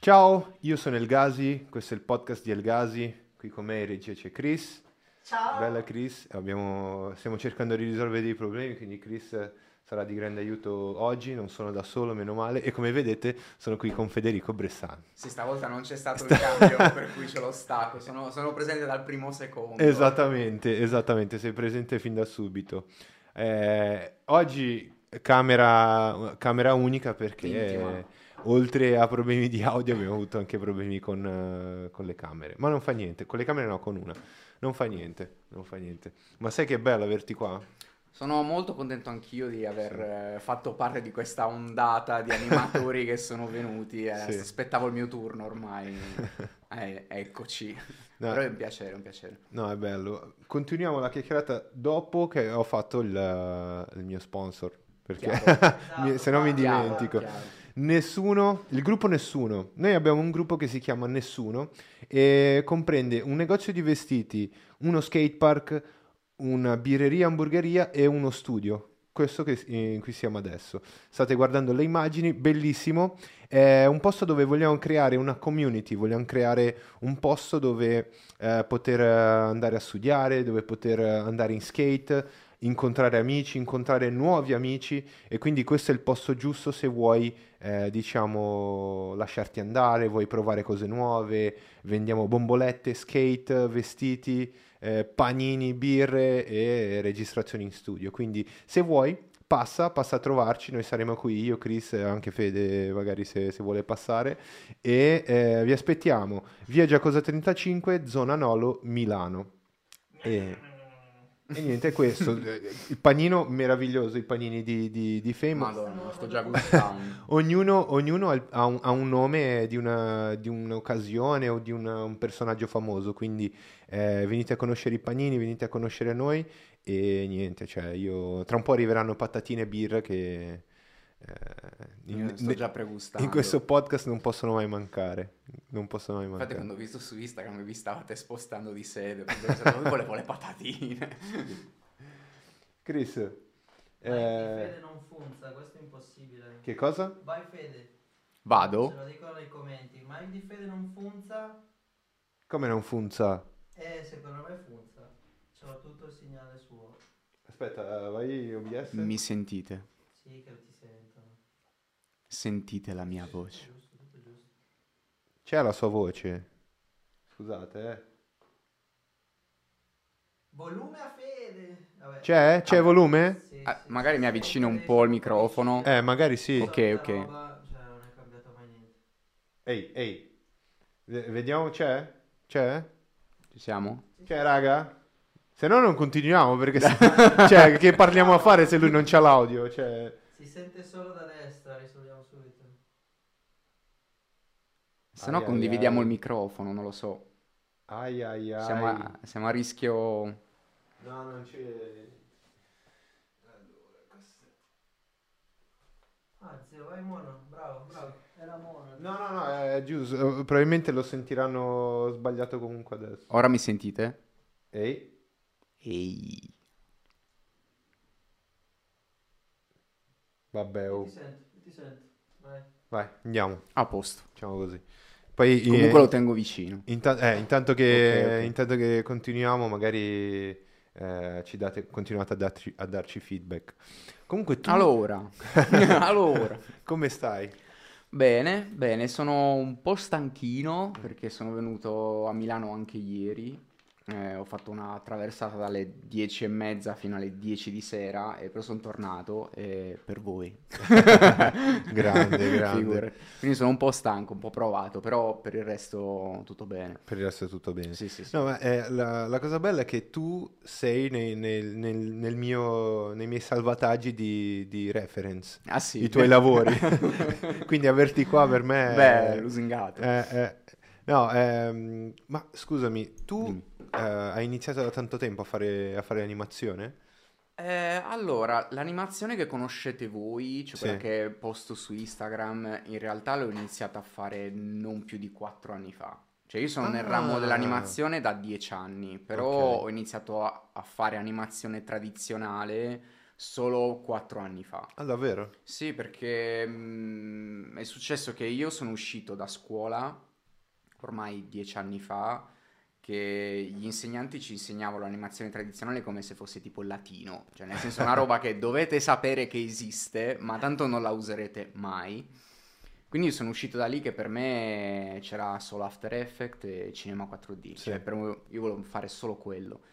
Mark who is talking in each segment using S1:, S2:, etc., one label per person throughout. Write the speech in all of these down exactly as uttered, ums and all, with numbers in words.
S1: Ciao, io sono Elgasi, questo è il podcast di Elgasi, qui con me in regia c'è Chris, bella
S2: Ciao!
S1: Chris, abbiamo- stiamo cercando di risolvere dei problemi, quindi Chris sarà di grande aiuto oggi, non sono da solo, meno male, e come vedete sono qui con Federico Bressani.
S2: Sì, stavolta non c'è stato il
S1: Sta-
S2: cambio per cui ce lo stacco, sono, sono presente dal primo secondo.
S1: Esattamente, esattamente, sei presente fin da subito. Eh, oggi camera, camera unica perché
S2: Intima.
S1: eh, oltre a problemi di audio abbiamo avuto anche problemi con, eh, con le camere. Ma non fa niente, con le camere no, con una. Non fa niente, non fa niente. Ma sai che bello averti qua?
S2: Sono molto contento anch'io di
S1: Sì.
S2: aver eh, fatto parte di questa ondata di animatori che sono venuti. eh,
S1: Sì.
S2: aspettavo il mio turno ormai. Eh, eccoci.
S1: No,
S2: Però è un piacere, è un piacere.
S1: no, è bello. Continuiamo la chiacchierata dopo che ho fatto il, il mio sponsor, perché
S2: Chiaro,
S1: mi-
S3: Esatto,
S1: se no mi
S3: parla,
S2: chiaro,
S1: dimentico.
S3: parla.
S2: chiaro.
S1: Nessuno, il gruppo Nessuno. Noi abbiamo un gruppo che si chiama Nessuno e comprende un negozio di vestiti, uno skatepark, una birreria, hamburgeria e uno studio. Questo che, in cui siamo adesso. State guardando le immagini, bellissimo. È un posto dove vogliamo creare una community, vogliamo creare un posto dove eh, poter eh, andare a studiare, dove poter eh, andare in skate, incontrare amici, incontrare nuovi amici e quindi questo è il posto giusto se vuoi, eh, diciamo, lasciarti andare, vuoi provare cose nuove, vendiamo bombolette, skate, vestiti, eh, panini, birre e registrazioni in studio. Quindi se vuoi, passa, passa a trovarci, noi saremo qui, io, Chris e anche Fede, magari se, se vuole passare, e eh, vi aspettiamo. Via Giacosa trentacinque, zona Nolo, Milano. E, e niente, è questo. Il panino meraviglioso, i panini di, di, di Fame.
S2: Madonna, sto già gustando.
S1: Ognuno, ognuno ha, il- ha un, ha un nome di, una- di un'occasione o di una- un personaggio famoso, quindi eh, venite a conoscere i panini, venite a conoscere noi e niente, cioè io tra un po' arriveranno patatine e birra che eh, in,
S2: Io sto
S1: ne-
S2: già
S1: in questo
S2: pregustando.
S1: podcast non possono mai mancare, non possono mai
S2: Infatti
S1: mancare.
S2: quando ho visto su Instagram vi stavate spostando di sede, ho pensato, "Lui volevo le patatine."
S1: Chris,
S3: Vai,
S1: eh,
S3: Fede non funza, questo è impossibile.
S1: che cosa?
S3: Vai Fede, ce
S2: Vado?
S3: lo dicono nei commenti. Ma il di Fede non funza?
S1: Come non funza?
S3: Eh, secondo me funza. C'ho tutto il segnale suo.
S1: Aspetta, vai O B S?
S2: Mi sentite?
S3: Sì, che ti sentono.
S2: Sentite la mia voce.
S3: Giusto, tutto giusto.
S1: C'è la sua voce. Scusate, eh.
S3: Volume a Fede! Vabbè.
S1: C'è? C'è
S2: Ah,
S1: volume?
S3: Sì,
S2: ah,
S3: sì,
S2: magari
S3: sì,
S2: mi
S3: sì,
S2: avvicino un
S3: Fede,
S2: po' il
S3: sono
S2: microfono.
S1: Eh, magari sì.
S2: Ok,
S3: solita
S2: ok.
S3: roba, cioè non è cambiato mai niente.
S1: Ehi, ehi. V- Vediamo, c'è? C'è?
S2: Ci siamo?
S3: Sì,
S1: C'è,
S3: sì,
S1: raga? Se no non continuiamo perché se- cioè, che parliamo a fare se lui non c'ha l'audio? Cioè,
S3: si sente solo da destra, risolviamo subito.
S2: Se
S1: ai
S2: no
S1: ai
S2: condividiamo
S1: ai.
S2: il microfono, non lo so.
S1: Ai ai
S2: Siamo
S1: ai.
S2: a, siamo a rischio...
S1: No, non c'è. Allora, questo-
S3: Ah, zio, vai mono, bravo, bravo. Era mono.
S1: No, no, no, è giusto. Eh, Probabilmente lo sentiranno sbagliato comunque adesso.
S2: Ora mi sentite?
S1: Ehi,
S2: Ehi.
S1: vabbè,
S3: Io
S1: oh.
S3: ti sento, io ti sento. Vai.
S1: Vai, andiamo.
S2: A posto.
S1: Facciamo così. Poi
S2: Comunque
S1: eh,
S2: lo tengo vicino.
S1: inta- eh, intanto che,
S2: Ok, ok.
S1: intanto che continuiamo, magari eh, ci date, continuate a darci, a darci feedback. Comunque tu,
S2: Allora, allora.
S1: come stai?
S2: Bene, bene, sono un po' stanchino perché sono venuto a Milano anche ieri. Eh, ho fatto una traversata dalle dieci e mezza fino alle dieci di sera e poi sono tornato eh, per voi.
S1: Grande, grande.
S2: Figurati. Quindi sono un po' stanco, un po' provato, però per il resto tutto bene.
S1: Per il resto è tutto bene.
S2: Sì, sì, sì.
S1: No, ma eh, la, la cosa bella è che tu sei nei, nel, nel- nel mio, nei miei salvataggi di, di reference,
S2: Ah sì.
S1: i tuoi lavori. Quindi averti qua per me
S2: Beh,
S1: è,
S2: lusingato.
S1: è- è- no, ehm, ma scusami, tu
S2: Dimmi.
S1: eh, hai iniziato da tanto tempo a fare, a fare animazione?
S2: Eh, allora, l'animazione che conoscete voi, cioè quella
S1: Sì.
S2: che posto su Instagram, in realtà l'ho iniziata a fare non più di quattro anni fa. Cioè io sono nel ramo
S1: Ah,
S2: dell'animazione da dieci anni, però
S1: ok.
S2: ho iniziato a, a fare animazione tradizionale solo quattro anni fa.
S1: Ah, davvero?
S2: Sì, perché mm, è successo che io sono uscito da scuola ormai dieci anni fa, che gli insegnanti ci insegnavano l'animazione tradizionale come se fosse tipo il latino, cioè nel senso una roba che dovete sapere che esiste, ma tanto non la userete mai. Quindi io sono uscito da lì che per me c'era solo After Effects e Cinema quattro D,
S1: Sì.
S2: cioè per me- io volevo fare solo quello.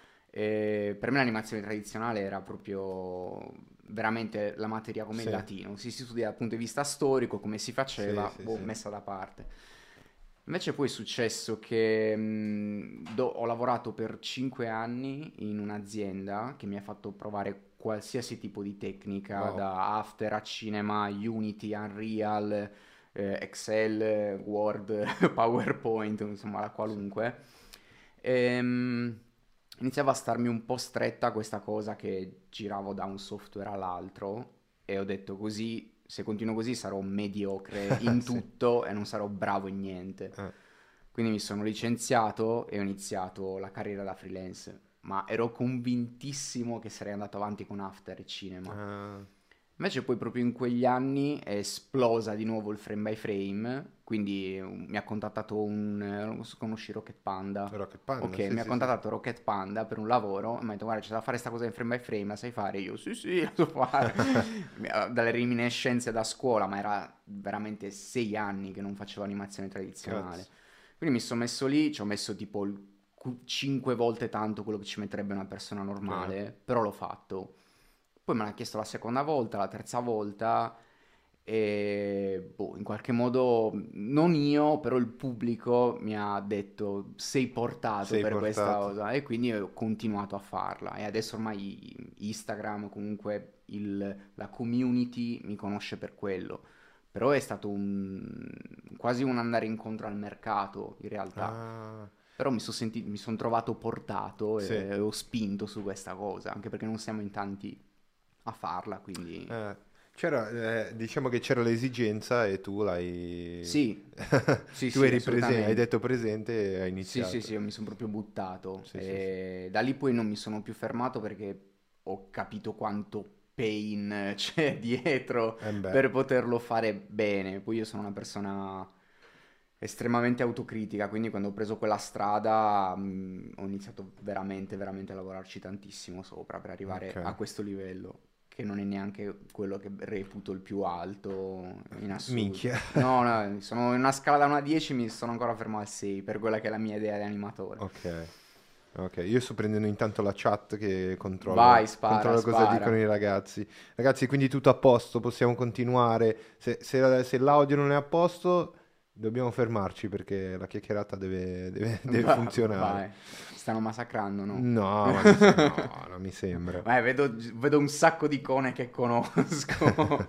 S2: E per me l'animazione tradizionale era proprio veramente la materia come
S1: Sì.
S2: il latino, si studia dal punto di vista storico, come si faceva,
S1: Sì, sì,
S2: boh,
S1: sì.
S2: messa da parte. Invece poi è successo che mh, do- ho lavorato per cinque anni in un'azienda che mi ha fatto provare qualsiasi tipo di tecnica,
S1: Wow.
S2: da After a Cinema, Unity, Unreal, eh, Excel, Word, PowerPoint, insomma la qualunque. Ehm, iniziava a starmi un po' stretta questa cosa che giravo da un software all'altro e ho detto così, se continuo così sarò mediocre in
S1: Sì.
S2: tutto e non sarò bravo in niente.
S1: Eh.
S2: Quindi mi sono licenziato e ho iniziato la carriera da freelance, ma ero convintissimo che sarei andato avanti con After e Cinema.
S1: Ah,
S2: Invece poi proprio in quegli anni è esplosa di nuovo il frame by frame, quindi um, mi ha contattato un... eh, non so, conosci Rocket Panda?
S1: Rocket Panda,
S2: Ok,
S1: sì,
S2: mi ha
S1: sì, sì.
S2: contattato Rocket Panda per un lavoro e mi ha detto guarda c'è da fare sta cosa in frame by frame, la sai fare? Io sì sì, la so fare. Mi ha- Dalle reminiscenze da scuola, ma era veramente sei anni che non facevo animazione tradizionale.
S1: Cazzo.
S2: Quindi mi sono messo lì, ci ho messo tipo il cu- cinque volte tanto quello che ci metterebbe una persona normale, però l'ho fatto. Poi me l'ha chiesto la seconda volta, la terza volta e boh, in qualche modo non io, però il pubblico mi ha detto sei portato
S1: Sei
S2: per questa
S1: portato.
S2: cosa e quindi ho continuato a farla e adesso ormai Instagram, comunque il- la community mi conosce per quello. Però è stato un, quasi un andare incontro al mercato in realtà.
S1: Ah,
S2: Però mi sono sentito, mi sono trovato portato
S1: sì.
S2: e ho spinto su questa cosa, anche perché non siamo in tanti a farla, quindi
S1: Eh, c'era, eh, diciamo che c'era l'esigenza e tu l'hai...
S2: sì, sì,
S1: Tu
S2: sì,
S1: eri presente, hai
S2: assolutamente.
S1: detto presente e hai
S2: Sì, sì,
S1: iniziato.
S2: sì, io mi sono proprio buttato
S1: Sì, sì, sì.
S2: e da lì poi non mi sono più fermato perché ho capito quanto pain c'è dietro
S1: Eh beh,
S2: per poterlo fare bene. Poi io sono una persona estremamente autocritica, quindi quando ho preso quella strada mh, ho iniziato veramente, veramente a lavorarci tantissimo sopra per arrivare a
S1: ok.
S2: questo livello, che non è neanche quello che reputo il più alto in assoluto.
S1: Minchia.
S2: No, no, sono in una scala da uno a dieci, mi sono ancora fermo al sei per quella che è la mia idea di animatore.
S1: Ok. Ok, io sto prendendo intanto la chat che
S2: Vai,
S1: controllo,
S2: spara,
S1: controllo cosa dicono
S2: spara.
S1: i ragazzi. Ragazzi, quindi tutto a posto, possiamo continuare. Se, se- se l'audio non è a posto, dobbiamo fermarci perché la chiacchierata deve, deve- deve
S2: Va-
S1: funzionare.
S2: vai, stanno massacrando, no?
S1: No, ma mi sem- no, non mi sembra.
S2: Vai, vedo, vedo un sacco di icone che conosco.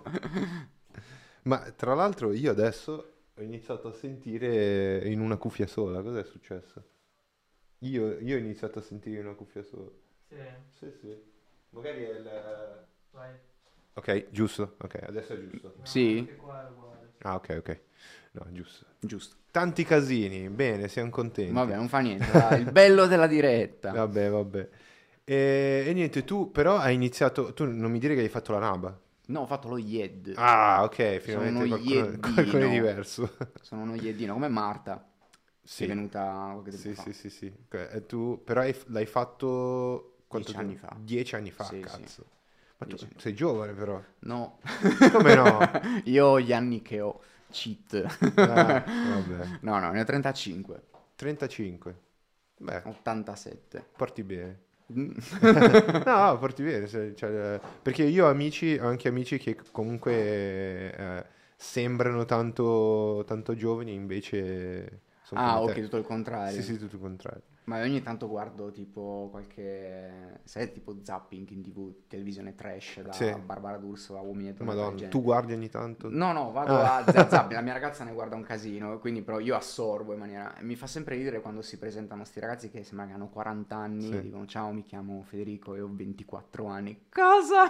S1: Ma tra l'altro io adesso ho iniziato a sentire in una cuffia sola. Cos'è successo? Io, io ho iniziato a sentire in una cuffia sola.
S3: Sì,
S1: Sì, sì. Magari è il...
S3: vai.
S1: Ok, giusto. Ok, adesso è giusto.
S3: No,
S2: Sì?
S3: anche qua è uguale.
S1: Ah, ok, ok. No, giusto.
S2: Giusto.
S1: Tanti casini. Bene, siamo contenti.
S2: Vabbè, non fa niente, dai, il bello della diretta.
S1: Vabbè, vabbè. E, e niente, tu però hai iniziato... Tu non mi dire che hai fatto la naba.
S2: No, ho fatto lo Y E D.
S1: Ah, ok,
S2: Sono uno
S1: finalmente qualcuno, qualcuno è
S2: Yeddino.
S1: diverso.
S2: Sono uno Yeddino, come Marta, che è
S1: Sì,
S2: venuta qualche tempo
S1: sì,
S2: fa.
S1: sì, sì, sì. Ok, e tu però hai- l'hai fatto... Quanto
S2: Dieci anni
S1: tempo?
S2: fa.
S1: Dieci anni fa,
S2: Sì, sì.
S1: cazzo. Ma tu
S2: Dieci anni.
S1: sei giovane però.
S2: No.
S1: Come no?
S2: Io ho gli anni che ho. Cheat.
S1: Ah, vabbè.
S2: No, no, ne ho trentacinque.
S1: trentacinque. Beh,
S2: ottantasette.
S1: porti bene.
S2: Mm.
S1: No, porti bene, se- cioè, perché io ho amici, ho anche amici che comunque eh, sembrano tanto, tanto giovani, invece sono
S2: Ah,
S1: come
S2: ok,
S1: te.
S2: tutto il contrario.
S1: Sì, sì, tutto il contrario.
S2: Ma ogni tanto guardo tipo qualche, sai, tipo zapping in T V, televisione trash da
S1: Sì.
S2: Barbara D'Urso a Uomini e Donne
S1: Madonna,
S2: del
S1: tu
S2: genere.
S1: guardi ogni tanto?
S2: No, no, vado
S1: Ah.
S2: a zap zap, la mia ragazza ne guarda un casino, quindi però io assorbo in maniera... Mi fa sempre ridere quando si presentano sti ragazzi che sembra che hanno quaranta anni,
S1: Sì.
S2: dicono ciao, mi chiamo Federico e ho ventiquattro anni. Cosa?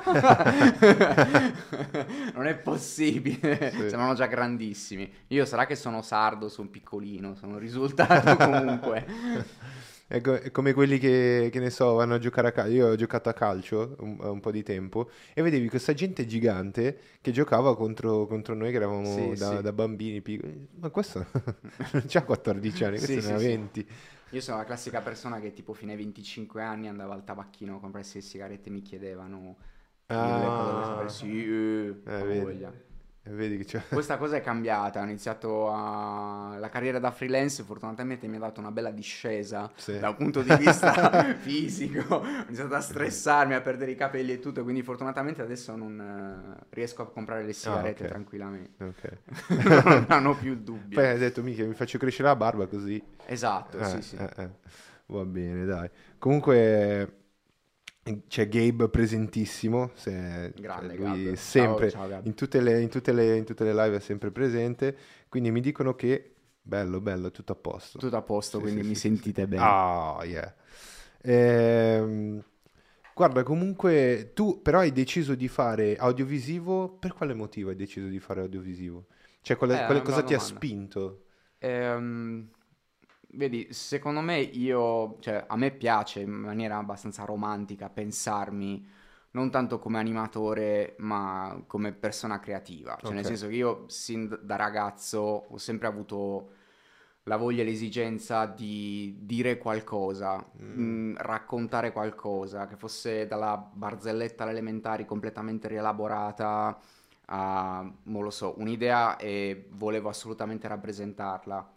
S2: Non è possibile,
S1: Sì.
S2: sembrano già grandissimi. Io sarà che sono sardo, sono piccolino, sono risultato comunque.
S1: È, co- è come quelli che, che ne so, vanno a giocare a calcio. Io ho giocato a calcio un, un po' di tempo e vedevi questa gente gigante che giocava contro, contro noi che eravamo
S2: Sì,
S1: da,
S2: sì.
S1: da bambini piccoli. Ma questo non c'ha quattordici anni, questo
S2: Sì,
S1: ne ha
S2: sì, sì.
S1: venti.
S2: Io sono la classica persona che tipo fino ai venticinque anni andava al tabacchino a comprarsi le sigarette e mi chiedevano feedback o dove sapere.
S1: Ah,
S2: Sì, eh,
S1: eh,
S2: a
S1: vedi,
S2: voglia.
S1: eh, vedi che c'è.
S2: Questa cosa è cambiata, ho iniziato a... la carriera da freelance, fortunatamente mi ha dato una bella discesa
S1: Sì.
S2: da un punto di vista fisico, ho iniziato a stressarmi, a perdere i capelli e tutto, quindi fortunatamente adesso non eh, riesco a comprare le
S1: Ah,
S2: sigarette
S1: ok,
S2: tranquillamente,
S1: ok.
S2: non hanno più il dubbio.
S1: Poi hai detto, mica, mi faccio crescere la barba così.
S2: Esatto,
S1: Eh,
S2: sì, sì.
S1: eh, eh. Va bene, dai. Comunque c'è Gabe presentissimo, se- cioè
S2: Grande
S1: lui
S2: Gab. Ciao,
S1: sempre,
S2: ciao Gab.
S1: in tutte le, in tutte le, in tutte le live è sempre presente, quindi mi dicono che bello, bello, tutto a posto.
S2: Tutto a posto,
S1: Sì,
S2: quindi
S1: sì,
S2: mi
S1: sì, sì, sì.
S2: sentite bene.
S1: Ah, yeah. Ehm, guarda, comunque tu però hai deciso di fare audiovisivo, per quale motivo hai deciso di fare audiovisivo? Cioè,
S2: Eh,
S1: quale,
S2: è
S1: quale-
S2: una
S1: cosa
S2: bella
S1: ti ha
S2: domanda.
S1: spinto?
S2: Ehm, vedi, secondo me io, cioè, a me piace in maniera abbastanza romantica pensarmi non tanto come animatore, ma come persona creativa. Cioè, nel
S1: Ok.
S2: senso che io sin d- da ragazzo ho sempre avuto la voglia e l'esigenza di dire qualcosa,
S1: Mm,
S2: mh, raccontare qualcosa, che fosse dalla barzelletta alle elementari completamente rielaborata a, non lo so, un'idea e volevo assolutamente rappresentarla.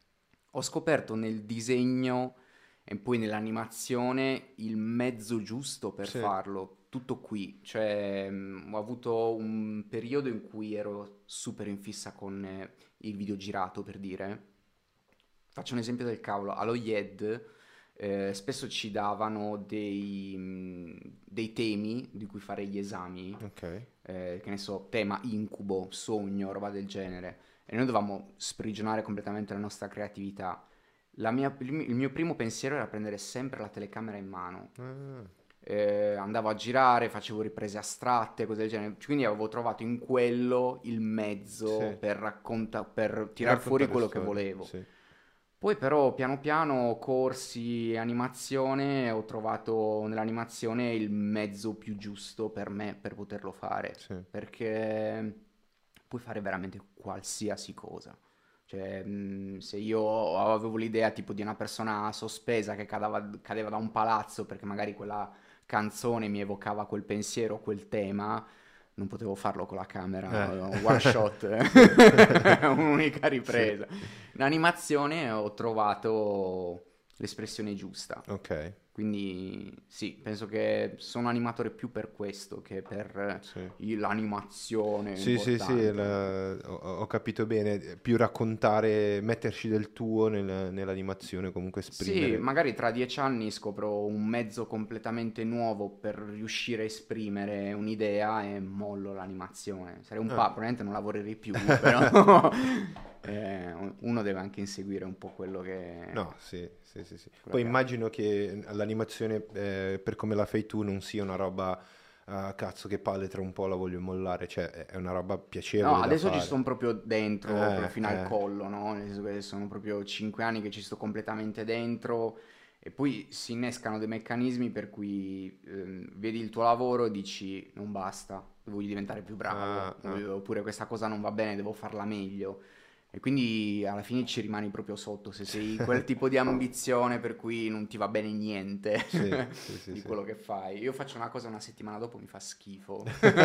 S2: Ho scoperto nel disegno e poi nell'animazione il mezzo giusto per
S1: sì.
S2: farlo, tutto qui. Cioè, mh, ho avuto un periodo in cui ero super in fissa con eh, il video girato, per dire. Faccio un esempio del cavolo, allo I E D eh, spesso ci davano dei, mh, dei temi di cui fare gli esami,
S1: Ok.
S2: eh, che ne so, tema incubo, sogno, roba del genere, e noi dovevamo sprigionare completamente la nostra creatività. La mia- il mi- il mio primo pensiero era prendere sempre la telecamera in mano.
S1: Ah,
S2: Eh, andavo a girare, facevo riprese astratte, cose del genere. Quindi avevo trovato in quello il mezzo
S1: sì.
S2: per racconta- per
S1: Per
S2: tirar fuori
S1: raccontare
S2: quello che
S1: storie,
S2: volevo.
S1: sì.
S2: Poi però piano piano corsi, animazione, ho trovato nell'animazione il mezzo più giusto per me per poterlo fare,
S1: Sì.
S2: perché puoi fare veramente qualsiasi cosa. Cioè, mh, se io avevo l'idea tipo di una persona sospesa che cadava- cadeva da un palazzo perché magari quella canzone mi evocava quel pensiero, quel tema, non potevo farlo con la camera,
S1: Eh.
S2: un one shot,
S1: Sì.
S2: un'unica
S1: Sì.
S2: ripresa. In animazione ho trovato l'espressione giusta.
S1: Ok.
S2: Quindi sì, penso che sono animatore più per questo che per
S1: Sì.
S2: eh, l'animazione
S1: Sì, sì, sì,
S2: importante.
S1: la- ho, ho capito bene. Più raccontare, metterci del tuo nel- nell'animazione, comunque
S2: Sì,
S1: esprimere.
S2: magari tra dieci anni scopro un mezzo completamente nuovo per riuscire a esprimere un'idea e mollo l'animazione. Sarei un
S1: Ah.
S2: pa, probabilmente non lavorerei più, però eh, uno deve anche inseguire un po' quello che...
S1: No, sì, sì, sì, sì.
S2: quello
S1: Poi
S2: che ha.
S1: immagino che l'animazione, eh, per come la fai tu, non sia una roba, ah, cazzo, che palle, tra un po' la voglio mollare. Cioè, è è una roba
S2: No,
S1: piacevole da
S2: adesso ci
S1: fare.
S2: sto proprio dentro, proprio
S1: Eh,
S2: fino al
S1: eh,
S2: collo, no? Nel senso che sono proprio cinque anni che ci sto completamente dentro e poi si innescano dei meccanismi per cui ehm, vedi il tuo lavoro e dici non basta, voglio diventare più
S1: ah,
S2: bravo,
S1: ah.
S2: oppure questa cosa non va bene, devo farla meglio. E quindi alla fine ci rimani proprio sotto, se sei quel tipo di ambizione per cui non ti va bene niente
S1: Sì, sì, sì,
S2: di
S1: sì.
S2: quello che fai. Io faccio una cosa una settimana dopo mi fa schifo.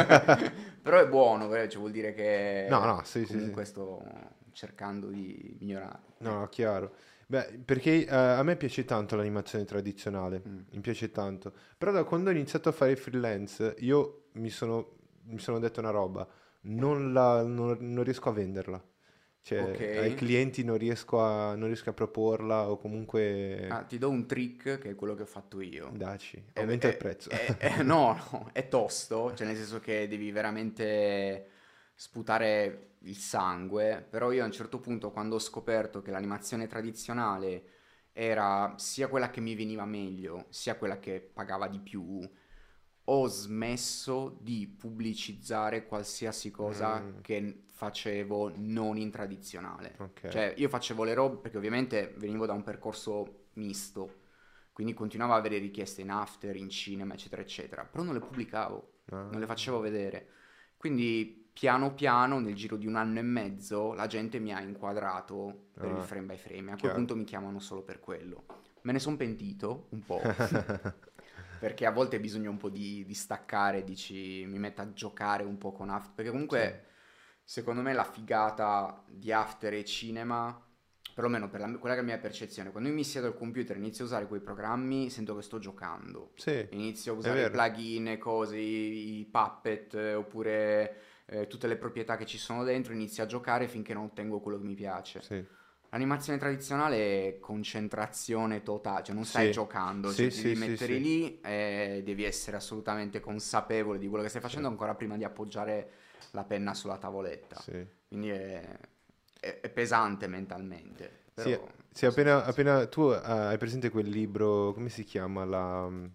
S2: Però è buono, eh, cioè vuol dire
S1: No,
S2: che
S1: no, sì, sì, sì.
S2: comunque sto cercando di migliorare.
S1: No, no,
S2: Ecco.
S1: chiaro. Beh, perché eh, a me piace tanto l'animazione tradizionale,
S2: Mm.
S1: mi piace tanto. Però da quando ho iniziato a fare freelance, io mi sono, mi sono detto una roba, non, la- non- non riesco a venderla.
S2: Ok.
S1: Cioè, ai clienti non riesco a, non riesco a proporla o comunque...
S2: Ah, ti do un trick che è quello che ho fatto io.
S1: Daci,
S2: È,
S1: aumenta il
S2: è-
S1: prezzo.
S2: è- è- no, no, è tosto, cioè nel senso che devi veramente sputare il sangue, però io a un certo punto quando ho scoperto che l'animazione tradizionale era sia quella che mi veniva meglio, sia quella che pagava di più, ho smesso di pubblicizzare qualsiasi cosa
S1: Mm,
S2: che facevo non in tradizionale.
S1: ok,
S2: Cioè, io facevo le robe perché ovviamente venivo da un percorso misto, quindi continuavo a avere richieste in after, in cinema, eccetera, eccetera, però non le pubblicavo,
S1: Ah.
S2: non le facevo vedere. Quindi piano piano, nel giro di un anno e mezzo, la gente mi ha inquadrato per il
S1: Ah,
S2: frame by frame. A quel
S1: chiaro.
S2: punto mi chiamano solo per quello. Me ne sono pentito un po', perché a volte bisogna un po' di, di staccare, dici, mi metto a giocare un po' con after, perché comunque secondo me la figata di after e cinema, perlomeno per la, quella che è la mia percezione, quando io mi siedo al computer e inizio a usare quei programmi, sento che sto giocando.
S1: Sì,
S2: Inizio a
S1: è
S2: usare i
S1: vero.
S2: plugin, e cose, i, i puppet, eh, oppure eh, tutte le proprietà che ci sono dentro, inizio a giocare finché non ottengo quello che mi piace.
S1: Sì.
S2: L'animazione tradizionale è concentrazione totale, cioè non stai
S1: Sì.
S2: giocando,
S1: Sì,
S2: cioè ti
S1: sì,
S2: devi
S1: sì,
S2: mettere
S1: sì.
S2: lì e devi essere assolutamente consapevole di quello che stai facendo
S1: Sì.
S2: ancora prima di appoggiare la penna sulla tavoletta.
S1: Sì.
S2: Quindi è, è- è pesante mentalmente.
S1: Sì,
S2: Però
S1: sì, appena, appena tu ah, hai presente quel libro, come si chiama? La, mm,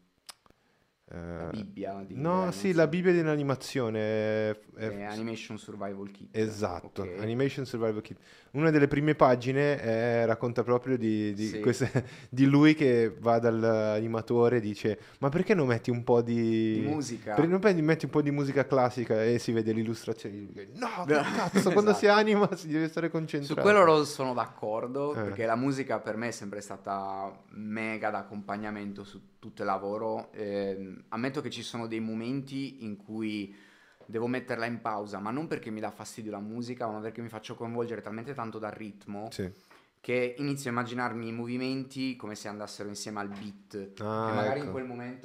S2: la
S1: eh,
S2: Bibbia di,
S1: no, sì, la
S2: dell'animazione.
S1: Bibbia dell'animazione. È- è-
S2: È Animation Survival Kit.
S1: esatto,
S2: Ok.
S1: Animation Survival Kit. Una delle prime pagine eh, racconta proprio di, di
S2: Sì.
S1: queste- di lui che va dall'animatore e dice: Ma perché non metti un po' di.
S2: Di musica.
S1: Perché non prendi- metti un po' di musica classica e si vede l'illustrazione? Lui dice, No, che cazzo, quando si
S2: Esatto.
S1: anima si deve stare
S2: Su
S1: concentrato.
S2: quello lo sono d'accordo,
S1: Eh.
S2: perché la musica per me è sempre stata mega d'accompagnamento su tutto il lavoro. Ehm, ammetto che ci sono dei momenti in cui devo metterla in pausa, ma non perché mi dà fastidio la musica, ma perché mi faccio coinvolgere talmente tanto dal ritmo
S1: Sì.
S2: che inizio a immaginarmi i movimenti come se andassero insieme al beat.
S1: Ah,
S2: e magari
S1: ecco.
S2: in quel momento...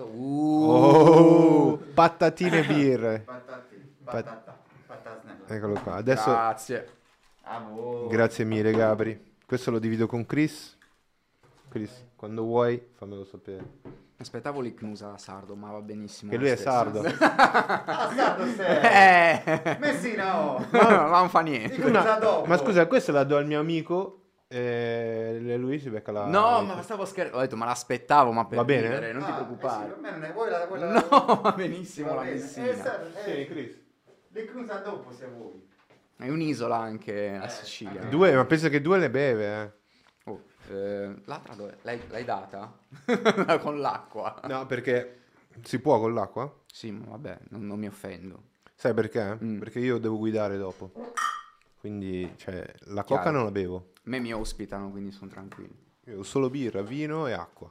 S1: Oh,
S2: Uh,
S1: patatine e birre.
S4: Patati,
S1: Pat-
S4: patata, patasnella.
S1: Eccolo qua. Adesso,
S2: grazie.
S4: A voi.
S1: grazie mille, Gabri. Questo lo divido con Chris. Chris, quando vuoi, fammelo sapere.
S2: Aspettavo l'Icnusa sardo, ma va benissimo.
S1: Che
S2: lo
S1: lui è
S2: stesso.
S1: sardo.
S4: Ah, sardo sei.
S2: Eh.
S4: Messina, oh.
S2: Ma non fa niente.
S4: Dico già dopo.
S1: Ma scusa, questa la do al mio amico e lui si becca la.
S2: No, ma stavo scherzando. Ho detto, ma l'aspettavo, ma per
S1: Va bene?
S2: ridere, non ti
S4: Ah,
S2: preoccupare.
S4: Eh sì, per me non è vuoi la quella.
S2: No, va benissimo
S4: Va
S2: la
S4: bene.
S2: Messina.
S4: Eh, sardo, eh,
S1: Sì, Chris.
S4: le cruza dopo se vuoi.
S2: È un'isola anche la
S4: Eh,
S2: Sicilia.
S4: anche-
S1: Due, ma penso che due le beve, eh.
S2: Oh, eh, l'altra dove? L'hai, l'hai data? Con l'acqua.
S1: No, perché si può con l'acqua?
S2: Sì, ma vabbè, non, non mi offendo.
S1: Sai perché?
S2: Mm.
S1: Perché io devo guidare dopo. Quindi, cioè, la coca
S2: Chiaro.
S1: non la bevo.
S2: A me mi ospitano, quindi sono tranquillo.
S1: Io ho solo birra, vino e acqua.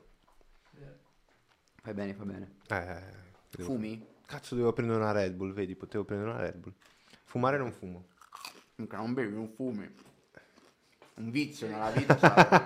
S2: Fai bene, fa bene.
S1: Eh, devo-
S2: Fumi?
S1: Cazzo, devo prendere una Red Bull, vedi, potevo prendere una Red Bull. Fumare non fumo.
S2: Mica non bevi, non fumi. Un vizio nella vita. sai.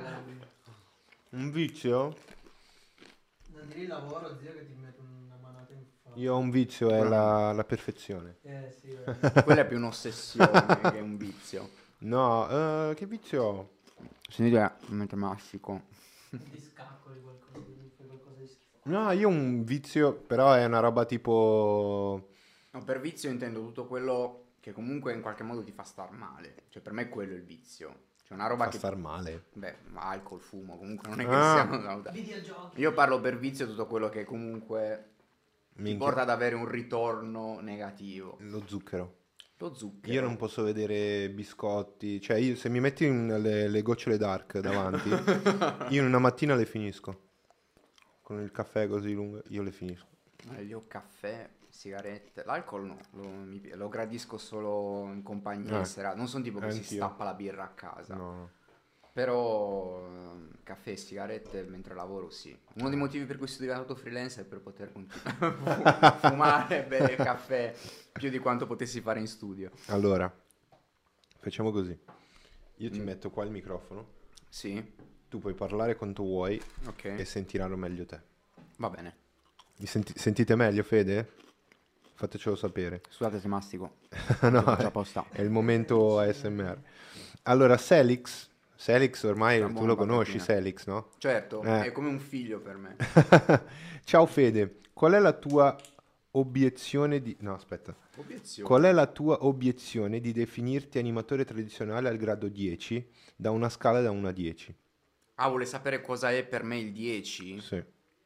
S1: Un vizio?
S3: Non dire il lavoro, zio, che ti metto una manata in faccia.
S1: Io ho un vizio, è la, la perfezione.
S3: Eh sì, eh.
S2: Quella è più un'ossessione che un vizio.
S1: No, eh, che vizio ho?
S2: Sentite mentre mastico.
S3: Ti scaccoli qualcosa, ti fai qualcosa di schifo.
S1: No, io ho un vizio, però è una roba tipo.
S2: No, per vizio intendo tutto quello che comunque in qualche modo ti fa star male. Cioè, per me quello è il vizio. Cioè, una roba
S1: Fa
S2: che...
S1: star male.
S2: Beh, ma alcol, fumo, comunque non è che
S1: Ah.
S2: siamo... no, dai.
S3: Videogiochi.
S2: Io parlo per vizio tutto quello che comunque ti
S1: Minchia.
S2: porta ad avere un ritorno negativo.
S1: Lo zucchero.
S2: Lo zucchero.
S1: Io non posso vedere biscotti, cioè io, se mi metti in- le, le gocciole dark davanti, io in una mattina le finisco. Con il caffè così lungo, io le finisco.
S2: Eh, Io caffè, sigarette, l'alcol no, lo, mi pi- lo gradisco solo in compagnia
S1: Eh,
S2: serata. Non sono tipo che si
S1: anch'io.
S2: stappa la birra a casa.
S1: No, no.
S2: Però ehm, caffè e sigarette mentre lavoro sì. Uno dei motivi per cui sono diventato freelance è per poter continuare a fumare e bere il caffè più di quanto potessi fare in studio.
S1: Allora, facciamo così. Io ti
S2: Mm.
S1: metto qua il microfono,
S2: Sì,
S1: tu puoi parlare quanto vuoi
S2: ok,
S1: e sentiranno meglio te.
S2: va bene.
S1: Mi senti- sentite meglio, Fede? Fatecelo sapere.
S2: Scusate se mastico.
S1: No,
S2: Lo faccio apposta.
S1: è il momento A S M R. Allora, Selix, Selix ormai
S2: Sta
S1: tu
S2: buona
S1: lo conosci,
S2: patatina.
S1: Selix, no?
S2: Certo,
S1: Eh.
S2: è come un figlio per me.
S1: Ciao Fede, qual è la tua obiezione di... No, aspetta.
S2: Obiezione.
S1: Qual è la tua obiezione di definirti animatore tradizionale al grado dieci da una scala da uno a dieci?
S2: Ah, vuole sapere cosa è per me il dieci?
S1: Sì.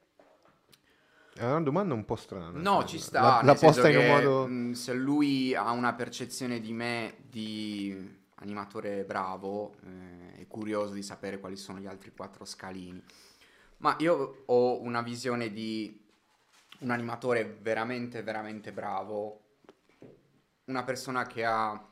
S1: È una domanda un po' strana.
S2: No,
S1: cioè,
S2: ci sta.
S1: La,
S2: nel
S1: la
S2: senso
S1: posta in un
S2: che,
S1: modo...
S2: mh, se lui ha una percezione di me di animatore bravo, eh, è curioso di sapere quali sono gli altri quattro scalini. Ma io ho una visione di un animatore veramente, veramente bravo, una persona che ha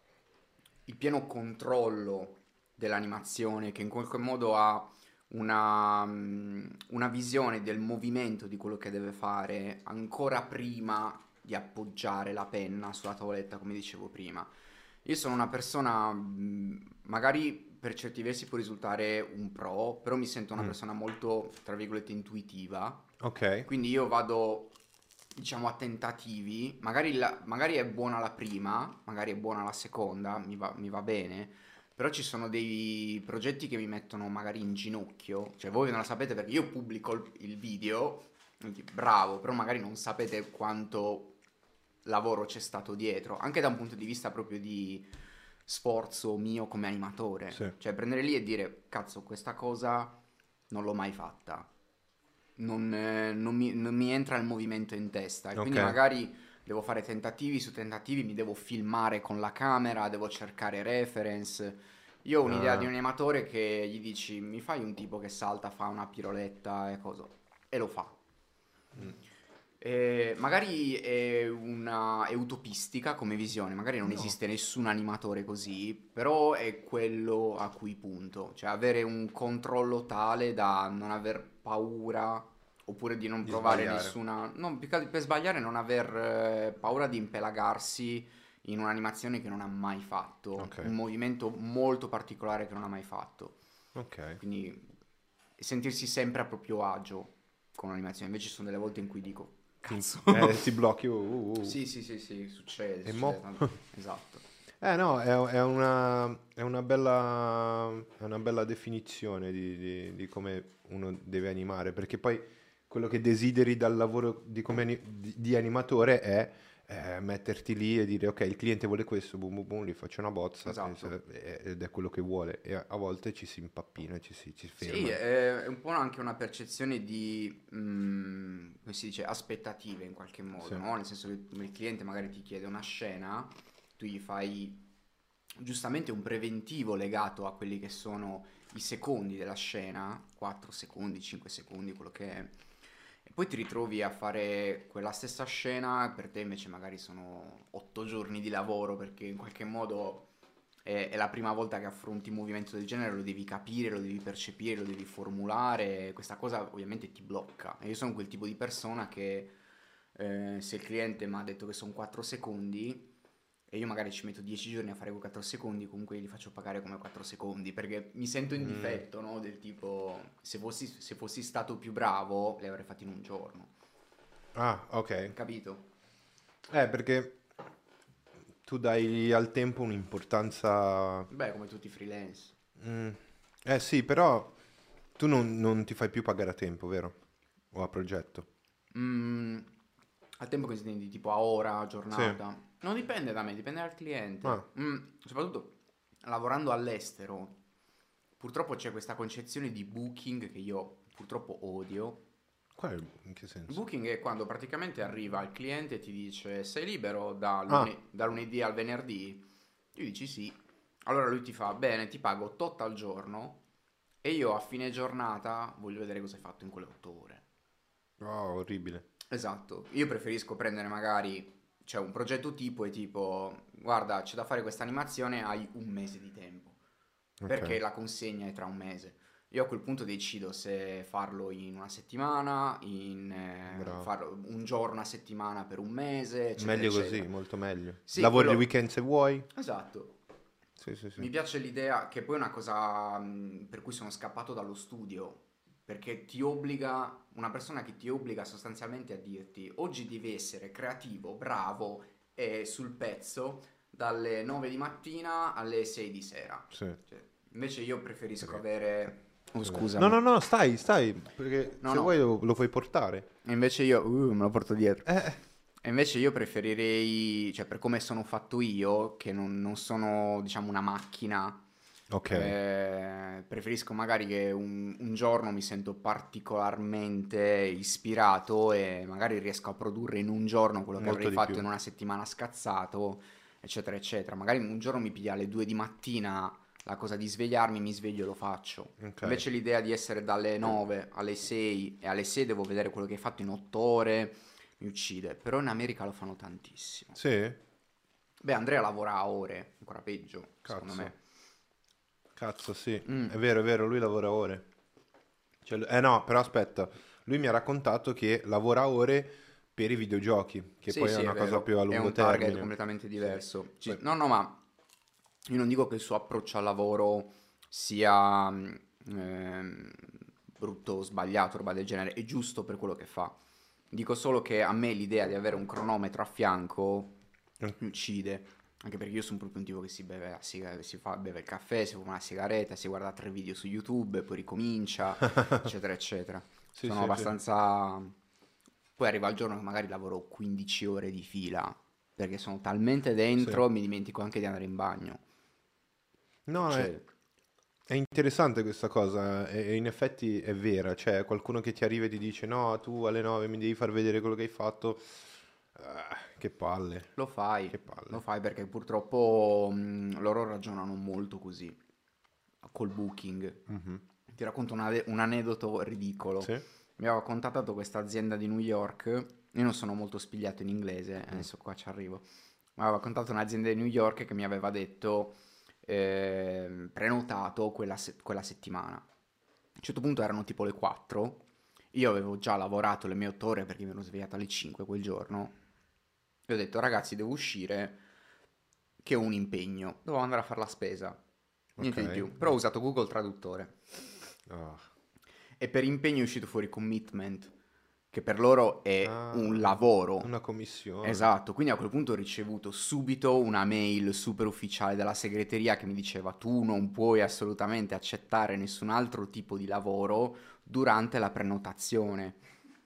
S2: il pieno controllo dell'animazione, che in qualche modo ha una, mm, una visione del movimento di quello che deve fare ancora prima di appoggiare la penna sulla tavoletta, come dicevo prima. Io sono una persona, mm, magari per certi versi può risultare un pro, però mi sento una
S1: Mm.
S2: persona molto, tra virgolette, intuitiva.
S1: Ok.
S2: Quindi io vado, diciamo, a tentativi, magari, la- magari è buona la prima, magari è buona la seconda, mi va, mi va bene, però ci sono dei progetti che mi mettono magari in ginocchio, cioè voi non lo sapete perché io pubblico il, il video, quindi bravo, però magari non sapete quanto lavoro c'è stato dietro, anche da un punto di vista proprio di sforzo mio come animatore,
S1: Sì.
S2: cioè prendere lì e dire, cazzo, questa cosa non l'ho mai fatta. Non, eh, non mi, non mi entra il movimento in testa e quindi
S1: Ok.
S2: magari devo fare tentativi su tentativi, mi devo filmare con la camera, devo cercare reference. Io ho un'idea
S1: Ah.
S2: di un animatore che gli dici mi fai un tipo che salta, fa una piroletta e cosa, e lo fa.
S1: Mm.
S2: E magari è una è utopistica come visione, magari non
S1: No.
S2: esiste nessun animatore così, però è quello a cui punto, cioè avere un controllo tale da non aver paura oppure di non
S1: Di
S2: provare
S1: sbagliare.
S2: nessuna, non più che altro per sbagliare, non aver eh, paura di impelagarsi in un'animazione che non ha mai fatto,
S1: Ok.
S2: un movimento molto particolare che non ha mai fatto,
S1: Ok.
S2: quindi sentirsi sempre a proprio agio con un'animazione. Invece ci sono delle volte in cui dico cazzo.
S1: Eh, ti blocchi. uh, uh, uh.
S2: Sì, sì, sì, sì, succede,
S1: E
S2: succede
S1: mo?
S2: tanto. Esatto.
S1: Eh no, è, è una, è una bella, è una bella definizione di, di- di come uno deve animare, perché poi quello che desideri dal lavoro di, come ani- di- di animatore è eh, metterti lì e dire ok, il cliente vuole questo, boom, boom, boom, gli faccio una bozza,
S2: Esatto.
S1: e- e- ed è quello che vuole, e a, a volte ci si impappina, ci si ci
S2: Sì,
S1: ferma.
S2: è è un po' anche una percezione di, mm, come si dice, aspettative in qualche modo,
S1: Sì.
S2: no? Nel senso che il cliente magari ti chiede una scena, tu gli fai giustamente un preventivo legato a quelli che sono i secondi della scena, quattro secondi, cinque secondi, quello che è. E poi ti ritrovi a fare quella stessa scena, per te invece magari sono otto giorni di lavoro perché in qualche modo è, è la prima volta che affronti un movimento del genere, lo devi capire, lo devi percepire, lo devi formulare, questa cosa ovviamente ti blocca. E io sono quel tipo di persona che eh, se il cliente mi ha detto che sono quattro secondi e io magari ci metto dieci giorni a fare quei quattro secondi, comunque li faccio pagare come quattro secondi perché mi sento in
S1: Mm.
S2: difetto, no? Del tipo, se fossi, se fossi stato più bravo, li avrei fatti in un giorno,
S1: Ah, ok.
S2: capito?
S1: Eh, perché tu dai al tempo un'importanza.
S2: Beh, come tutti i freelance.
S1: Mm. Eh sì, però tu non, non ti fai più pagare a tempo, vero? O a progetto.
S2: Mm, al tempo che si intendi tipo a ora, a giornata. Non dipende da me, dipende dal cliente.
S1: Ah.
S2: Mm, soprattutto lavorando all'estero, purtroppo c'è questa concezione di booking che io purtroppo odio.
S1: Qual è il- in che senso?
S2: Booking è quando praticamente arriva il cliente e ti dice sei libero da,
S1: Ah.
S2: lune- da lunedì al venerdì? Tu dici sì. Allora lui ti fa bene, ti pago tot al giorno e io a fine giornata voglio vedere cosa hai fatto in quelle otto ore.
S1: Oh, orribile.
S2: Esatto, io preferisco prendere magari, cioè un progetto tipo e tipo, guarda, c'è da fare questa animazione, hai un mese di tempo,
S1: Ok.
S2: perché la consegna è tra un mese. Io a quel punto decido se farlo in una settimana, in eh,
S1: Bravo.
S2: farlo un giorno a settimana per un mese, eccetera,
S1: Meglio
S2: eccetera.
S1: così, molto meglio.
S2: Sì,
S1: Lavori
S2: quello-
S1: il weekend se vuoi.
S2: Esatto.
S1: Sì, sì, sì.
S2: Mi piace l'idea che poi è una cosa mh, per cui sono scappato dallo studio, perché ti obbliga, una persona che ti obbliga sostanzialmente a dirti oggi devi essere creativo, bravo e sul pezzo dalle nove di mattina alle sei di sera.
S1: Sì.
S2: Cioè, invece io preferisco
S1: Perché-
S2: avere... Oh,
S1: Sì.
S2: scusa.
S1: No, no, no, stai, stai, perché
S2: No,
S1: se
S2: no.
S1: vuoi lo, lo puoi portare.
S2: Invece io... Uh, me lo porto dietro.
S1: Eh,
S2: E invece io preferirei, cioè per come sono fatto io, che non, non sono, diciamo, una macchina,
S1: ok.
S2: eh, preferisco magari che un, un giorno mi sento particolarmente ispirato e magari riesco a produrre in un giorno quello che
S1: Molto
S2: avrei
S1: di
S2: fatto
S1: più.
S2: in una settimana scazzato, eccetera, eccetera. Magari un giorno mi piglia alle due di mattina la cosa di svegliarmi, mi sveglio e lo faccio.
S1: Ok.
S2: Invece l'idea di essere dalle nove alle sei e alle sei devo vedere quello che hai fatto in otto ore mi uccide. Però in America lo fanno tantissimo.
S1: Sì?
S2: Beh, Andrea lavora a ore, ancora peggio, secondo
S1: Cazzo.
S2: me.
S1: Cazzo, sì.
S2: Mm.
S1: È vero, è vero, lui lavora ore. Cioè, lu- eh no, però aspetta. Lui mi ha raccontato che lavora ore per i videogiochi, che
S2: Sì,
S1: poi
S2: sì,
S1: è una cosa
S2: vero.
S1: più a
S2: È
S1: lungo
S2: un target
S1: termine.
S2: completamente diverso. Ci-
S1: Beh.
S2: No, no, ma io non dico che il suo approccio al lavoro sia mm, ehm, brutto o sbagliato, roba del genere, è giusto per quello che fa. Dico solo che a me l'idea di avere un cronometro a fianco
S1: Mm.
S2: mi uccide. Anche perché io sono proprio un tipo che si beve, la siga- si fa, beve il caffè, si fuma una sigaretta, si guarda tre video su YouTube, poi ricomincia, eccetera, eccetera.
S1: Sì,
S2: Sono
S1: sì, sì.
S2: abbastanza... Poi arriva il giorno che magari lavoro quindici ore di fila, perché sono talmente dentro, mi dimentico anche di andare in bagno.
S1: No,
S2: Cioè,
S1: è, è interessante questa cosa e, e in effetti è vera. Cioè, qualcuno che ti arriva e ti dice no, tu alle nove mi devi far vedere quello che hai fatto. Ah, che palle,
S2: lo fai,
S1: che palle.
S2: lo fai perché purtroppo mh, loro ragionano molto così, col booking.
S1: Mhm.
S2: Ti racconto un, ade- un aneddoto ridicolo.
S1: Sì?
S2: Mi aveva contattato questa azienda di New York, io non sono molto spigliato in inglese,
S1: Mm.
S2: adesso qua ci arrivo. Mi aveva contattato un'azienda di New York che mi aveva detto ehm, prenotato quella, se- quella settimana. A un certo punto erano tipo le quattro, io avevo già lavorato le mie otto ore perché mi ero svegliato alle cinque quel giorno e ho detto ragazzi devo uscire che ho un impegno, devo andare a fare la spesa, niente
S1: Ok.
S2: di più, però ho usato Google Traduttore.
S1: Ah.
S2: E per impegno è uscito fuori commitment, che per loro è
S1: Ah,
S2: un lavoro.
S1: una commissione.
S2: Esatto, quindi a quel punto ho ricevuto subito una mail super ufficiale dalla segreteria che mi diceva tu non puoi assolutamente accettare nessun altro tipo di lavoro durante la prenotazione.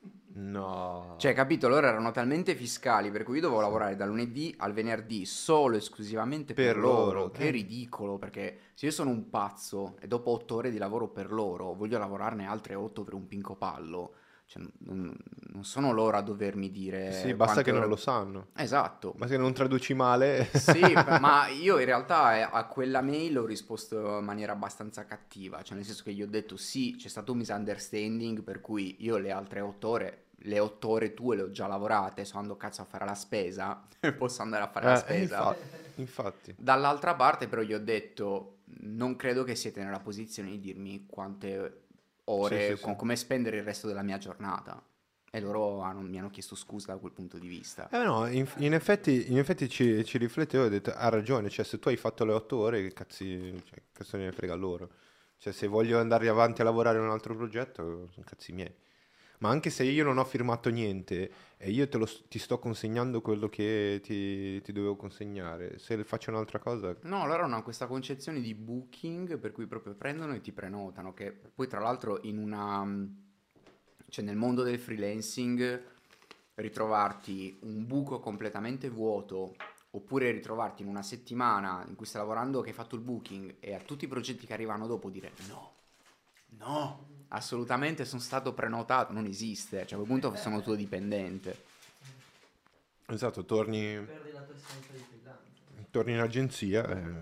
S1: No.
S2: Cioè, capito? Loro erano talmente fiscali per cui io dovevo lavorare dal lunedì al venerdì solo e esclusivamente per,
S1: Per
S2: loro.
S1: loro,
S2: Che
S1: eh.
S2: ridicolo, perché se io sono un pazzo e dopo otto ore di lavoro per loro voglio lavorarne altre otto per un pinco pallo, cioè, non, non sono loro a dovermi dire
S1: Sì, basta
S2: quante
S1: che non
S2: ore...
S1: lo sanno.
S2: Esatto.
S1: Ma se non traduci male...
S2: Sì, ma io in realtà eh, a quella mail ho risposto in maniera abbastanza cattiva, cioè nel senso che gli ho detto sì, c'è stato un misunderstanding per cui io le altre otto ore, le otto ore tue le ho già lavorate, sto andando cazzo a fare la spesa, posso andare a fare la
S1: Eh, eh,
S2: spesa.
S1: infa- infatti.
S2: Dall'altra parte però gli ho detto non credo che siete nella posizione di dirmi quante ore,
S1: Sì, sì,
S2: co-
S1: sì.
S2: come spendere il resto della mia giornata. E loro hanno- mi hanno chiesto scusa da quel punto di vista.
S1: Eh no, in, in effetti, in effetti ci, ci riflettevo e ho detto, ha ragione, cioè se tu hai fatto le otto ore, che cazzi, cioè, che cazzo ne frega a loro? Cioè se voglio andare avanti a lavorare in un altro progetto, sono cazzi miei. Ma anche se io non ho firmato niente e io te lo, s- ti sto consegnando quello che ti, ti dovevo consegnare, se faccio un'altra cosa...
S2: No, loro hanno questa concezione di booking per cui proprio prendono e ti prenotano, che poi tra l'altro in una... cioè nel mondo del freelancing ritrovarti un buco completamente vuoto oppure ritrovarti in una settimana in cui stai lavorando che hai fatto il booking e a tutti i progetti che arrivano dopo dire no, no, assolutamente sono stato prenotato, non esiste, cioè a quel punto sono tuo dipendente.
S1: Esatto, torni,
S3: Perdi la tua essenza di freelance.
S1: torni in agenzia e...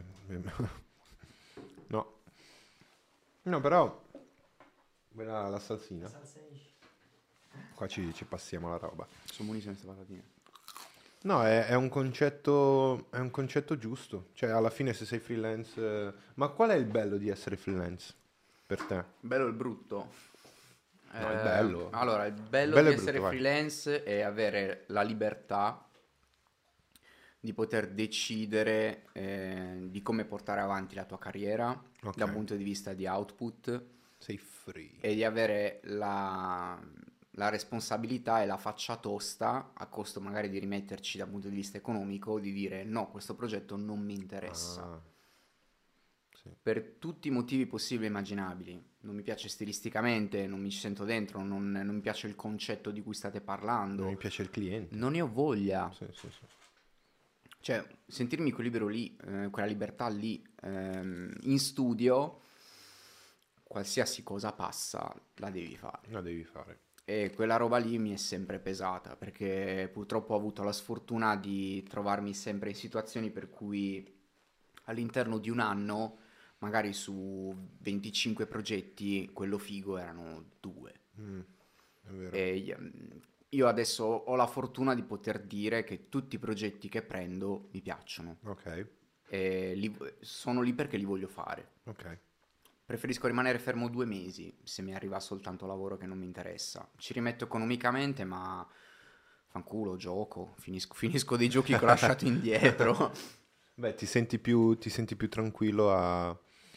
S1: No. No, però... Quella la salsina.
S3: Salsa esci.
S1: Qua ci, ci passiamo la roba.
S2: Sono buonissime queste patatine.
S1: No, è, è un concetto, è un concetto giusto. Cioè, alla fine se sei freelance... eh, Ma qual è il bello di essere freelance per te?
S2: Bello o il brutto?
S1: No, il
S2: Eh,
S1: bello.
S2: Allora, il bello,
S1: Bello
S2: di
S1: e brutto,
S2: essere
S1: vai.
S2: freelance è avere la libertà di poter decidere eh, di come portare avanti la tua carriera
S1: Ok.
S2: da un punto di vista di output
S1: Sei free.
S2: e di avere la, la responsabilità e la faccia tosta, a costo magari di rimetterci dal punto di vista economico, di dire no, questo progetto non mi interessa.
S1: Ah, sì.
S2: Per tutti i motivi possibili e immaginabili. Non mi piace stilisticamente, non mi ci sento dentro, non, non mi piace il concetto di cui state parlando.
S1: Non mi piace il cliente.
S2: Non ne ho voglia.
S1: Sì, sì, sì.
S2: Cioè, sentirmi equilibrio lì, eh, quella libertà lì, ehm, in studio, qualsiasi cosa passa, la devi fare.
S1: La devi fare.
S2: E quella roba lì mi è sempre pesata, perché purtroppo ho avuto la sfortuna di trovarmi sempre in situazioni per cui all'interno di un anno magari su venticinque progetti quello figo erano due.
S1: Mm, è vero.
S2: E mm, io adesso ho la fortuna di poter dire che tutti i progetti che prendo mi piacciono.
S1: Ok,
S2: E li- sono lì perché li voglio fare.
S1: ok.
S2: Preferisco rimanere fermo due mesi se mi arriva soltanto lavoro che non mi interessa. Ci rimetto economicamente, ma fanculo, gioco, finisco, finisco dei giochi che ho lasciato indietro.
S1: Beh, ti senti più, ti senti più tranquillo a,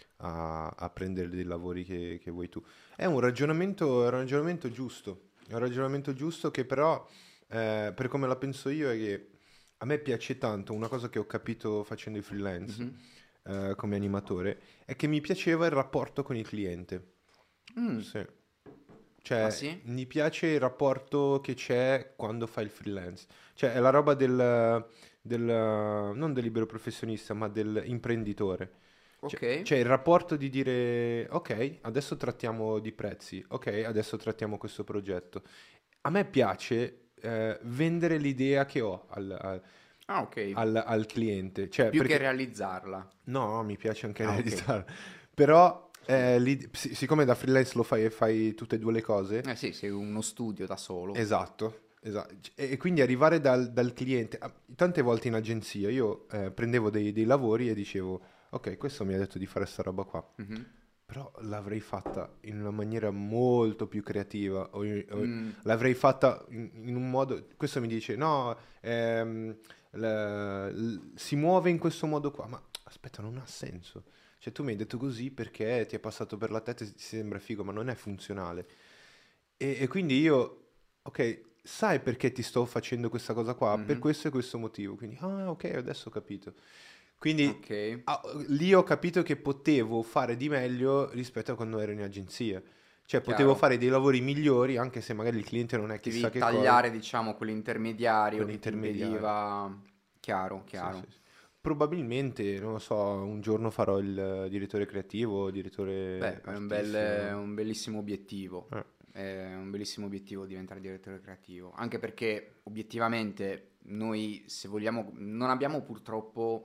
S1: a- a prendere dei lavori che, che vuoi tu. È un ragionamento, è un ragionamento giusto, è un ragionamento giusto che però, eh, per come la penso io, è che a me piace tanto, una cosa che ho capito facendo il freelance,
S2: Mhm.
S1: eh, come animatore, è che mi piaceva il rapporto con il cliente.
S2: Mm.
S1: Sì. Cioè,
S2: Ah, sì?
S1: mi piace il rapporto che c'è quando fai il freelance. Cioè, è la roba del, del, non del libero professionista, ma dell'imprenditore. Cioè,
S2: Ok.
S1: c'è il rapporto di dire, ok, adesso trattiamo di prezzi, ok, adesso trattiamo questo progetto. A me piace eh, vendere l'idea che ho al, al-
S2: Ah, ok.
S1: al- al cliente. Cioè,
S2: Più che
S1: perché
S2: realizzarla.
S1: no, mi piace anche
S2: Ah, ok.
S1: realizzare. Però, eh, lì- si- siccome da freelance lo fai e fai tutte e due le cose,
S2: Eh sì, sei uno studio da solo.
S1: esatto, esatto. E, e quindi arrivare dal, dal cliente, ah, tante volte in agenzia io eh, prendevo dei, dei lavori e dicevo, ok, questo mi ha detto di fare sta roba qua,
S2: Mhm.
S1: però l'avrei fatta in una maniera molto più creativa, o, o
S2: Mm,
S1: l'avrei fatta in, in un modo, questo mi dice, no, ehm, la- l- si muove in questo modo qua, ma aspetta, non ha senso. Cioè tu mi hai detto così perché ti è passato per la testa e ti sembra figo, ma non è funzionale. E, e quindi io, ok, sai perché ti sto facendo questa cosa qua? Per
S2: mhm.
S1: questo e questo motivo. Quindi, ah, ok, adesso ho capito. Quindi
S2: Ok.
S1: ah, lì ho capito che potevo fare di meglio rispetto a quando ero in agenzia. Cioè, potevo
S2: Chiaro.
S1: fare dei lavori migliori, anche se magari il cliente non è chissà
S2: Devi
S1: che cosa.
S2: tagliare, diciamo, quell'intermediario che ti
S1: Quell'intermediario.
S2: impediva. Chiaro,
S1: Sì,
S2: chiaro.
S1: sì, sì. Probabilmente, non lo so, un giorno farò il direttore creativo, direttore
S2: Beh, è un bel- è
S1: artistico.
S2: un bellissimo obiettivo.
S1: Eh,
S2: È un bellissimo obiettivo diventare direttore creativo. Anche perché, obiettivamente, noi, se vogliamo, non abbiamo purtroppo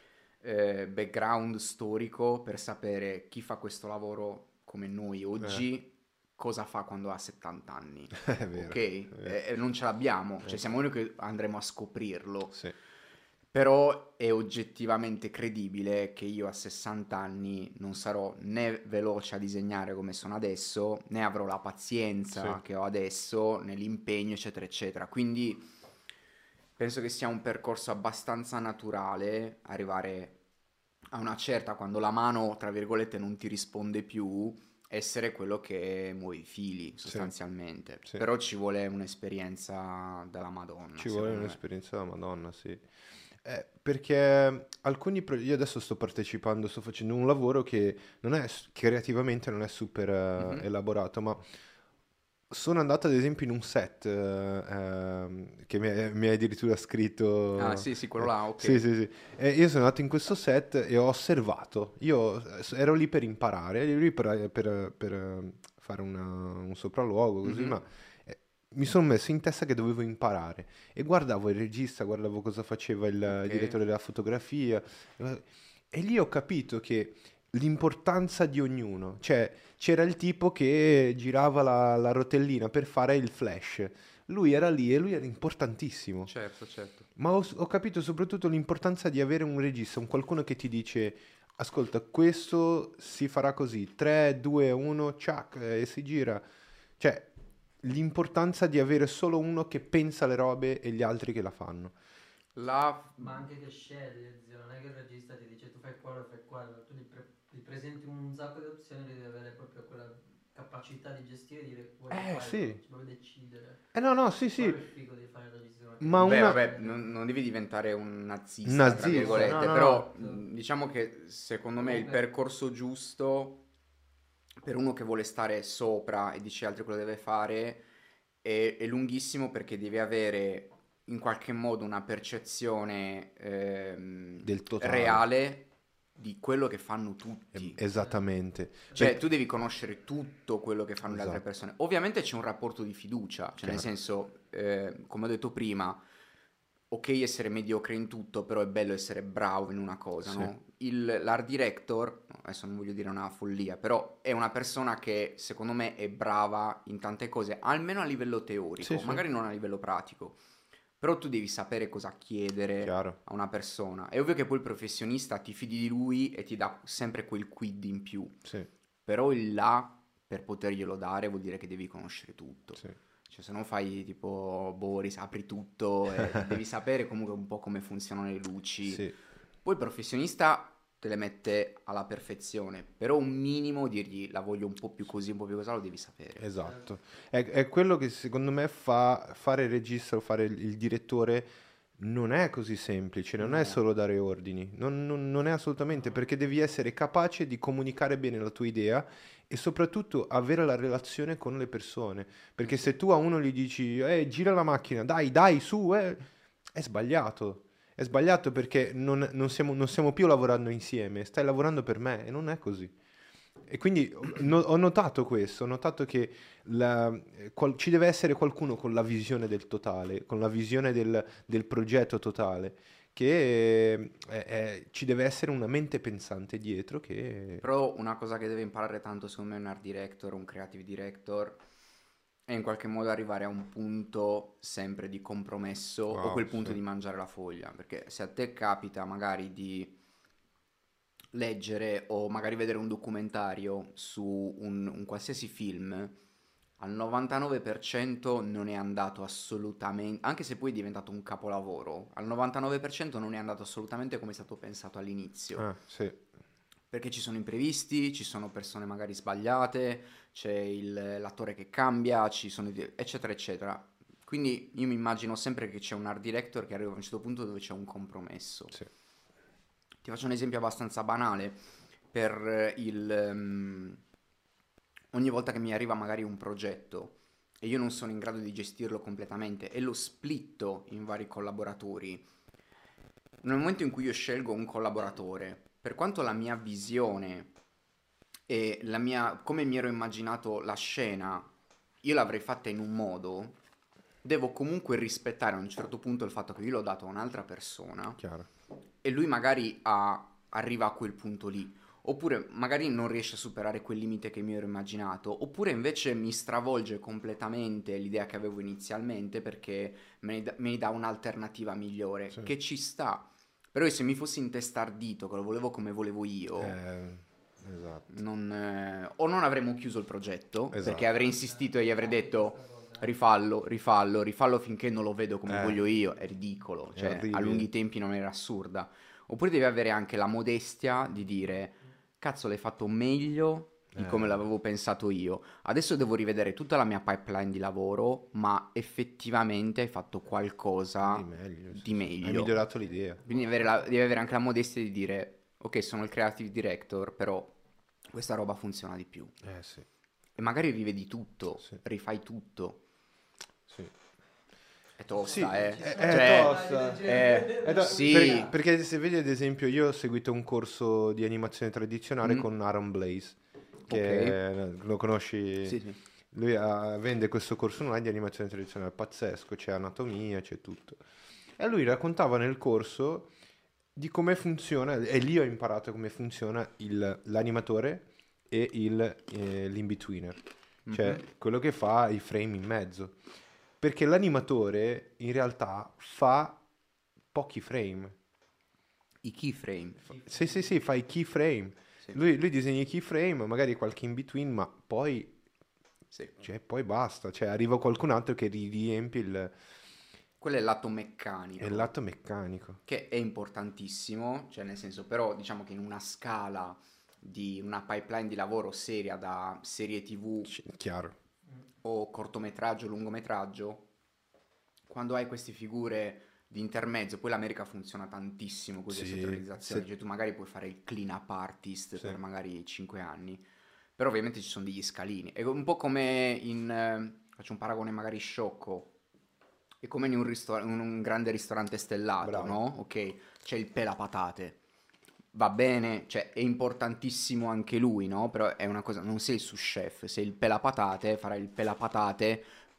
S2: eh, background storico per sapere chi fa questo lavoro come noi
S1: eh,
S2: oggi, cosa fa quando ha settanta anni.
S1: è vero,
S2: Ok?
S1: è vero.
S2: E, e non ce l'abbiamo, cioè
S1: Eh,
S2: siamo noi che andremo a scoprirlo.
S1: sì,
S2: Però è oggettivamente credibile che io a sessanta anni non sarò né veloce a disegnare come sono adesso, né avrò la pazienza
S1: sì,
S2: che ho adesso, né l'impegno, eccetera, eccetera. Quindi penso che sia un percorso abbastanza naturale arrivare a una certa, quando la mano, tra virgolette, non ti risponde più, essere quello che muove i fili,
S1: sì,
S2: sostanzialmente.
S1: sì.
S2: Però ci vuole un'esperienza della Madonna,
S1: Ci vuole
S2: secondo me.
S1: un'esperienza da Madonna, sì. Eh, perché alcuni pro- io adesso sto partecipando, sto facendo un lavoro che non è s- creativamente non è super eh,
S2: Mhm.
S1: elaborato, ma sono andato ad esempio in un set eh, ehm, che mi hai, mi hai addirittura
S2: Ah,
S1: scritto.
S2: sì, sì, quello
S1: eh,
S2: là,
S1: sì,
S2: ok.
S1: sì, sì. E io sono andato in questo set e ho osservato. Io eh, ero lì per imparare, ero lì per, per- per, eh, fare una- un sopralluogo, così,
S2: Mhm.
S1: ma eh, mi sono messo in testa che dovevo imparare. E guardavo il regista, guardavo cosa faceva il
S2: Ok.
S1: direttore della fotografia. E, e lì ho capito che l'importanza di ognuno, cioè c'era il tipo che girava la, la rotellina per fare il flash. Lui era lì e lui era importantissimo.
S2: Certo, certo.
S1: Ma ho, ho capito soprattutto l'importanza di avere un regista, un qualcuno che ti dice: ascolta, questo si farà così, tre, due, uno, ciak, e si gira. Cioè, l'importanza di avere solo uno che pensa le robe e gli altri che la fanno.
S2: La...
S3: Ma anche che scegli, zio, non è che il regista ti dice tu fai quello e fai quello, tu gli, pre- gli presenti un sacco di opzioni, devi avere proprio quella capacità di gestire e dire vuoi
S1: Eh,
S3: fare,
S1: sì.
S3: vuoi decidere.
S1: Eh no, no, sì,
S3: Quello
S1: sì,
S3: è il figo di fare il regista. no? Che
S1: ma
S3: devi
S2: Beh,
S1: una...
S2: vabbè,
S3: decidere.
S2: non, non devi diventare un nazista, tra
S1: nazista, no,
S2: virgolette,
S1: no,
S2: però
S1: no.
S2: mh, diciamo che secondo me il
S3: Comunque-
S2: percorso giusto per uno che vuole stare sopra e dice altri quello deve fare è, è lunghissimo, perché devi avere in qualche modo una percezione ehm,
S1: Del totale.
S2: reale di quello che fanno
S1: Eh,
S2: tutti.
S1: Esattamente.
S2: Cioè,
S1: Perché-
S2: tu devi conoscere tutto quello che fanno le altre
S1: Esatto.
S2: persone. Ovviamente c'è un rapporto di fiducia, cioè nel
S1: Chiaro.
S2: senso, eh, come ho detto prima, ok essere mediocre in tutto, però è bello essere bravo in una cosa,
S1: Sì.
S2: no? Il, l'art director, adesso non voglio dire una follia, però è una persona che secondo me è brava in tante cose, almeno a livello teorico,
S1: Sì, sì.
S2: magari non a livello pratico, però tu devi sapere cosa chiedere
S1: Chiaro.
S2: a una persona. È ovvio che poi il professionista ti fidi di lui e ti dà sempre quel quid in più,
S1: Sì,
S2: però il là, per poterglielo dare, vuol dire che devi conoscere tutto.
S1: sì.
S2: Cioè, se non fai tipo Boris, apri tutto e devi sapere comunque un po' come funzionano le luci.
S1: Sì.
S2: Poi il professionista te le mette alla perfezione, però un minimo dirgli la voglio un po' più così, un po' più così, lo devi sapere.
S1: Esatto. È, è quello che secondo me fa fare il regista o fare il, il direttore non è così semplice, non è
S2: No.
S1: solo dare ordini, non, non- non è assolutamente, perché devi essere capace di comunicare bene la tua idea e soprattutto avere la relazione con le persone, perché se tu a uno gli dici, eh, gira la macchina, dai, dai, su, eh, è sbagliato. È sbagliato perché non, non stiamo, non stiamo più lavorando insieme, stai lavorando per me e non è così. E quindi ho, no- ho notato questo, ho notato che la- eh, qual- ci deve essere qualcuno con la visione del totale, con la visione del, del progetto totale, che eh, eh, ci deve essere una mente pensante dietro che...
S2: Però una cosa che deve imparare tanto secondo me un art director, un creative director, è in qualche modo arrivare a un punto sempre di compromesso o
S1: Wow,
S2: quel punto
S1: sì.
S2: di mangiare la foglia. Perché se a te capita magari di leggere o magari vedere un documentario su un, un qualsiasi film, al novantanove per cento non è andato assolutamente, anche se poi è diventato un capolavoro, al novantanove per cento non è andato assolutamente come è stato pensato all'inizio.
S1: Ah, sì,
S2: Perché ci sono imprevisti, ci sono persone magari sbagliate, c'è il- l'attore che cambia, ci sono i- eccetera eccetera. Quindi io mi immagino sempre che c'è un art director che arriva a un certo punto dove c'è un compromesso.
S1: sì.
S2: Ti faccio un esempio abbastanza banale. Per eh, il... ehm, ogni volta che mi arriva magari un progetto e io non sono in grado di gestirlo completamente e lo splitto in vari collaboratori, nel momento in cui io scelgo un collaboratore, per quanto la mia visione e la mia, come mi ero immaginato la scena, io l'avrei fatta in un modo, devo comunque rispettare a un certo punto il fatto che io l'ho dato a un'altra persona
S1: Chiaro.
S2: e lui magari ha- arriva a quel punto lì. Oppure magari non riesce a superare quel limite che mi ero immaginato, oppure invece mi stravolge completamente l'idea che avevo inizialmente perché me ne, da- me ne dà un'alternativa migliore,
S1: Sì.
S2: che ci sta. Però io se mi fossi intestardito, che lo volevo come volevo io,
S1: Eh, esatto.
S2: non, eh, o non avremmo chiuso il progetto,
S1: Esatto.
S2: perché avrei insistito e gli avrei detto rifallo, rifallo, rifallo finché non lo vedo come
S1: Eh.
S2: voglio io, è ridicolo,
S1: È
S2: cioè a
S1: orribile.
S2: lunghi tempi non era assurda. Oppure devi avere anche la modestia di dire cazzo l'hai fatto meglio di come
S1: Eh.
S2: l'avevo pensato io, adesso devo rivedere tutta la mia pipeline di lavoro, ma effettivamente hai fatto qualcosa
S1: Di meglio. sì,
S2: di
S1: sì.
S2: meglio.
S1: Hai migliorato l'idea.
S2: Quindi avere la- devi avere anche la modestia di dire ok, sono il creative director, però questa roba funziona di più.
S1: Eh sì,
S2: E magari rivedi tutto,
S1: Sì.
S2: rifai tutto.
S1: sì.
S2: È tosta,
S1: Sì,
S2: eh.
S1: è-
S3: è
S2: Cioè,
S1: tosta.
S2: eh,
S1: Eh, no,
S2: sì.
S1: per- perché se vedi ad esempio io ho seguito un corso di animazione tradizionale
S2: Mm.
S1: con Aaron Blaze, che
S2: Ok.
S1: è- lo conosci?
S2: Sì, sì.
S1: Lui ha- vende questo corso online di animazione tradizionale pazzesco, c'è anatomia, c'è tutto. E lui raccontava nel corso di come funziona, e lì ho imparato come funziona il- l'animatore e il, eh, l'in-betweener, cioè
S2: Mhm.
S1: quello che fa i frame in mezzo. Perché l'animatore in realtà fa pochi frame.
S2: I keyframe.
S1: Sì, sì, sì, fa i keyframe.
S2: Sì.
S1: Lui, lui disegna i keyframe, magari qualche in between, ma poi,
S2: Sì.
S1: cioè, poi basta. Cioè, arriva qualcun altro che ri- riempie il,
S2: Quello è il lato meccanico.
S1: il lato meccanico.
S2: Che è importantissimo, cioè nel senso però diciamo che in una scala di una pipeline di lavoro seria da serie tv
S1: C- Chiaro.
S2: o cortometraggio, lungometraggio, quando hai queste figure di intermezzo, poi l'America funziona tantissimo così a
S1: Sì,
S2: centralizzazione,
S1: sì.
S2: cioè tu magari puoi fare il clean up artist
S1: Sì.
S2: per magari cinque anni, però ovviamente ci sono degli scalini, è un po' come in, eh, faccio un paragone magari sciocco, è come in un, ristor- in un grande ristorante stellato,
S1: Bravo.
S2: no? Ok, c'è il pelapatate. Va bene, cioè è importantissimo anche lui, no? Però è una cosa, non sei il sous chef, sei il pelapatate, farai il pelapatate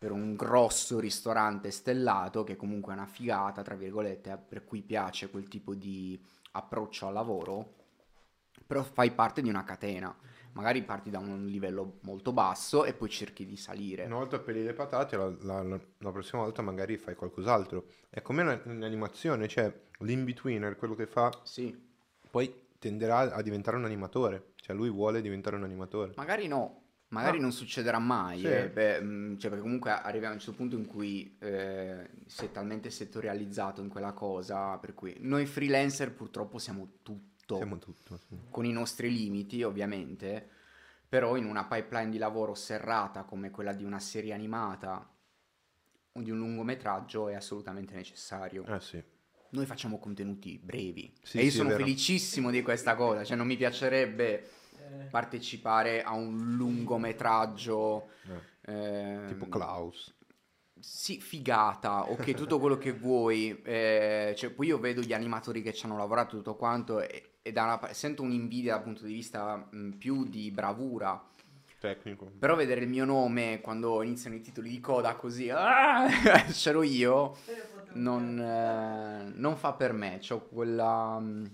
S2: per un grosso ristorante stellato, che comunque è una figata, tra virgolette, per cui piace quel tipo di approccio al lavoro, però fai parte di una catena. Magari parti da un livello molto basso e poi cerchi di salire.
S1: Una volta peli le patate, la, la- la- la prossima volta magari fai qualcos'altro. È come una- un'animazione, cioè l'in-betweener, quello che fa,
S2: Sì,
S1: poi tenderà a diventare un animatore. Cioè lui vuole diventare un animatore.
S2: magari no, magari
S1: Ah.
S2: non succederà mai,
S1: Sì.
S2: eh, beh, mm, cioè, perché comunque arriviamo a un certo punto in cui eh, sei talmente settorializzato in quella cosa, per cui noi freelancer purtroppo siamo tutto,
S1: Siamo tutto. Sì.
S2: con i nostri limiti ovviamente, però in una pipeline di lavoro serrata come quella di una serie animata o di un lungometraggio è assolutamente necessario.
S1: Eh sì.
S2: Noi facciamo contenuti brevi
S1: Sì,
S2: e io
S1: sì, è
S2: sono
S1: vero.
S2: felicissimo di questa cosa, cioè non mi piacerebbe
S3: Eh,
S2: partecipare a un lungometraggio
S1: Eh,
S2: ehm,
S1: tipo Klaus.
S2: sì, figata, ok, tutto quello che vuoi, eh, cioè, poi io vedo gli animatori che ci hanno lavorato tutto quanto e, e da una pa- sento un'invidia dal punto di vista mh, più di bravura,
S1: Tecnico.
S2: però vedere il mio nome quando iniziano i titoli di coda così, ah, c'ero io, non, eh, non fa per me, c'ho quella... mh,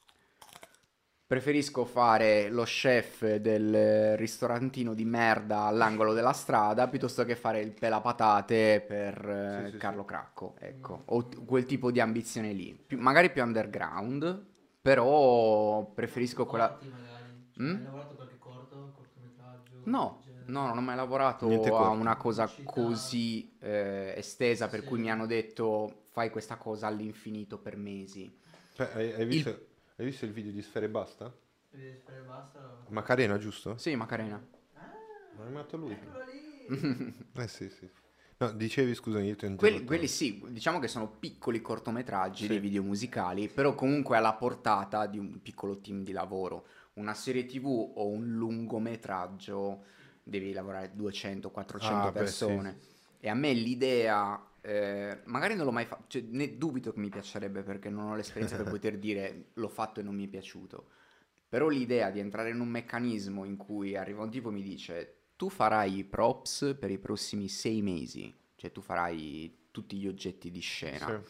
S2: preferisco fare lo chef del ristorantino di merda all'angolo della strada piuttosto che fare il pelapatate per eh,
S1: Sì, sì,
S2: Carlo
S1: sì.
S2: Cracco, ecco, o t- quel tipo di ambizione lì, Più- magari più underground, però preferisco quella...
S3: corti magari. Cioè,
S2: Mm?
S3: hai lavorato qualche corto, cortometraggio?
S2: No,
S3: del genere?
S2: no, non ho mai lavorato
S1: Niente
S2: a
S1: corto.
S2: una cosa
S3: Pubblicità.
S2: così eh, estesa per
S3: Sì.
S2: cui mi hanno detto fai questa cosa all'infinito per mesi.
S1: Cioè, hai, hai visto, hai visto il video di Sfere e Basta?
S3: Devi fare basta.
S1: Macarena, giusto?
S2: Sì, Macarena.
S3: Ah,
S1: Ma è animato lui.
S3: eccolo lì.
S1: Eh sì, sì. No, dicevi, scusami, io ti ho
S2: Quelli,
S1: interrotto.
S2: quelli sì, diciamo che sono piccoli cortometraggi
S1: Sì.
S2: dei video musicali, però comunque alla portata di un piccolo team di lavoro. Una serie tivù o un lungometraggio devi lavorare duecento quattrocento
S1: Ah, beh,
S2: persone. E a me l'idea, eh, magari non l'ho mai fatto, cioè, ne dubito che mi piacerebbe perché non ho l'esperienza per poter dire l'ho fatto e non mi è piaciuto. Però l'idea di entrare in un meccanismo in cui arriva un tipo e mi dice tu farai i props per i prossimi sei mesi, cioè tu farai tutti gli oggetti di scena.
S1: Sì.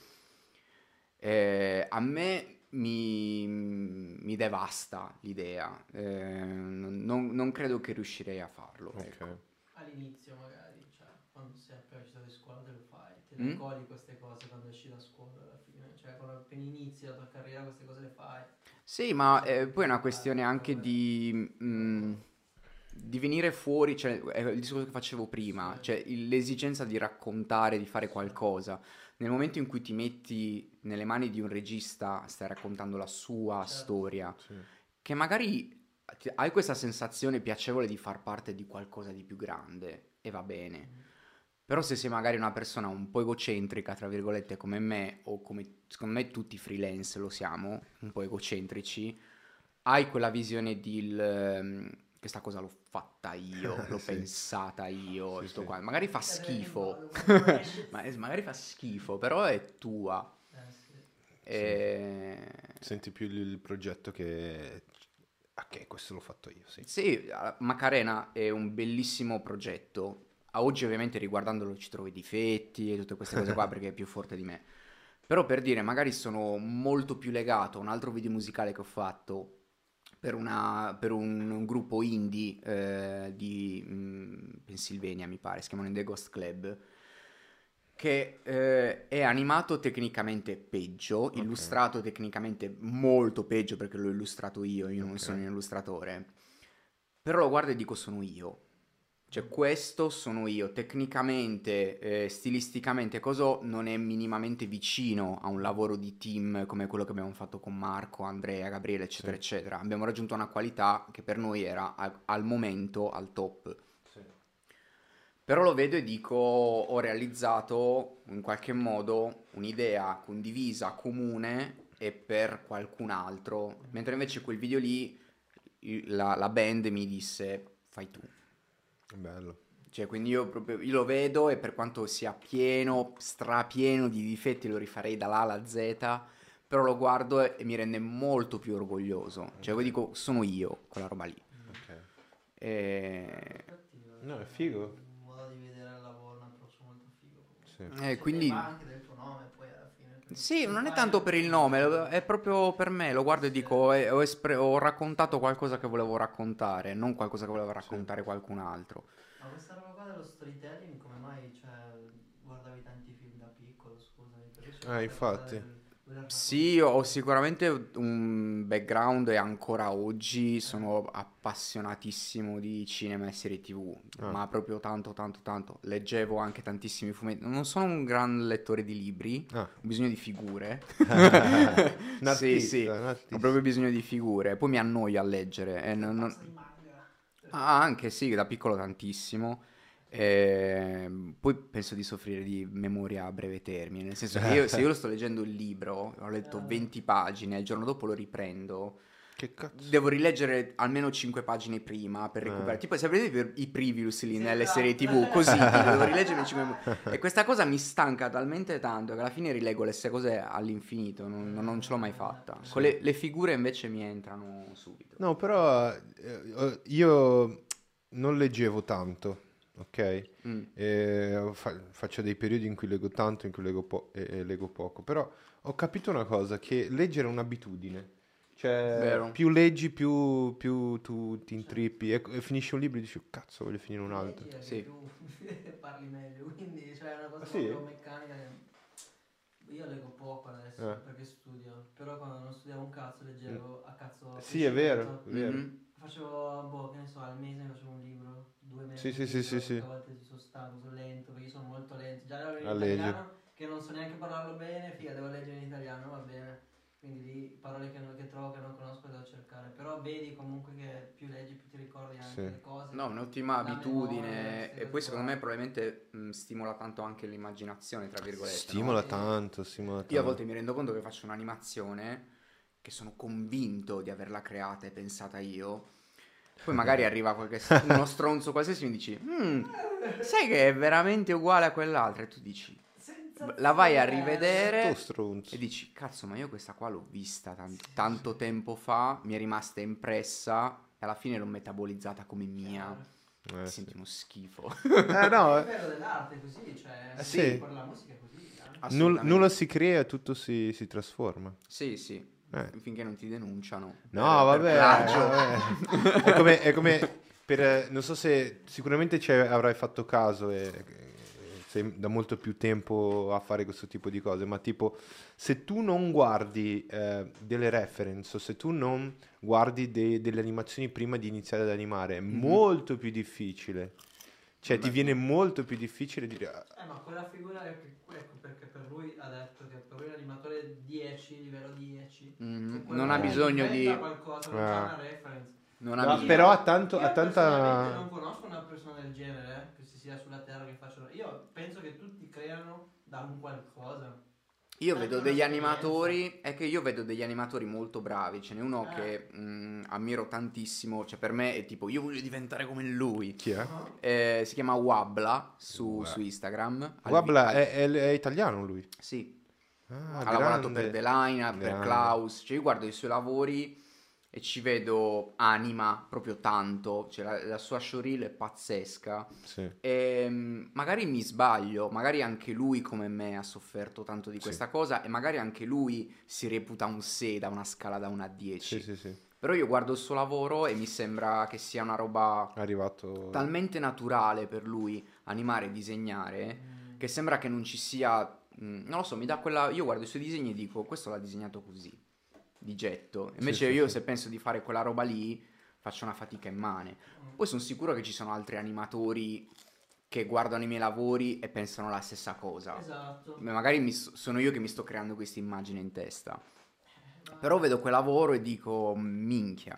S2: Eh, a me mi, mi devasta l'idea, eh, non, non credo che riuscirei a farlo.
S1: Ok.
S2: ecco.
S3: All'inizio magari, cioè, quando sei appena uscito da scuola te lo fai. Te
S2: Mm?
S3: le coli queste cose quando esci da scuola alla fine. Cioè, quando appena inizi la tua carriera queste cose le fai.
S2: Sì, ma eh, poi è una questione anche di, mm, di venire fuori, cioè è il discorso che facevo prima,
S3: Sì.
S2: cioè il- l'esigenza di raccontare, di fare qualcosa. Nel momento in cui ti metti nelle mani di un regista, stai raccontando la sua
S3: Certo.
S2: storia,
S1: Sì.
S2: che magari ti- hai questa sensazione piacevole di far parte di qualcosa di più grande e va bene. Però se sei magari una persona un po' egocentrica, tra virgolette, come me, o come secondo me tutti i freelance lo siamo, un po' egocentrici, hai quella visione di il, ehm, questa cosa l'ho fatta io, l'ho
S1: Sì.
S2: pensata io,
S1: Sì,
S2: sto
S1: sì.
S2: qua. Magari fa
S3: Eh,
S2: schifo,
S3: vado,
S2: ma eh, magari fa schifo, però è tua.
S3: Eh, sì.
S2: E...
S1: Senti più il, il progetto che... Ok, questo l'ho fatto io, sì.
S2: Sì, a- Macarena è un bellissimo progetto. A oggi ovviamente riguardandolo ci trovo i difetti e tutte queste cose qua perché è più forte di me. Però per dire, magari sono molto più legato a un altro video musicale che ho fatto per, una- per un, un gruppo indie eh, di mm, Pennsylvania, mi pare, si chiamano The Ghost Club, che eh, è animato tecnicamente peggio, illustrato tecnicamente molto peggio perché l'ho illustrato io, io non
S1: Ok.
S2: sono un illustratore, però lo guardo e dico sono io. Cioè questo sono io, tecnicamente, eh, stilisticamente, coso non è minimamente vicino a un lavoro di team come quello che abbiamo fatto con Marco, Andrea, Gabriele, eccetera,
S1: Sì.
S2: eccetera. Abbiamo raggiunto una qualità che per noi era a- al momento al top.
S1: Sì.
S2: Però lo vedo e dico, ho realizzato in qualche modo un'idea condivisa, comune e per qualcun altro. Mentre invece quel video lì, il- la, la band mi disse, fai tu.
S1: Bello.
S2: Cioè, quindi io proprio io lo vedo e per quanto sia pieno, strapieno di difetti, lo rifarei dall'A alla Z, però lo guardo e, e mi rende molto più orgoglioso. Cioè, poi dico, sono io, quella roba lì.
S1: Ok.
S2: E...
S3: Prospettiva,
S1: No,
S3: cioè,
S1: è figo.
S3: Un modo di vedere il lavoro, un approccio
S1: Sì.
S2: Eh,
S3: Cioè,
S2: quindi...
S3: va anche del tuo nome poi alla fine. quindi
S2: Sì,
S3: tu
S2: non è
S3: fai
S2: tanto
S3: il-
S2: per il nome, lo- è proprio per me, lo guardo e dico, eh, ho, espre- ho raccontato qualcosa che volevo raccontare, non qualcosa che voleva raccontare qualcun altro.
S3: Ma questa roba qua dello storytelling, come mai, cioè, guardavi tanti film da piccolo, scusami, perché c'è
S1: Ah,
S3: questa
S1: infatti.
S3: cosa del voler
S2: Sì, ho sicuramente un background e ancora oggi sono appassionatissimo di cinema e serie T V,
S1: Ah.
S2: ma proprio tanto, tanto, tanto. Leggevo anche tantissimi fumetti. Non sono un gran lettore di libri,
S1: Ah.
S2: ho bisogno di figure.
S1: Un
S2: Sì,
S1: artista,
S2: sì,
S1: un
S2: ho
S1: artista.
S2: proprio bisogno di figure. Poi mi annoio a leggere. E non- non-
S3: pazzo di manga.
S2: Ah, anche sì, da piccolo tantissimo. Ehm, poi penso di soffrire di memoria a breve termine, nel senso che io, se io lo sto leggendo il libro, ho letto venti pagine, il giorno dopo lo riprendo,
S1: Che cazzo?
S2: devo rileggere almeno cinque pagine prima per
S1: Eh.
S2: recuperare. Tipo, sapete per i previews lì
S3: Sì,
S2: nelle
S3: esatto.
S2: serie T V, così, tipo, devo rileggere cinque. E questa cosa mi stanca talmente tanto che alla fine rilego le stesse cose all'infinito, non, non ce l'ho mai fatta. Con le, le figure invece mi entrano subito.
S1: No, però eh, io non leggevo tanto, ok?
S2: Mm.
S1: Eh, fa- faccio dei periodi in cui leggo tanto, in cui leggo, po- e, e leggo poco, però ho capito una cosa, che leggere è un'abitudine. Cioè,
S2: Vero.
S1: più leggi, più, più tu ti intrippi e, e finisci un libro e dici, "Oh, cazzo, voglio finire un altro."
S3: Leggi e
S2: Sì.
S3: più parli meglio, quindi cioè, è una cosa
S1: Ah, sì?
S3: proprio meccanica che io leggo poco adesso
S1: Eh.
S3: perché studio, però quando non studiavo un cazzo leggevo a cazzo a
S1: Sì, è vero,
S3: crescimento.
S1: è vero.
S2: Mhm.
S3: Facevo, boh, che ne so, al mese mi facevo un libro, due
S1: Sì,
S3: mesi.
S1: sì,
S3: un
S1: sì,
S3: libro,
S1: sì, sì.
S3: A volte sono stanco, sono lento, perché io sono molto lento. Già ero in
S1: A leggere.
S3: italiano, che non so neanche parlarlo bene, figa, devo leggere in italiano, va bene. Quindi lì parole che, non- che trovo che non conosco devo cercare. Però vedi comunque che più leggi più ti ricordi anche
S1: Sì.
S3: le cose.
S2: No, un'ottima
S3: la
S2: abitudine
S3: memoria, queste
S2: e
S3: cose
S2: poi secondo
S3: qua.
S2: me probabilmente mh, stimola tanto anche l'immaginazione, tra virgolette, no?
S1: Stimola
S3: Sì.
S1: tanto, stimola tanto.
S2: Io a volte mi rendo conto che faccio un'animazione che sono convinto di averla creata e pensata io. Poi magari arriva qualche uno stronzo qualsiasi e mi dici "Mm, sai che è veramente uguale a quell'altra?" E tu dici, la vai a rivedere
S1: Sto stronzo.
S2: e dici cazzo, ma io questa qua l'ho vista tan- tanto tempo fa, mi è rimasta impressa e alla fine l'ho metabolizzata come mia.
S3: Chiaro.
S1: Eh,
S2: Mi
S1: sì.
S2: senti uno schifo.
S1: Eh, no,
S3: È
S1: eh,
S3: vero dell'arte è così, cioè
S1: Eh,
S3: sì,
S1: sì.
S3: per la musica è così. eh.
S1: null-
S2: Assolutamente.
S1: nulla si crea, tutto si, si trasforma.
S2: Sì, sì,
S1: Eh.
S2: finché non ti denunciano.
S1: No,
S2: per- per
S1: vabbè,
S2: plagio.
S1: vabbè. È come, è come per, non so se sicuramente ci avrai fatto caso e, e sei da molto più tempo a fare questo tipo di cose, ma tipo se tu non guardi eh, delle reference o se tu non guardi de- delle animazioni prima di iniziare ad animare, è
S2: Mhm.
S1: molto più difficile. Cioè, ti
S2: Beh.
S1: viene molto più difficile dire... "Ah,
S3: Eh, ma quella figura è che, ecco perché per lui ha detto che per lui l'animatore dieci, livello dieci.
S2: Mhm.
S3: che quello
S2: Non ha
S3: che
S2: bisogno
S3: inventa
S2: di...
S3: qualcosa, non
S1: Ah.
S3: fa una reference.
S2: Non ha
S1: No,
S2: bisogno.
S1: però ha tanto,
S3: Io
S1: ha
S3: personalmente
S1: tanta...
S3: non conosco una persona del genere eh, che si sia sulla terra che faccia. Io penso che tutti creano da un qualcosa.
S2: Io
S3: Anche
S2: vedo
S3: una
S2: degli
S3: esperienza.
S2: animatori, è che io vedo degli animatori molto bravi, ce n'è uno
S3: Eh.
S2: che mh, ammiro tantissimo, cioè per me è tipo io voglio diventare come lui.
S1: Chi è?
S3: Uh-huh.
S2: Eh, si chiama Wabla su,
S1: Wow.
S2: su Instagram. Al-
S1: Guabla
S2: al-
S1: è, è- è italiano lui.
S2: Sì,
S1: Ah,
S2: ha lavorato
S1: grande.
S2: per The Line, per
S1: Grande.
S2: Klaus, cioè io guardo i suoi lavori e ci vedo anima proprio tanto, cioè la, la sua showreel è pazzesca.
S1: Sì.
S2: E, mm, magari mi sbaglio, magari anche lui come me ha sofferto tanto di
S1: Sì.
S2: questa cosa e magari anche lui si reputa un sei da una scala da uno a dieci.
S1: Sì, sì, sì.
S2: Però io guardo il suo lavoro e mi sembra che sia una roba
S1: È arrivato...
S2: talmente naturale per lui animare e disegnare
S3: Mm.
S2: che sembra che non ci sia, mm, non lo so, mi dà quella, io guardo i suoi disegni e dico questo l'ha disegnato così, di getto. Invece
S1: sì,
S2: io
S1: sì.
S2: se penso di fare quella roba lì faccio una fatica immane. Poi sono sicuro che ci sono altri animatori che guardano i miei lavori e pensano la stessa cosa.
S3: Esatto.
S2: Ma magari mi s- sono io che mi sto creando questa immagine in testa.
S3: Ma-
S2: Però vedo quel lavoro e dico minchia.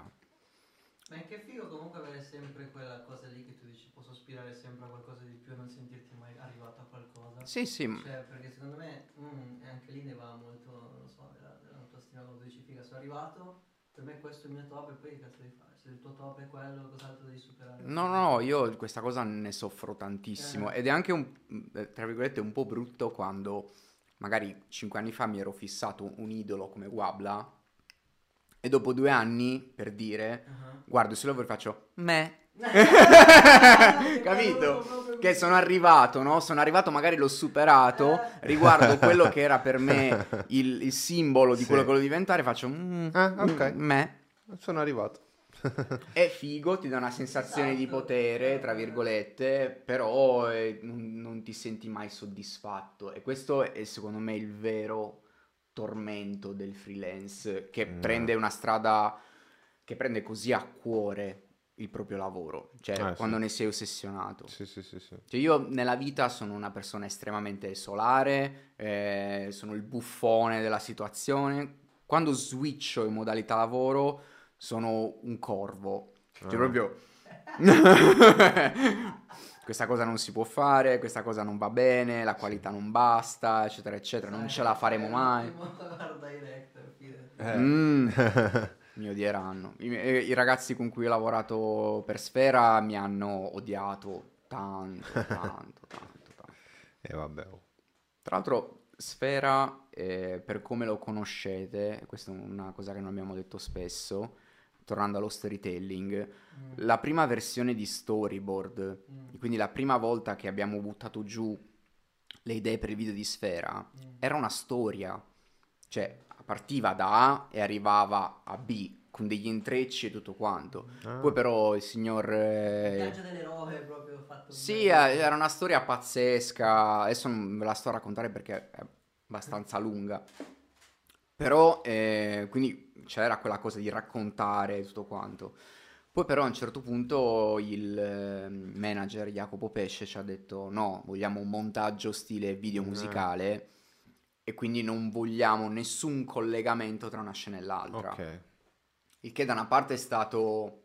S3: Ma è che figo comunque avere sempre quella cosa lì che tu dici posso aspirare sempre a qualcosa di più e non sentirti mai arrivato a qualcosa.
S2: Sì, sì, m-
S3: Cioè, perché secondo me mm, e anche lì ne va molto, non lo so, della, dell'autostima quando dici figa sono arrivato, per me questo è il mio top e poi che cazzo devi fare? Se il tuo top è quello, cos'altro devi superare?
S2: no, no, no, io questa cosa ne soffro tantissimo
S3: Eh.
S2: ed è anche un, eh, tra virgolette, un po' brutto quando magari cinque anni fa mi ero fissato un idolo come Wabla E dopo due anni, per dire,
S3: Ah.
S2: guardo sul lavoro e faccio me.
S3: Capito?
S2: Capito? Che sono arrivato, no? Sono arrivato, magari l'ho superato,
S3: Eh.
S2: riguardo quello che era per me il, il simbolo di
S1: Sì.
S2: quello che volevo diventare, faccio mm,
S1: Ah, ok.
S2: mm, me.
S1: Sono arrivato.
S2: È figo, ti dà una sensazione di
S3: Esatto.
S2: potere, tra virgolette, però eh, non, non ti senti mai soddisfatto. E questo è secondo me il vero tormento del freelance, che
S1: Mm.
S2: prende una strada, che prende così a cuore il proprio lavoro, cioè
S1: Eh, sì.
S2: quando ne sei ossessionato.
S1: Sì, sì, sì, sì.
S2: Cioè io nella vita sono una persona estremamente solare, eh, sono il buffone della situazione. Quando switcho in modalità lavoro sono un corvo. Cioè
S1: Ah.
S2: proprio... questa cosa non si può fare, questa cosa non va bene, la qualità non basta, eccetera, eccetera, non ce la faremo mai.
S3: Guarda director, fidati.
S1: Eh.
S2: Mm. Mi odieranno. I, eh, i ragazzi con cui ho lavorato per Sfera mi hanno odiato tanto, tanto, tanto, tanto.
S1: E vabbè. oh.
S2: Tra l'altro, Sfera, eh, per come lo conoscete, questa è una cosa che non abbiamo detto spesso, tornando allo storytelling,
S3: Mm.
S2: la prima versione di storyboard,
S3: Mm.
S2: quindi la prima volta che abbiamo buttato giù le idee per il video di Sfera,
S3: Mm.
S2: era una storia, cioè partiva da A e arrivava a B con degli intrecci e tutto quanto.
S1: Ah.
S2: Poi però il signor...
S3: Il
S2: eh,
S3: viaggio dell'eroe proprio fatto
S2: sì,
S3: bene.
S2: eh, era una storia pazzesca, adesso non ve la sto a raccontare perché è abbastanza lunga, però eh, quindi c'era quella cosa di raccontare tutto quanto. Poi però a un certo punto il eh, manager Jacopo Pesce ci ha detto no, vogliamo un montaggio stile video
S1: Eh.
S2: musicale e quindi non vogliamo nessun collegamento tra una scena e l'altra.
S1: Ok.
S2: Il che da una parte è stato,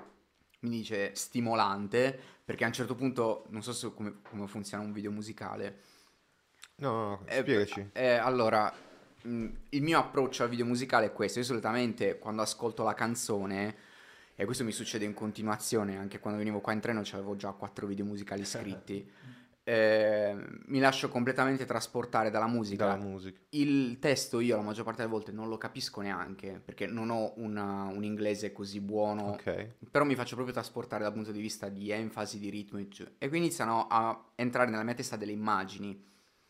S2: mi dice, stimolante, perché a un certo punto, non so se come, come funziona un video musicale.
S1: No, no, no,
S2: Eh,
S1: spiegaci.
S2: eh, allora, mh, il mio approccio al video musicale è questo. Io solitamente quando ascolto la canzone, e questo mi succede in continuazione, anche quando venivo qua in treno c'avevo già quattro video musicali scritti, eh, mi lascio completamente trasportare dalla musica.
S1: Dalla musica.
S2: Il testo io la maggior parte delle volte non lo capisco neanche, perché non ho una- un inglese così buono,
S1: Ok.
S2: però mi faccio proprio trasportare dal punto di vista di enfasi, di ritmo e giù. E quindi iniziano a entrare nella mia testa delle immagini.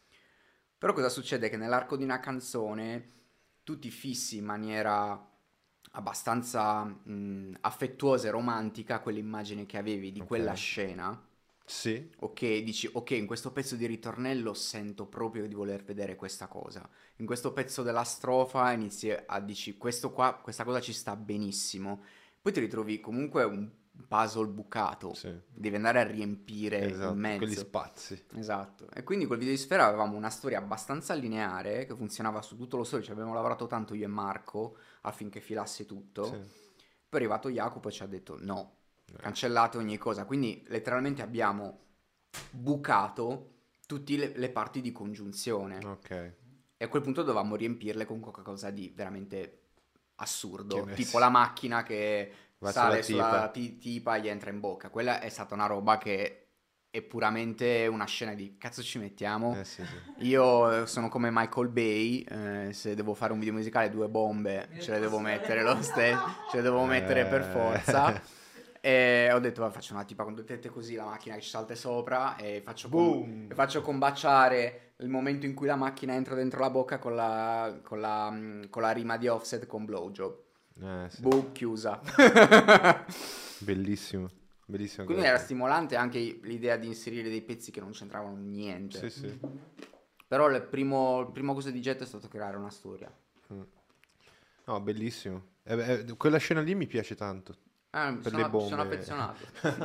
S2: Però cosa succede? Che nell'arco di una canzone tu ti fissi in maniera abbastanza mh, affettuosa e romantica quell'immagine che avevi di
S1: Ok.
S2: quella scena.
S1: Sì.
S2: Ok, dici, ok, in questo pezzo di ritornello sento proprio di voler vedere questa cosa. In questo pezzo della strofa inizi a dici, questo qua, questa cosa ci sta benissimo. Poi ti ritrovi comunque un puzzle bucato.
S1: Sì.
S2: Devi andare a riempire
S1: Esatto,
S2: in mezzo.
S1: quegli spazi.
S2: Esatto. E quindi col video di Sfera avevamo una storia abbastanza lineare che funzionava su tutto lo storia. Ci abbiamo lavorato tanto io e Marco affinché filasse tutto.
S1: Sì.
S2: Poi è arrivato Jacopo e ci ha detto no,
S1: Eh.
S2: cancellate ogni cosa. Quindi letteralmente abbiamo bucato tutte le, le parti di congiunzione.
S1: Ok.
S2: E a quel punto dovevamo riempirle con qualcosa di veramente assurdo.
S1: Che
S2: Tipo
S1: ne-
S2: la macchina che
S1: Va
S2: sale
S1: sulla
S2: sulla
S1: tipa.
S2: ti- tipa e gli entra in bocca. Quella è stata una roba che è puramente una scena di cazzo ci mettiamo.
S1: Eh sì, sì.
S2: Io sono come Michael Bay, eh, se devo fare un video musicale due bombe ce le devo mettere lo stesso, ce le devo mettere per forza. E ho detto "Va, faccio una tipa con due tette così, la macchina che ci salta sopra e faccio, com-
S1: Boom.
S2: e faccio combaciare il momento in cui la macchina entra dentro la bocca con la, con la, mm, con la rima di Offset con Blowjob.
S1: Eh, sì.
S2: Boom, chiusa.
S1: Bellissimo. Bellissimo.
S2: Quindi era stimolante anche l'idea di inserire dei pezzi che non c'entravano niente.
S1: Sì, sì.
S2: Però il primo, il primo cosa di getto è stato creare una storia.
S1: No, bellissimo. Eh, beh, quella scena lì mi piace tanto.
S2: Ah,
S1: Per
S2: sono,
S1: le bombe.
S2: sono affezionato.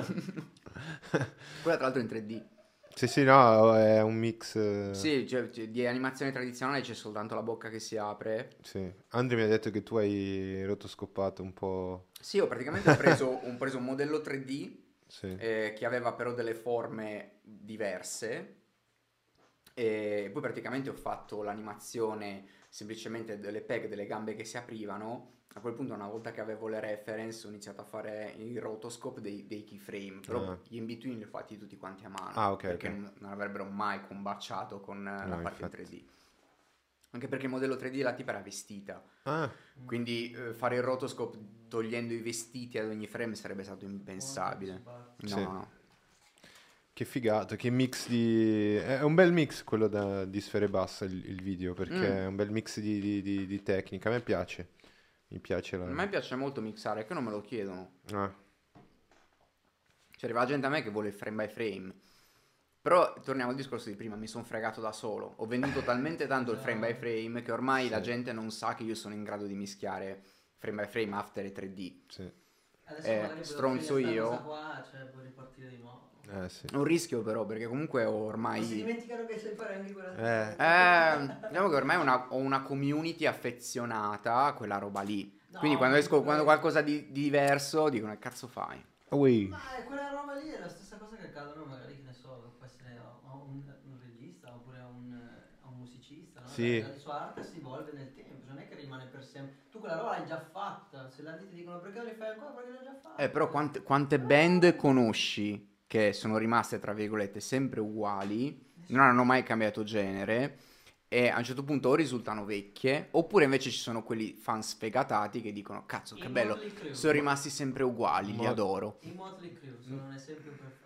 S2: Quella tra l'altro in tre D.
S1: Sì, sì, no, è un mix. eh,
S2: Sì, cioè, cioè, di animazione tradizionale c'è soltanto la bocca che si apre.
S1: sì. Andre mi ha detto che tu hai rotoscopato un po'.
S2: Sì, ho praticamente ho preso, ho preso un modello tre D
S1: Sì.
S2: eh, che aveva però delle forme diverse e poi praticamente ho fatto l'animazione semplicemente delle peg, delle gambe che si aprivano. A quel punto, una volta che avevo le reference, ho iniziato a fare il rotoscope dei, dei keyframe, però
S1: Ah.
S2: gli in-between li ho fatti tutti quanti a mano,
S1: Ah, ok,
S2: perché
S1: ok.
S2: Non, non avrebbero mai combaciato con eh, la
S1: No,
S2: parte in
S1: infatti.
S2: tre D. Anche perché il modello tre D la tipa era vestita.
S1: Ah,
S2: Quindi eh, fare il rotoscope togliendo i vestiti ad ogni frame sarebbe stato impensabile. No,
S1: Sì.
S2: no.
S1: che figata, che mix di... È un bel mix quello da- di Sfere Bassa, il, il video, perché
S2: Mm.
S1: è un bel mix di, di- di- di tecnica. A me piace. Mi piace la...
S2: A me piace molto mixare, che non me lo chiedono.
S1: Ah,
S2: Cioè arriva gente a me che vuole il frame by frame. Però torniamo al discorso di prima, mi sono fregato da solo. Ho venduto talmente tanto il frame by frame che ormai
S1: Sì.
S2: la gente non sa che io sono in grado di mischiare frame by frame, After e tre D.
S1: sì.
S3: Adesso
S2: Eh,
S3: magari vedo
S2: stronzo
S3: fine sta
S2: io.
S3: cosa qua, cioè puoi ripartire di nuovo.
S1: Eh, sì.
S2: Un rischio però, perché comunque ho
S3: Ma si
S2: ormai...
S3: dimenticano che sai fare anche quella
S1: Eh.
S2: Eh, diciamo che ormai ho una, ho una community affezionata a quella roba lì.
S3: No,
S2: Quindi quando esco,
S3: ma-
S2: quando qualcosa di, di diverso, dicono che cazzo fai?
S1: Ui.
S3: Ma è quella roba lì è la stessa cosa che accadono magari, che ne so, può essere a a un, un regista oppure a un, a un musicista, no?
S1: Sì.
S3: La, la sua arte si evolve nel tempo, non è che rimane per sempre. Tu quella roba l'hai già fatta, se l'altri ti dicono perché non li fai ancora, perché l'hai già fatta.
S2: Eh, però quante, quante band conosci che sono rimaste, tra virgolette, sempre uguali, non hanno mai cambiato genere e a un certo punto o risultano vecchie, oppure invece ci sono quelli fan sfegatati che dicono cazzo che
S3: I
S2: bello,
S3: Motley Crue.
S2: sono rimasti sempre uguali, li
S1: Mo-
S2: adoro.
S3: I Motley Crue sono un esempio perfetto.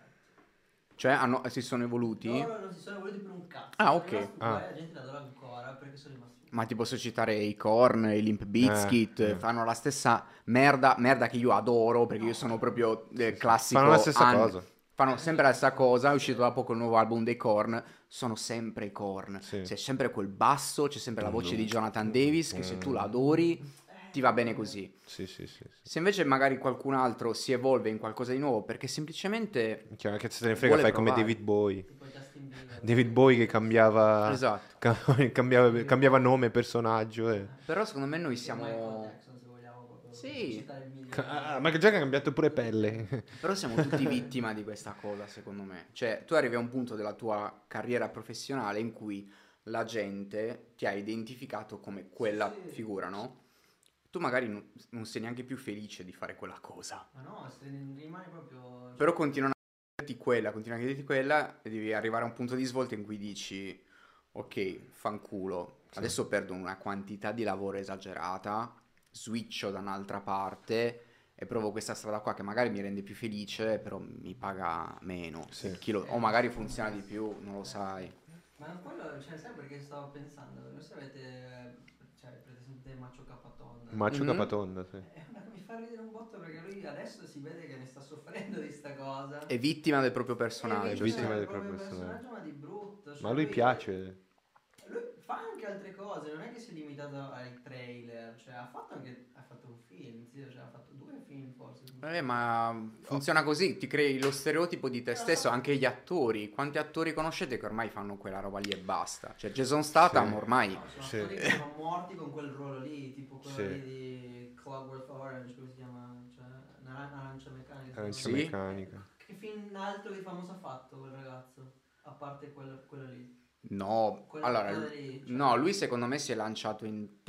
S2: Cioè hanno- si sono evoluti?
S3: Loro non si sono evoluti per un cazzo.
S2: Ah,
S3: sono
S2: ok.
S3: rimasti
S1: Ah.
S3: uguali, la gente li adora ancora perché sono rimasti uguali.
S2: Ma ti posso citare i Korn, i Limp Bizkit,
S1: Eh, eh.
S2: fanno la stessa merda, merda che io adoro perché io sono proprio del classico
S1: Fanno la stessa
S2: an-
S1: cosa.
S2: Fanno sempre la stessa cosa, è uscito da poco il nuovo album dei Korn, sono sempre i Korn.
S1: Sì.
S2: C'è sempre quel basso, c'è sempre la voce di Jonathan Davis che se tu la adori ti va bene così.
S1: Sì, sì, sì. sì.
S2: Se invece magari qualcun altro si evolve in qualcosa di nuovo perché semplicemente...
S1: Chiaro, che se te ne frega,
S2: Vuole
S1: fai come
S2: provare.
S1: David Bowie.
S3: Tipo Justin Bieber.
S1: David Bowie che cambiava,
S2: Esatto.
S1: ca- cambiava, cambiava nome, personaggio. E...
S2: Però secondo me noi
S3: Michael
S2: siamo...
S3: Jackson, se vogliamo proprio
S2: Sì.
S3: citare il migliore.
S1: Ah, Michael Jackson ha cambiato pure pelle.
S2: Però siamo tutti vittima di questa cosa, secondo me. Cioè, tu arrivi a un punto della tua carriera professionale in cui la gente ti ha identificato come quella
S3: Sì.
S2: figura, no? Tu magari non, non sei neanche più felice di fare quella cosa.
S3: Ma no, se rimane proprio...
S2: Però continuano a dirti quella, continuano a dirti quella e devi arrivare a un punto di svolta in cui dici ok, fanculo,
S1: Sì.
S2: adesso perdo una quantità di lavoro esagerata, switcho da un'altra parte e provo questa strada qua che magari mi rende più felice, però mi paga meno.
S1: Sì.
S2: Chi lo- o magari funziona di più, non lo sai.
S3: Ma è un po', lo- cioè, sai perché stavo pensando? Non so se avete, cioè, presente Macio Capatonda.
S1: Macio
S2: Mhm.
S1: Capatonda, sì.
S3: Eh, ma mi fa ridere un botto perché lui adesso si vede che ne sta soffrendo di sta cosa.
S2: È vittima del proprio
S3: È
S2: personaggio.
S1: vittima
S2: sì.
S1: del proprio personaggio.
S3: ma di brutto. cioè
S1: Ma a lui
S3: lui-
S1: piace.
S3: Lui fa anche altre cose, non è che si è limitato ai trailer, cioè ha fatto anche ha fatto un film, zio, cioè ha fatto due film forse.
S2: Eh, ma funziona così, ti crei lo stereotipo di te stesso, anche gli attori. Quanti attori conoscete che ormai fanno quella roba lì e basta? Cioè Jason Statham
S1: Sì.
S2: ormai...
S3: No, sono
S1: Sì.
S3: attori che sono morti con quel ruolo lì, tipo quello
S1: Sì.
S3: lì di Clockwork Orange, come si chiama? Cioè, Nar- Arancia Meccanica.
S1: Arancia
S2: Sì.
S1: meccanica.
S3: Che film altro di famoso ha fatto quel ragazzo? A parte quello, quello lì.
S2: No,
S3: Quella-
S2: allora,
S3: quella lì, cioè-
S2: no, lui secondo me si è lanciato in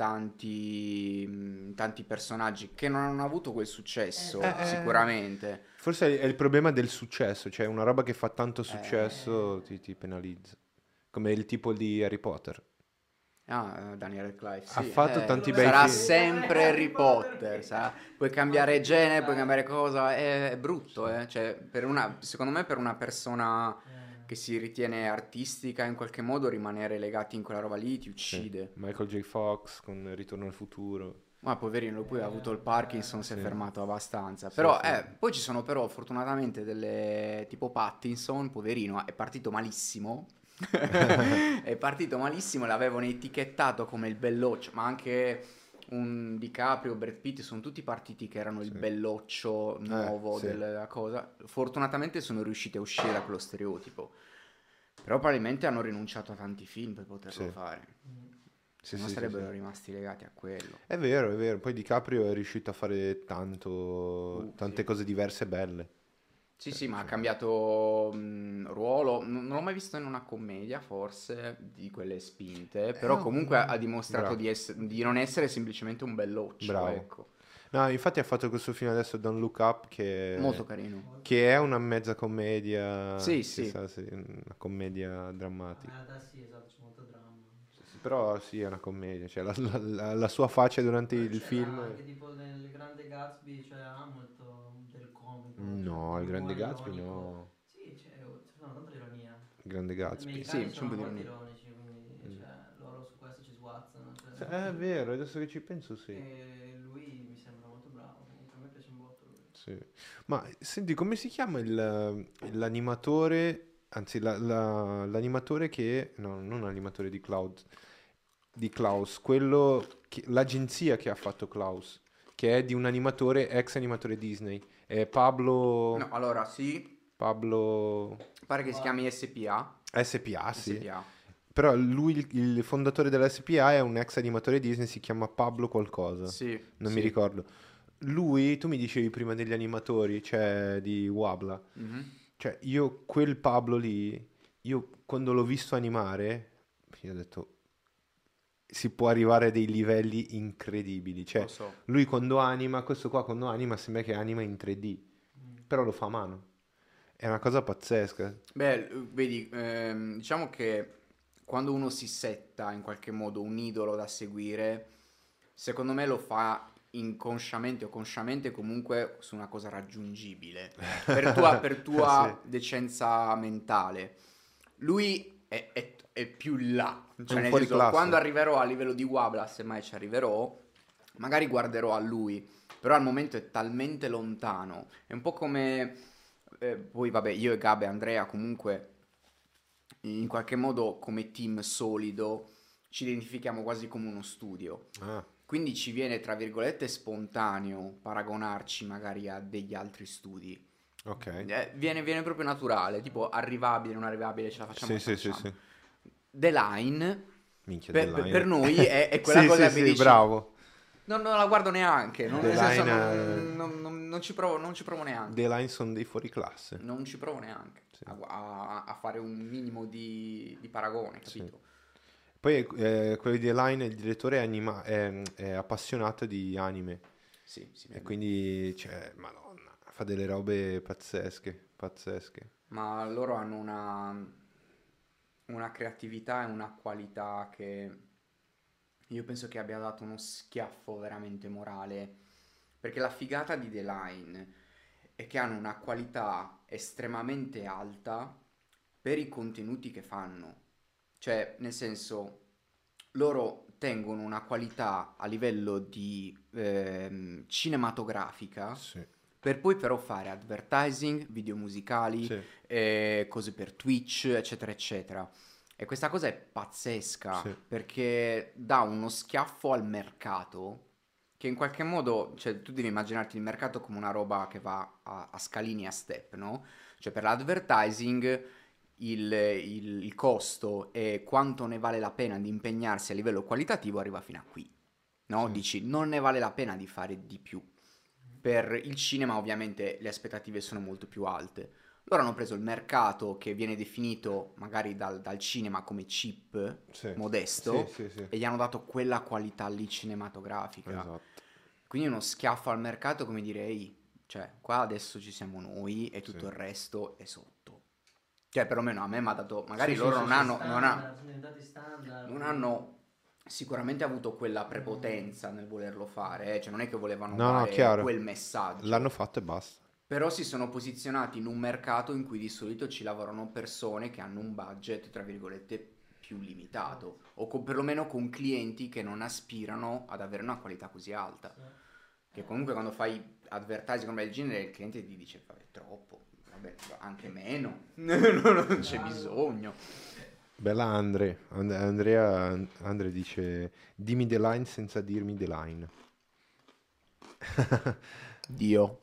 S2: tanti, in tanti personaggi che non hanno avuto quel successo,
S3: Eh,
S1: eh.
S2: sicuramente.
S1: Forse è il problema del successo, cioè una roba che fa tanto successo ti, ti penalizza. Come il tipo di Harry Potter.
S2: Ah, eh, Daniel Radcliffe,
S1: Ha
S2: sì,
S1: fatto
S2: eh,
S1: tanti
S3: bei
S2: sarà
S3: film.
S2: sempre Harry Potter, sa? Puoi cambiare
S3: Ma sì,
S2: genere,
S3: dai.
S2: puoi cambiare cosa, è, è brutto, eh. Cioè, per una, secondo me per una persona
S3: Eh,
S2: che si ritiene artistica in qualche modo rimanere legati in quella roba lì ti
S1: Sì.
S2: uccide.
S1: Michael J. Fox con Ritorno al futuro.
S2: Ma poverino, lui poi ha avuto il Parkinson, si è
S1: Sì.
S2: fermato abbastanza.
S1: Sì,
S2: Però,
S1: sì.
S2: eh, poi ci sono però fortunatamente delle... tipo Pattinson, poverino, è partito malissimo. È partito malissimo, l'avevano etichettato come il belloccio, ma anche un DiCaprio, Brad Pitt, sono tutti partiti che erano il
S1: Sì.
S2: belloccio nuovo
S1: sì.
S2: della cosa. Fortunatamente sono riusciti a uscire da quello stereotipo. Però probabilmente hanno rinunciato a tanti film per poterlo
S1: Sì.
S2: fare.
S3: mm.
S2: Se
S1: Sì,
S2: no
S1: sì, sì,
S2: sarebbero
S1: sì.
S2: rimasti legati a quello.
S1: È vero, è vero. Poi DiCaprio è riuscito a fare tanto,
S2: Uh,
S1: tante
S2: sì.
S1: cose diverse e belle.
S2: Sì, sì, ma ha cambiato mh, ruolo. Non, non l'ho mai visto in una commedia, forse, di quelle spinte. Però
S1: no,
S2: comunque ha dimostrato
S1: bravo.
S2: di, ess- di non essere semplicemente un belloccio,
S1: Bravo.
S2: ecco.
S1: No, infatti ha fatto questo film adesso, Don't Look Up, che,
S2: Molto carino.
S1: che è una mezza commedia.
S2: Sì,
S1: che
S2: sì.
S1: sa, sì, una commedia
S3: Ma
S1: drammatica.
S3: in realtà sì, esatto, c'è molto dramma.
S1: Però sì, è una commedia, cioè la, la- la- la sua faccia durante il
S3: C'era
S1: film...
S3: anche tipo nel Grande Gatsby c'era molto del comico,
S1: No,
S3: cioè
S1: il
S3: di
S1: Grande
S3: umore
S1: Gatsby
S3: ironico.
S1: no,
S3: Sì, c'è, c'è sono tanta ironia.
S1: il Grande
S3: Gli
S1: Gatsby.
S3: americani
S2: Sì, c'è un
S3: sono
S2: po' di
S3: molto
S2: ironia.
S3: ironici, quindi
S1: Mm.
S3: cioè, loro su questo ci sguazzano. Cioè.
S1: Sì, È vero, adesso che ci penso sì.
S3: E lui mi sembra molto bravo, comunque a me piace un botto lui.
S1: Sì. Ma senti, come si chiama il- l'animatore, anzi la- la- l'animatore che, no, non l'animatore di Cloud, di Klaus, quello che- l'agenzia che ha fatto Klaus, che è di un animatore, ex animatore Disney, è Pablo,
S2: No, allora sì,
S1: Pablo
S2: pare che si chiami S P A.
S1: S P A, sì.
S2: S P A.
S1: Però lui, il, il fondatore dell'S P A è un ex animatore Disney, si chiama Pablo qualcosa,
S2: Sì,
S1: non
S2: sì.
S1: mi ricordo. Lui, tu mi dicevi prima degli animatori, cioè di Wabla.
S2: Mhm.
S1: Cioè, io quel Pablo lì, io quando l'ho visto animare, io ho detto, si può arrivare a dei livelli incredibili. Cioè,
S2: Lo so.
S1: lui quando anima, questo qua quando anima sembra che anima in tre D,
S3: Mm.
S1: però lo fa a mano. È una cosa pazzesca.
S2: Beh, l- vedi, ehm, diciamo che quando uno si setta in qualche modo un idolo da seguire, secondo me lo fa inconsciamente o consciamente comunque su una cosa raggiungibile, per tua, per tua decenza mentale. Lui è, è- è più là, cioè
S1: un
S2: nel
S1: fuori
S2: senso,
S1: classe.
S2: quando arriverò a livello di Wabla, se mai ci arriverò, magari guarderò a lui, però al momento è talmente lontano, è un po' come... eh, poi vabbè, io e Gabe e Andrea comunque in qualche modo come team solido ci identifichiamo quasi come uno studio.
S1: Ah,
S2: Quindi ci viene, tra virgolette, spontaneo paragonarci magari a degli altri studi.
S1: ok.
S2: Eh, viene, viene proprio naturale, tipo arrivabile, non arrivabile, ce la facciamo,
S1: Sì,
S2: non
S1: sì,
S2: ce la
S1: sì,
S2: facciamo.
S1: sì.
S2: The Line,
S1: Minchia,
S2: per,
S1: The
S2: per-
S1: Line.
S2: per noi è, è quella
S1: Sì,
S2: cosa
S1: sì,
S2: che
S1: sì,
S2: dici...
S1: bravo.
S2: Non, non la guardo neanche, non,
S1: The
S2: nel senso,
S1: Line,
S2: non,
S1: eh,
S2: non- non- non ci provo, non ci provo neanche.
S1: The Line sono dei fuori classe.
S2: Non ci provo neanche
S1: Sì.
S2: a, a- a fare un minimo di, di paragone,
S1: Sì.
S2: capito?
S1: Poi eh, quello di The Line, il direttore è, anima- è- è appassionato di anime
S2: Sì, si
S1: e
S2: vede.
S1: quindi, cioè, madonna, fa delle robe pazzesche, pazzesche.
S2: Ma loro hanno una, una creatività e una qualità che io penso che abbia dato uno schiaffo veramente morale. Perché la figata di The Line è che hanno una qualità estremamente alta per i contenuti che fanno. Cioè, nel senso, loro tengono una qualità a livello di ehm, cinematografica
S1: Sì,
S2: per poi però fare advertising, video musicali,
S1: sì,
S2: eh, cose per Twitch, eccetera, eccetera. E questa cosa è pazzesca
S1: sì.
S2: perché dà uno schiaffo al mercato che in qualche modo, cioè tu devi immaginarti il mercato come una roba che va a, a scalini, a step, no? Cioè per l'advertising il, il- il costo e quanto ne vale la pena di impegnarsi a livello qualitativo arriva fino a qui, no?
S1: Sì.
S2: Dici non ne vale la pena di fare di più. Per il cinema ovviamente le aspettative sono molto più alte. Loro hanno preso il mercato che viene definito magari dal, dal cinema come cheap,
S1: Sì.
S2: modesto,
S1: Sì, sì, sì.
S2: e gli hanno dato quella qualità lì cinematografica.
S1: Esatto.
S2: Quindi uno schiaffo al mercato come dire, ehi, cioè qua adesso ci siamo noi e tutto
S1: Sì.
S2: il resto è sotto. Cioè perlomeno a me mi ha dato, magari
S1: Sì,
S2: loro
S1: sì,
S2: non
S1: sì,
S2: hanno,
S1: sì.
S2: non ha-
S3: Standard, sono diventati standard.
S2: non hanno sicuramente avuto quella prepotenza nel volerlo fare, eh. Cioè non è che volevano
S1: No, no,
S2: dare
S1: chiaro.
S2: quel messaggio.
S1: L'hanno fatto e basta.
S2: Però si sono posizionati in un mercato in cui di solito ci lavorano persone che hanno un budget, tra virgolette, più limitato, o con- perlomeno con clienti che non aspirano ad avere una qualità così alta. Che comunque quando fai advertising come del genere il cliente ti dice, vabbè, troppo, vabbè, anche meno, non c'è bisogno.
S1: Bella Andre. And- Andrea, Andre dice, dimmi The Line senza dirmi The Line.
S2: Dio.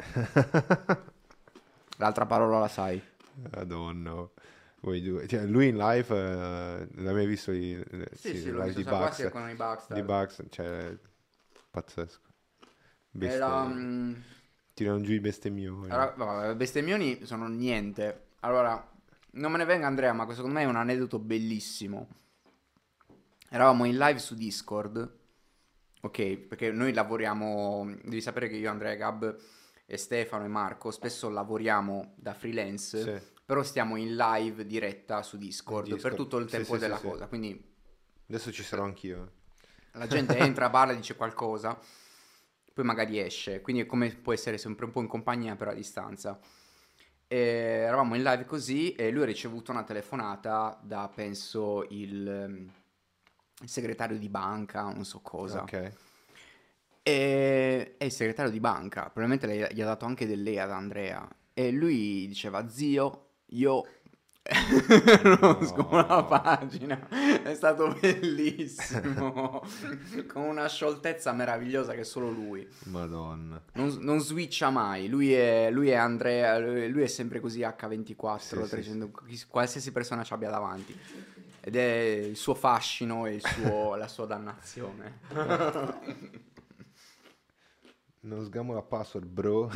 S2: L'altra parola la sai.
S1: Madonna. Voi due. Cioè, lui in live, eh, l'hai mai visto i, eh,
S2: Sì,
S1: sì,
S2: sì,
S1: il
S2: l'ho
S1: live
S2: visto
S1: di
S2: sa- qua
S1: Bugs?
S2: sia con i Bugstar.
S1: Di Bugs, cioè, pazzesco. Beste-
S2: Era, mm,
S1: Tirano giù i bestemmioni.
S2: allora, vabbè, bestemmioni sono niente. Allora, non me ne venga Andrea, ma questo secondo me è un aneddoto bellissimo. Eravamo in live su Discord, ok? Perché noi lavoriamo, devi sapere che io, Andrea, Gab e Stefano e Marco spesso lavoriamo da freelance,
S1: Sì.
S2: però stiamo in live diretta su Discord,
S1: Discord.
S2: per tutto il
S1: Sì,
S2: tempo
S1: sì,
S2: della
S1: sì, sì.
S2: cosa, quindi
S1: Adesso ci sarò anch'io.
S2: La gente entra, parla, dice qualcosa, poi magari esce, quindi è come può essere sempre un po' in compagnia però a distanza. E eravamo in live così e lui ha ricevuto una telefonata da, penso, il, ehm, il segretario di banca, non so cosa.
S1: Ok.
S2: E è il segretario di banca, probabilmente lei- gli ha dato anche del lei ad Andrea. E lui diceva, zio, io conosco la pagina. È stato bellissimo. Con una scioltezza meravigliosa che solo lui.
S1: Madonna.
S2: Non, non switcha mai. Lui è, lui è Andrea, lui lui è sempre così acca ventiquattro,
S1: Sì, sì,
S2: trecento, qualsiasi persona ci abbia davanti. Ed è il suo fascino e il suo- la sua dannazione.
S1: Non sgamo la password, bro.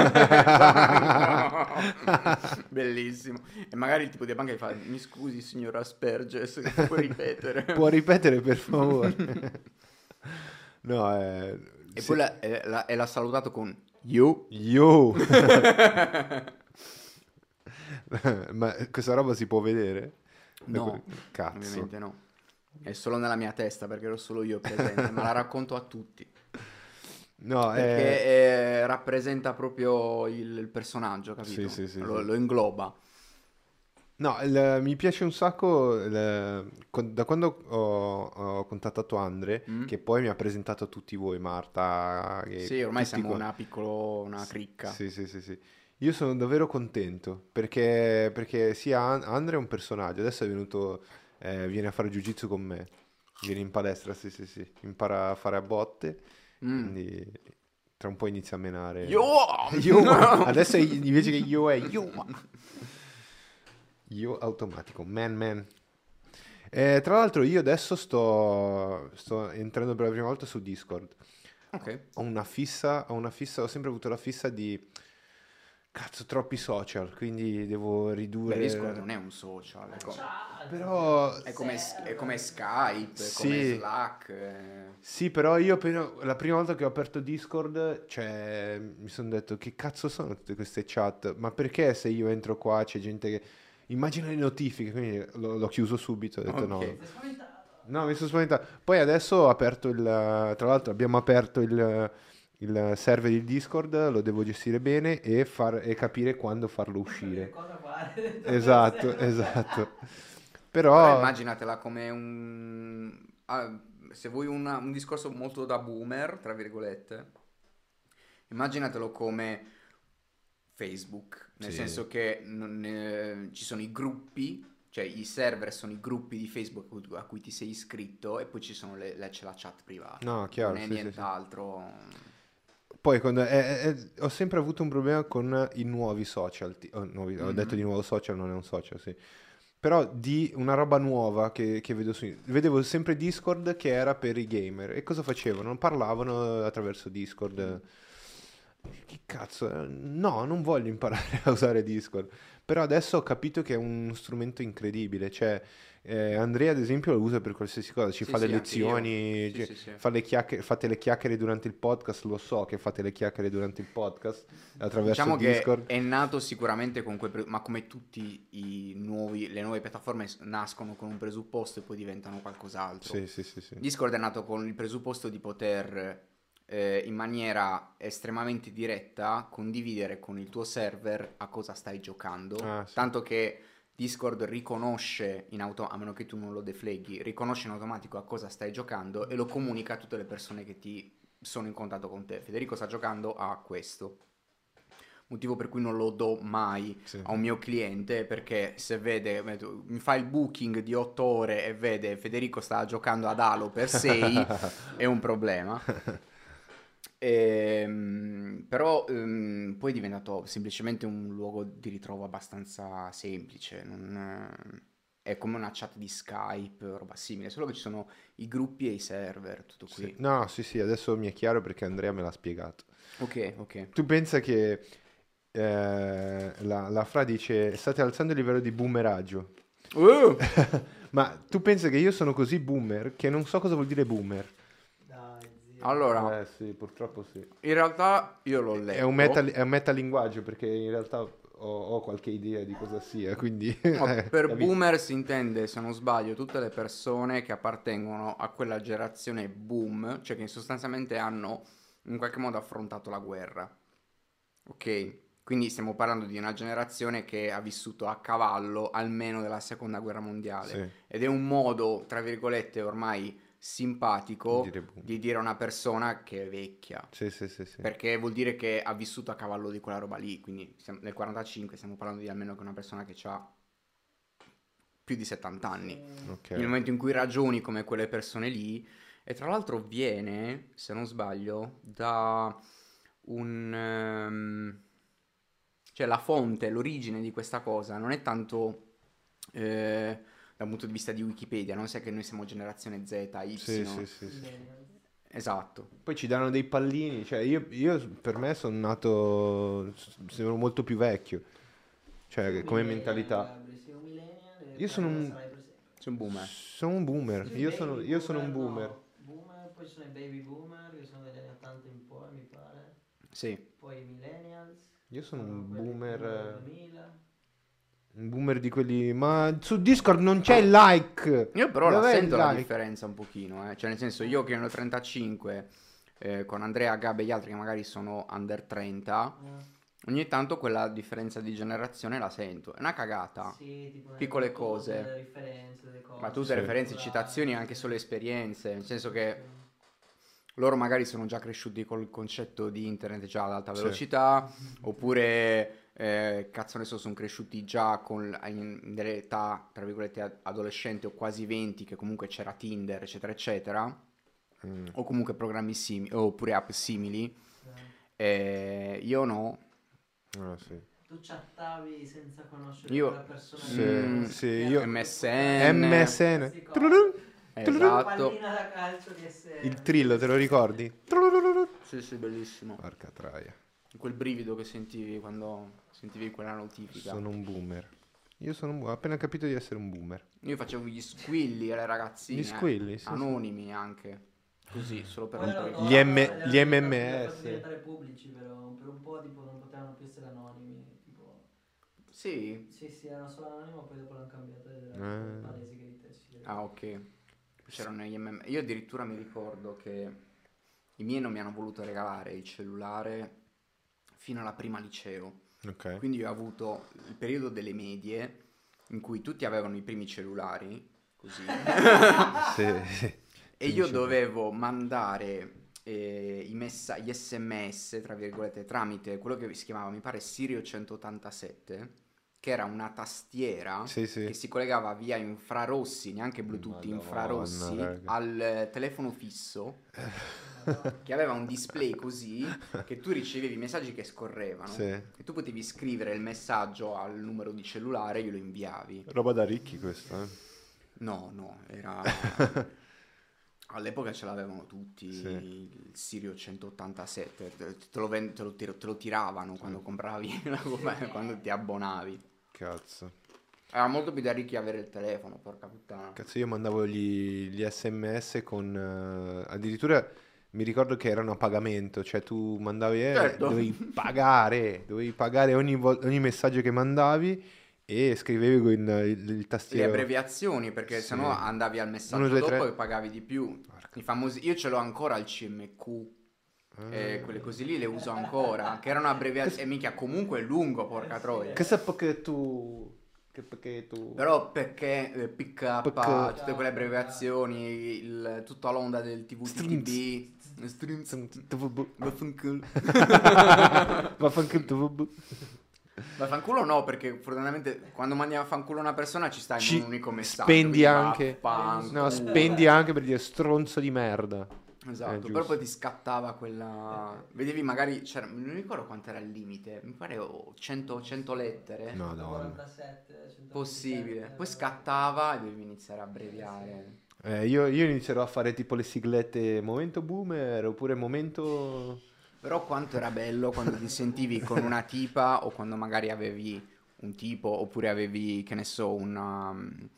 S2: Bellissimo. E magari il tipo di banca gli fa: mi scusi, signor Asperges, può ripetere?
S1: Può ripetere, per favore? No, eh,
S2: E
S1: sì.
S2: poi l'ha, e l'ha- e l'ha salutato con you.
S1: Yo! Ma questa roba si può vedere?
S2: No,
S1: Cazzo.
S2: ovviamente no. È solo nella mia testa perché ero solo io presente, ma la racconto a tutti.
S1: No,
S2: Perché
S1: eh,
S2: eh, rappresenta proprio il, il personaggio, capito?
S1: Sì, sì, sì,
S2: lo,
S1: sì.
S2: lo ingloba.
S1: no, il- mi piace un sacco il- con- da quando ho, ho contattato Andre,
S2: Mm?
S1: che poi mi ha presentato a tutti voi, Marta. e
S2: Sì, ormai
S1: tutti
S2: siamo
S1: qua.
S2: una piccolo, una cricca.
S1: Sì, sì, sì, sì. Io sono davvero contento perché, perché sia An- Andre è un personaggio, adesso è venuto, eh, viene a fare jiu-jitsu con me, viene in palestra, sì, sì, sì, impara a fare a botte,
S2: Mm.
S1: quindi tra un po' inizia a menare.
S2: Yo!
S1: Yo, adesso è- invece che io è io. Io automatico, man man. Eh, tra l'altro io adesso sto, sto entrando per la prima volta su Discord.
S2: Ok.
S1: Ho una fissa, ho una fissa, ho sempre avuto la fissa di cazzo, troppi social, quindi devo ridurre.
S2: Beh, Discord non è un social, è, co-
S1: Però
S2: è come, è come Skype, è
S1: Sì.
S2: come Slack. eh.
S1: sì, però io appena- la prima volta che ho aperto Discord, cioè, mi sono detto che cazzo sono tutte queste chat? Ma perché se io entro qua c'è gente che immagina le notifiche, quindi l'ho, l'ho chiuso subito, ho detto no.
S2: Ok.
S3: Sei spaventato?
S1: No, mi sono spaventato. Poi adesso ho aperto il... Tra l'altro abbiamo aperto il, il server di Discord, lo devo gestire bene e, far, e capire quando farlo
S3: Capire
S1: uscire.
S3: cosa fare.
S1: Esatto, esatto.
S2: Però
S1: Però...
S2: immaginatela come un... ah, se vuoi una- un discorso molto da boomer, tra virgolette, immaginatelo come Facebook, nel
S1: Sì.
S2: senso che non- eh, ci sono i gruppi, cioè i server sono i gruppi di Facebook a cui, a cui ti sei iscritto e poi ci sono le, le- c'è la chat privata.
S1: No, chiaro,
S2: non è
S1: sì, sì, sì.
S2: nient'altro.
S1: Poi quando, è- è- è- ho sempre avuto un problema con i nuovi social. ti- oh, nuovi- Ho
S2: Mhm.
S1: detto di nuovo social, non è un social, sì. Però di una roba nuova che, che vedo su... Vedevo sempre Discord che era per i gamer. E cosa facevano? Parlavano attraverso Discord. Che cazzo? eh, No, non voglio imparare a usare Discord. Però adesso ho capito che è uno strumento incredibile. Cioè, eh, Andrea, ad esempio, lo usa per qualsiasi cosa. Ci
S2: Sì,
S1: fa le
S2: sì, anche io.
S1: lezioni,
S2: Sì,
S1: cioè,
S2: sì, sì.
S1: fa le chiacchiere- fate le chiacchiere durante il podcast. Lo so che fate le chiacchiere durante il podcast attraverso
S2: Diciamo
S1: Discord.
S2: che è nato sicuramente con quel pre- ma come tutti i nuovi, le nuove piattaforme s- nascono con un presupposto e poi diventano qualcos'altro.
S1: Sì, sì, sì, sì.
S2: Discord è nato con il presupposto di poter eh, in maniera estremamente diretta condividere con il tuo server a cosa stai giocando,
S1: Ah, sì.
S2: tanto che Discord riconosce in auto, a meno che tu non lo defleghi, riconosce in automatico a cosa stai giocando e lo comunica a tutte le persone che ti sono in contatto con te. Federico sta giocando a questo. Motivo per cui non lo do mai
S1: Sì.
S2: a un mio cliente, perché se vede, mi fa il booking di otto ore e vede Federico sta giocando ad Halo per sei, è un problema. Ehm, però ehm, poi è diventato semplicemente un luogo di ritrovo abbastanza semplice, non, eh, è come una chat di Skype, roba simile, solo che ci sono i gruppi e i server, tutto qui.
S1: Sì. No, sì, sì, adesso mi è chiaro perché Andrea me l'ha spiegato.
S2: Ok, ok.
S1: Tu pensa che eh, la, la Fra dice state alzando il livello di boomeraggio.
S2: Uh!
S1: Ma tu pensa che io sono così boomer che non so cosa vuol dire boomer.
S3: Dai, zio.
S2: Allora,
S1: Eh sì, purtroppo sì.
S2: in realtà io l'ho letto.
S1: È un, meta, è un metalinguaggio perché in realtà ho, ho qualche idea di cosa sia, quindi...
S2: No,
S1: eh,
S2: per
S1: capito?
S2: boomer si intende, se non sbaglio, tutte le persone che appartengono a quella generazione boom, cioè che sostanzialmente hanno in qualche modo affrontato la guerra. Ok? Quindi stiamo parlando di una generazione che ha vissuto a cavallo almeno della seconda guerra mondiale.
S1: Sì,
S2: Ed è un modo, tra virgolette, ormai simpatico
S1: dire boom.
S2: di dire a una persona che è vecchia.
S1: Sì, sì, sì, sì.
S2: Perché vuol dire che ha vissuto a cavallo di quella roba lì. Quindi siamo- nel quarantacinque stiamo parlando di almeno che una persona che ha più di settanta anni.
S1: Ok.
S2: Nel momento in cui ragioni come quelle persone lì, e tra l'altro viene, se non sbaglio, da un... ehm, cioè la fonte, l'origine di questa cosa non è tanto eh, dal punto di vista di Wikipedia, non sai che noi siamo generazione Z, Y.
S1: Sì, sì, sì, sì.
S2: Esatto.
S1: Poi ci danno dei pallini, cioè io, io per me sono nato, sembro molto più vecchio, cioè come mentalità.
S3: Sei un millennial e
S1: Io sono
S3: poi
S1: un-
S3: sarai per sempre.
S2: C'è un boomer.
S1: Sono un boomer,
S3: Sì,
S1: io
S3: baby
S1: sono, io sono un
S3: boomer,
S1: boomer.
S3: no. Boomer, poi ci sono i baby boomer che sono degli anni ottanta in poi, mi pare.
S2: Sì.
S3: Poi i millennials.
S1: Io sono un
S3: quelli
S1: boomer,
S3: prima del
S1: eh,
S3: duemila.
S1: un boomer di quelli, ma su Discord non c'è il like.
S2: Io però la
S1: Dov'è il
S2: sento la
S1: like?
S2: differenza un pochino, eh. Cioè nel senso io che ne ho trentacinque, eh, con Andrea, Gabbe e gli altri che magari sono under trenta,
S3: Eh,
S2: ogni tanto quella differenza di generazione la sento. È una cagata.
S3: sì, tipo nelle
S2: Piccole
S3: battute,
S2: cose.
S3: delle referenze, delle cose.
S2: Ma tutte
S1: Sì.
S2: referenze,
S3: culturali,
S2: citazioni, anche
S3: sì.
S2: solo esperienze, nel senso che
S3: Sì.
S2: loro magari sono già cresciuti col concetto di internet già ad alta
S1: Sì.
S2: velocità, oppure eh, cazzo ne so, sono cresciuti già con in, delle età, tra virgolette, ad- adolescenti o quasi venti, che comunque c'era Tinder, eccetera, eccetera,
S1: Mm.
S2: o comunque programmi simili, oppure app simili.
S3: Eh.
S2: Eh, io no.
S1: Ah, sì.
S3: Tu chattavi senza conoscere
S2: Io-
S3: quella persona.
S1: Sì,
S2: Mm,
S1: sì, io-
S2: M S N.
S1: M S N.
S3: Questi cosi.
S1: Trululù.
S2: Esatto.
S3: Pallina da calcio di essere.
S1: Il trillo, te lo ricordi? Trululù.
S2: Sì, sì, bellissimo.
S1: Porca troia.
S2: Quel brivido che sentivi quando sentivi quella notifica.
S1: Sono un boomer. Io sono un boomer. Ho appena capito di essere un boomer.
S2: Io facevo gli squilli alle ragazzine.
S1: Gli squilli, sì, sì.
S2: Anonimi anche. Così, solo per
S3: Poi
S2: rompere
S3: loro
S2: i
S1: Gli
S3: dopo
S1: M-
S3: li hanno
S1: gli
S3: diventati-
S1: M M
S3: li hanno
S1: S.
S3: fatti diventare pubblici, però per un po' tipo non potevano più essere anonimi. Tipo,
S2: Sì.
S3: sì, sì, erano solo anonimi, poi dopo l'hanno cambiato ed era
S1: Ah.
S3: palese che di te si vedeva.
S2: Ah, ok. C'erano gli M M. Io addirittura mi ricordo che i miei non mi hanno voluto regalare il cellulare fino alla prima liceo.
S1: Ok.
S2: Quindi io ho avuto il periodo delle medie in cui tutti avevano i primi cellulari, così.
S1: Sì.
S2: E io dovevo mandare eh, i messa- gli sms, tra virgolette, tramite quello che si chiamava, mi pare, Sirio centottantasette, che era una tastiera
S1: Sì, sì.
S2: che si collegava via infrarossi, neanche Bluetooth,
S1: Madonna,
S2: infrarossi,
S1: raga.
S2: al eh, telefono fisso, che aveva un display così, che tu ricevevi i messaggi che scorrevano.
S1: Sì.
S2: E tu potevi scrivere il messaggio al numero di cellulare e glielo inviavi.
S1: Roba da ricchi questa, eh.
S2: No, no, era... All'epoca ce l'avevano tutti,
S1: Sì.
S2: il Sirio centottantasette, te te lo, ven- te lo tir- te lo tiravano quando compravi, la- quando ti abbonavi.
S1: Cazzo.
S2: Era molto più da ricchi avere il telefono, porca puttana.
S1: Cazzo, io mandavo gli, gli sms con... eh, addirittura mi ricordo che erano a pagamento, cioè tu mandavi... eh,
S2: Certo.
S1: dovevi pagare, dovevi pagare ogni, vol- ogni messaggio che mandavi e scrivevi con il, il
S2: Le
S1: tastiero.
S2: abbreviazioni, perché
S1: Sì.
S2: sennò andavi al messaggio
S1: Uno, due,
S2: dopo
S1: tre.
S2: e pagavi di più.
S1: Porca.
S2: I famosi... Io ce l'ho ancora il C M Q,
S1: Ah.
S2: eh, quelle così lì le uso ancora, che erano abbreviazioni, e mica comunque è lungo, porca troia.
S1: Che sa perché tu... Che perché tu...
S2: Però perché eh, P K,
S1: Perché-
S2: tutte quelle abbreviazioni, il, tutta l'onda del T V T T B, Strunz, vaffanculo.
S1: Vaffanculo tu.
S2: Vaffanculo no, perché fortunatamente quando mandi a fanculo una persona ci sta in
S1: Ci
S2: un unico messaggio.
S1: spendi
S2: quindi
S1: anche...
S2: vaffanculo.
S1: No, spendi anche per dire stronzo di merda.
S2: Esatto,
S1: Eh,
S2: però
S1: giusto.
S2: poi ti scattava quella... Vedevi magari, c'era, non ricordo quanto era il limite, mi pare oh, cento, cento lettere.
S1: No, no.
S3: centoquarantasette, centoventisette,
S2: Possibile. Poi
S3: eh,
S2: scattava e dovevi iniziare a abbreviare.
S1: Eh, io, io inizierò a fare tipo le siglette momento boomer oppure momento...
S2: Però quanto era bello quando ti sentivi con una tipa o quando magari avevi un tipo oppure avevi, che ne so, una,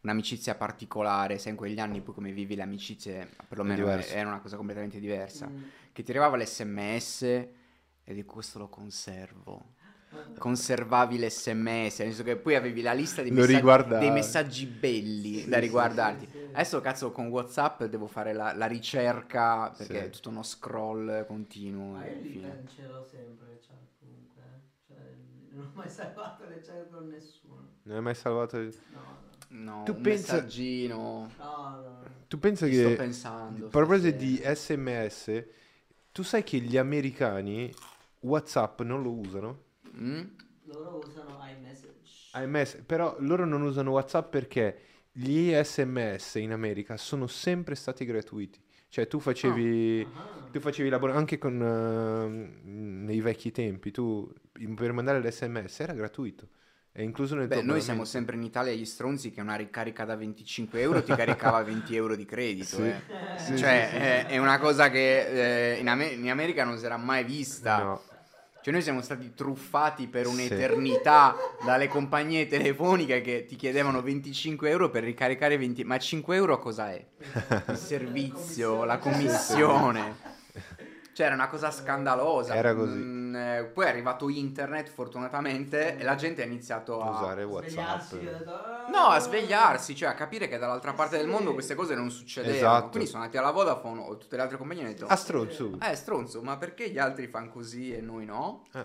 S2: un'amicizia particolare, sai in quegli anni poi come vivi le amicizie, perlomeno
S1: diverso.
S2: era una cosa completamente diversa,
S3: Mm.
S2: che ti arrivava l'esse emme esse e di questo lo conservo. Conservavi l'esse emme esse, nel senso che poi avevi la lista dei,
S1: Lo
S2: messaggi,
S1: riguardavi.
S2: dei messaggi belli
S3: Sì,
S2: da
S3: sì,
S2: riguardarti.
S3: sì, sì.
S2: Adesso cazzo con WhatsApp devo fare la, la ricerca perché
S1: Sì.
S2: è tutto uno scroll continuo
S3: Ma
S2: e
S3: io li
S2: fine.
S3: cancello sempre le chat comunque, eh. Cioè, non ho mai salvato le chat con nessuno.
S1: Non hai mai salvato...
S3: No, no.
S2: No,
S1: Tu
S2: un
S1: pensa-
S2: messaggino.
S3: No, no.
S1: Tu pensa
S2: Ci sto
S1: che...
S2: pensando.
S1: A proposito
S2: stasera.
S1: di esse emme esse, tu sai che gli americani WhatsApp non lo usano?
S2: Mm?
S3: Loro usano iMessage.
S1: iMess- però loro non usano WhatsApp perché gli esse emme esse in America sono sempre stati gratuiti. Cioè tu facevi,
S3: Ah.
S1: tu facevi lavoro anche con eh, nei vecchi tempi, tu per mandare l'esse emme esse era gratuito, è incluso nel
S2: Beh,
S1: tuo
S2: noi siamo
S1: abbonamento.
S2: sempre in Italia gli stronzi che una ricarica da venticinque euro ti caricava venti euro di credito.
S1: Sì.
S2: Eh.
S1: Sì,
S2: Cioè,
S1: sì, sì,
S2: è, è una cosa che eh, in, Ame- in America non si era mai vista.
S1: No.
S2: Cioè, noi siamo stati truffati per
S1: Sì.
S2: un'eternità dalle compagnie telefoniche che ti chiedevano venticinque euro per ricaricare venti. Ma cinque euro cosa è? Il servizio, la commissione. Cioè, era una cosa scandalosa.
S1: Era così.
S2: Mm, eh, poi è arrivato internet, fortunatamente, e la gente ha iniziato a...
S1: Usare
S3: A
S1: WhatsApp.
S3: svegliarsi, ho detto, "Ah!"
S2: No, a svegliarsi, cioè a capire che dall'altra parte del
S3: Sì.
S2: mondo queste cose non succedevano.
S1: Esatto.
S2: Quindi sono andati alla Vodafone o tutte le altre compagnie e hanno detto:
S1: A stronzo.
S2: Eh, stronzo, ma perché gli altri fanno così e noi no?
S1: Eh.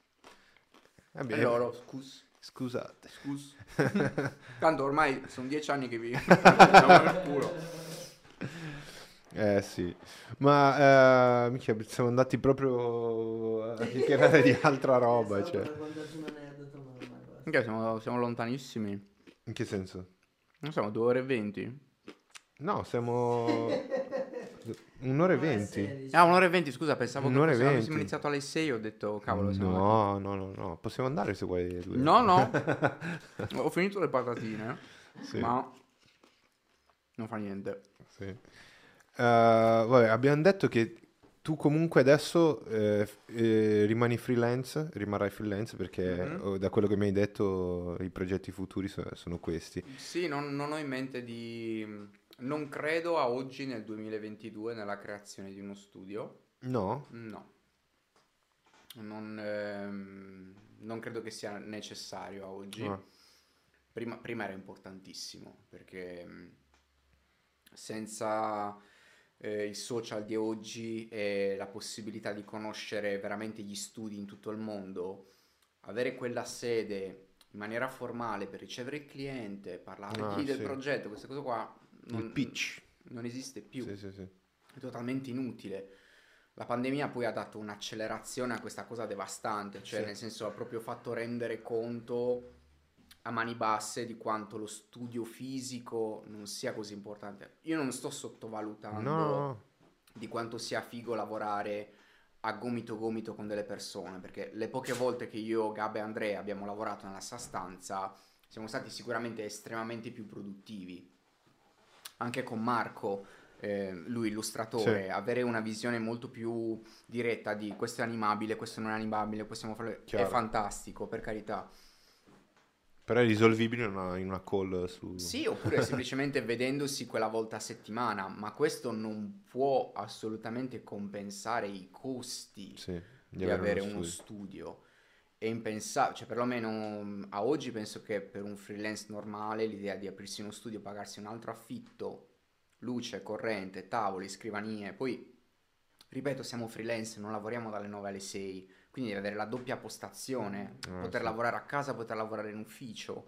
S1: Vabbè,
S2: E loro, scus,
S1: scusate.
S2: scus. Tanto ormai sono dieci anni che vi andiamo nel culo.
S1: Eh sì, ma eh, mica, siamo andati proprio a chiacchierare di altra roba,
S3: Stavo
S1: cioè.
S3: per raccontarti un aneddoto, ma ormai basta.
S2: Minchia, siamo, siamo lontanissimi.
S1: In che senso?
S2: Non siamo due ore e venti.
S1: No, siamo un'ora e
S3: Un'ora e
S1: venti.
S3: sedici.
S2: Ah, un'ora e venti, scusa, pensavo
S1: Un'ora e
S2: che fosse-
S1: venti.
S2: avessimo iniziato alle sei, ho detto cavolo, siamo
S1: No, no, no, no, possiamo andare se vuoi. due
S2: No,
S1: ore.
S2: no. Ho finito le patatine,
S1: Sì,
S2: ma non fa niente.
S1: sì. Eh, vabbè, abbiamo detto che tu comunque adesso eh, f- eh, rimani freelance, rimarrai freelance perché
S2: Mhm.
S1: oh, da quello che mi hai detto i progetti futuri so- sono questi.
S2: Sì, non, non ho in mente di... Non credo a oggi nel duemilaventidue nella creazione di uno studio.
S1: No?
S2: No. Non, ehm, non credo che sia necessario a oggi.
S1: Ah.
S2: Prima, prima era importantissimo perché mh, senza eh, i social di oggi e la possibilità di conoscere veramente gli studi in tutto il mondo, avere quella sede in maniera formale per ricevere il cliente, parlargli
S1: Ah,
S2: del
S1: sì.
S2: progetto, queste cose qua
S1: Il
S2: non,
S1: pitch.
S2: non esiste più,
S1: Sì, sì, sì.
S2: è totalmente inutile. La pandemia poi ha dato un'accelerazione a questa cosa devastante, cioè
S1: Sì.
S2: nel senso ha proprio fatto rendere conto a mani basse di quanto lo studio fisico non sia così importante. Io non sto sottovalutando
S1: No, no, no.
S2: di quanto sia figo lavorare a gomito gomito con delle persone, perché le poche volte che io, Gab e Andrea abbiamo lavorato nella stessa stanza siamo stati sicuramente estremamente più produttivi. Anche con Marco, eh, lui illustratore,
S1: Sì.
S2: avere una visione molto più diretta di questo è animabile, questo non è animabile, possiamo farlo, è
S1: Chiaro.
S2: fantastico, per carità.
S1: Però è risolvibile in una, in una call su...
S2: Sì, oppure semplicemente vedendosi quella volta a settimana, ma questo non può assolutamente compensare i costi
S1: Sì,
S2: di avere uno studio. È impensabile, cioè perlomeno mh, a oggi penso che per un freelance normale l'idea di aprirsi uno studio, pagarsi un altro affitto, luce, corrente, tavoli, scrivanie, poi ripeto siamo freelance, non lavoriamo dalle nove alle sei, quindi devi avere la doppia postazione,
S1: Ah,
S2: poter
S1: sì.
S2: lavorare a casa, poter lavorare in ufficio.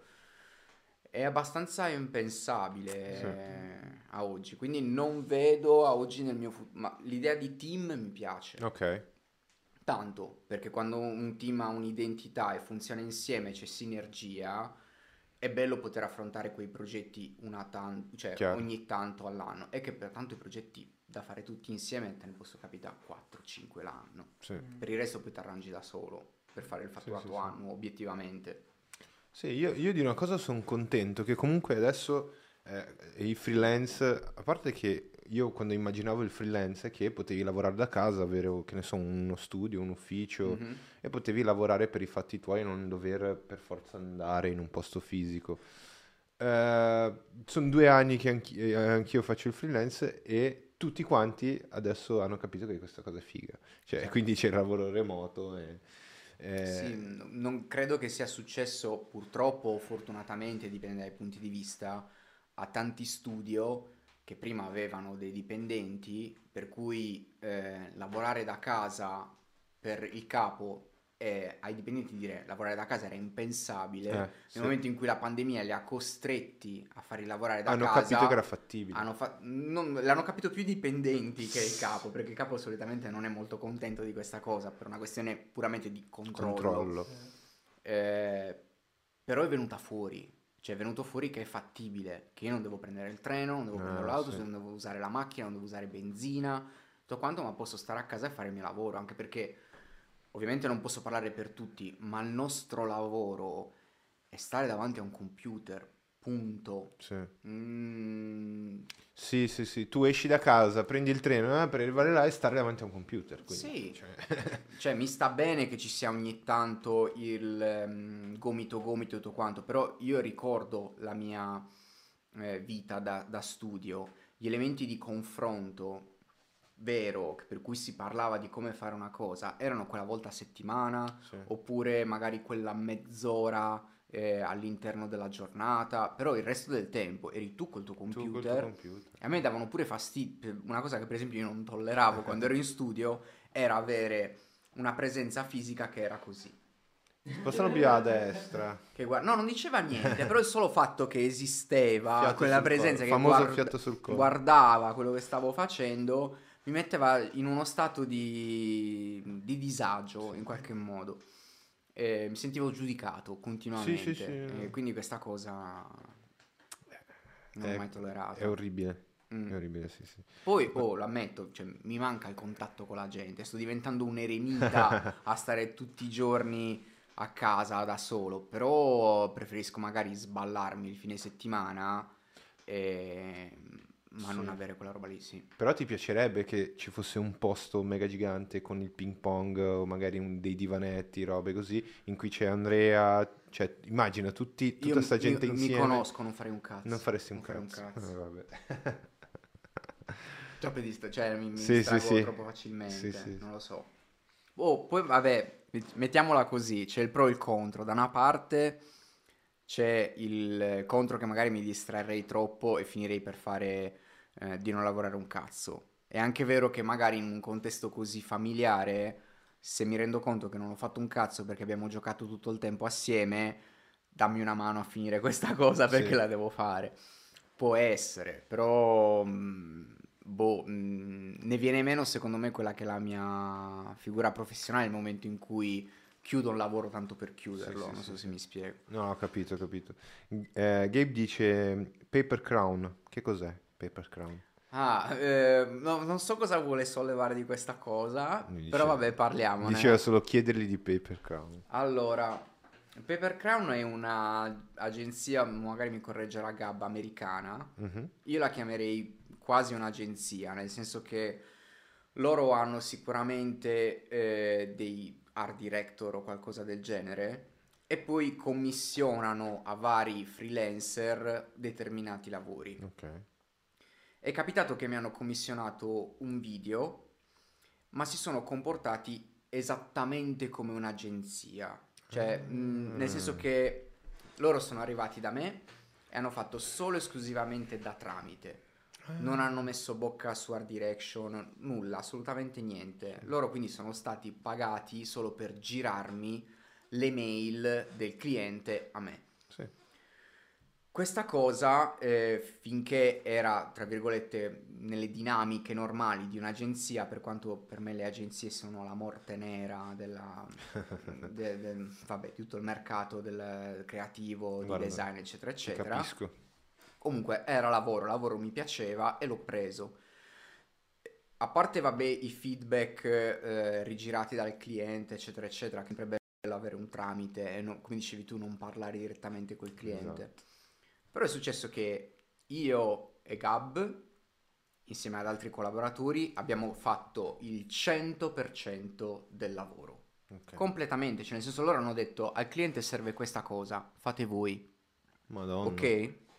S2: È abbastanza impensabile
S1: Sì.
S2: eh, a oggi, quindi non vedo a oggi nel mio futuro, ma l'idea di team mi piace.
S1: Ok.
S2: Tanto, perché quando un team ha un'identità e funziona insieme, c'è sinergia, è bello poter affrontare quei progetti una tan- cioè
S1: Chiaro.
S2: ogni tanto all'anno. E che pertanto i progetti da fare tutti insieme te ne posso capitare quattro cinque l'anno.
S1: Sì.
S2: Per il resto poi ti arrangi da solo per fare il fatturato
S1: sì, sì.
S2: annuo, obiettivamente.
S1: Sì, io, io di una cosa sono contento, che comunque adesso eh, i freelance, a parte che io quando immaginavo il freelance è che potevi lavorare da casa, avere, che ne so, uno studio, un ufficio,
S2: Mhm.
S1: e potevi lavorare per i fatti tuoi e non dover per forza andare in un posto fisico. Eh, sono due anni che anch- eh, anch'io faccio il freelance e tutti quanti adesso hanno capito che questa cosa è figa. Cioè,
S2: Certo.
S1: quindi c'è il lavoro remoto e...
S2: Sì,
S1: eh,
S2: n- non credo che sia successo purtroppo o fortunatamente, dipende dai punti di vista, a tanti studio che prima avevano dei dipendenti, per cui eh, lavorare da casa per il capo e ai dipendenti dire lavorare da casa era impensabile.
S1: eh,
S2: Nel
S1: sì.
S2: momento in cui la pandemia li ha costretti a farli lavorare da
S1: Hanno
S2: casa,
S1: capito che era fattibile.
S2: hanno fa- non- l'hanno capito più i dipendenti che il capo, perché il capo solitamente non è molto contento di questa cosa per una questione puramente di controllo.
S1: Controllo.
S2: Eh, però è venuta fuori, cioè è venuto fuori che è fattibile, che io non devo prendere il treno, non devo
S1: Ah,
S2: prendere l'autobus,
S1: sì.
S2: non devo usare la macchina, non devo usare benzina, tutto quanto, ma posso stare a casa e fare il mio lavoro, anche perché ovviamente non posso parlare per tutti, ma il nostro lavoro è stare davanti a un computer, punto.
S1: Sì.
S2: Mm,
S1: Sì, sì, sì. Tu esci da casa, prendi il treno eh, per arrivare là e stare davanti a un computer. Quindi,
S2: Sì.
S1: cioè,
S2: Cioè, mi sta bene che ci sia ogni tanto il ehm, gomito gomito e tutto quanto, però io ricordo la mia eh, vita da, da studio, gli elementi di confronto vero, che- per cui si parlava di come fare una cosa, erano quella volta a settimana,
S1: sì.
S2: oppure magari quella mezz'ora eh, all'interno della giornata, però il resto del tempo eri tu col tuo
S1: Tu col tuo
S2: computer.
S1: computer.
S2: E a me davano pure fastidio, una cosa che per esempio io non tolleravo quando ero in studio era avere una presenza fisica che era così.
S1: Spostano più a destra.
S2: Che guarda, no, non diceva niente, però il solo fatto che esisteva
S1: Fiato
S2: quella
S1: sul
S2: presenza
S1: collo,
S2: che
S1: famoso
S2: guard-
S1: fiato sul collo.
S2: guardava quello che stavo facendo mi metteva in uno stato di, di disagio in qualche modo. E mi sentivo giudicato continuamente.
S1: Sì, sì, sì.
S2: E quindi questa cosa non l'ho
S1: È-
S2: mai tollerata.
S1: È orribile.
S2: Mm.
S1: È orribile, sì, sì.
S2: Poi, oh, lo ammetto, cioè, mi manca il contatto con la gente. Sto diventando un eremita a stare tutti i giorni a casa da solo. Però preferisco magari sballarmi il fine settimana, e- ma non
S1: Sì.
S2: avere quella roba lì, sì.
S1: Però ti piacerebbe che ci fosse un posto mega gigante con il ping pong o magari un- dei divanetti, robe così, in cui c'è Andrea, cioè immagina tutti, tutta
S2: Io
S1: sta gente
S2: io mi
S1: insieme.
S2: conosco, non farei un cazzo.
S1: Non faresti un
S2: Non farei un
S1: cazzo.
S2: cazzo.
S1: Ah, vabbè.
S2: Troppe dist- cioè mi, mi
S1: Sì, sì,
S2: distraggo
S1: sì.
S2: troppo facilmente,
S1: Sì, sì.
S2: non lo so. Oh, poi vabbè, met- mettiamola così, c'è il pro e il contro. Da una parte c'è il contro che magari mi distrarrei troppo e finirei per fare eh, di non lavorare un cazzo. È anche vero che magari in un contesto così familiare, se mi rendo conto che non ho fatto un cazzo perché abbiamo giocato tutto il tempo assieme, dammi una mano a finire questa cosa perché
S1: Sì.
S2: la devo fare. Può essere, però mh, boh, mh, ne viene meno secondo me quella che è la mia figura professionale nel momento in cui chiudo un lavoro tanto per chiuderlo,
S1: sì,
S2: non
S1: sì,
S2: so
S1: sì.
S2: se mi spiego.
S1: No, ho capito, ho capito. Eh, Gabe dice Paper Crown. Che cos'è Paper Crown?
S2: Ah, eh, no- non so cosa vuole sollevare di questa cosa,
S1: Mi
S2: però
S1: dice-
S2: vabbè, parliamone.
S1: Diceva solo chiedergli di Paper Crown.
S2: Allora, Paper Crown è una agenzia, magari mi correggerà Gabba, americana.
S1: Mhm.
S2: Io la chiamerei quasi un'agenzia, nel senso che loro hanno sicuramente eh, dei art director o qualcosa del genere e poi commissionano a vari freelancer determinati lavori.
S1: Ok.
S2: È capitato che mi hanno commissionato un video, ma si sono comportati esattamente come un'agenzia. Cioè, mh, nel senso che loro sono arrivati da me e hanno fatto solo e esclusivamente da tramite. Non hanno messo bocca su art direction, nulla, assolutamente niente. Loro quindi sono stati pagati solo per girarmi le mail del cliente a me.
S1: Sì.
S2: Questa cosa, eh, finché era, tra virgolette, nelle dinamiche normali di un'agenzia, per quanto per me le agenzie sono la morte nera della, de- del- vabbè, di tutto il mercato del creativo, di
S1: Guarda,
S2: design, eccetera,
S1: Ci
S2: eccetera.
S1: capisco.
S2: Comunque era lavoro, lavoro mi piaceva e l'ho preso. A parte, vabbè, i feedback eh, rigirati dal cliente, eccetera, eccetera, che sarebbe bello avere un tramite e no- come dicevi tu, non parlare direttamente col cliente.
S1: Esatto.
S2: Però è successo che io e Gab, insieme ad altri collaboratori, abbiamo fatto il cento per cento del lavoro.
S1: Ok.
S2: Completamente, cioè nel senso loro hanno detto al cliente serve questa cosa, fate voi.
S1: Madonna.
S2: Ok?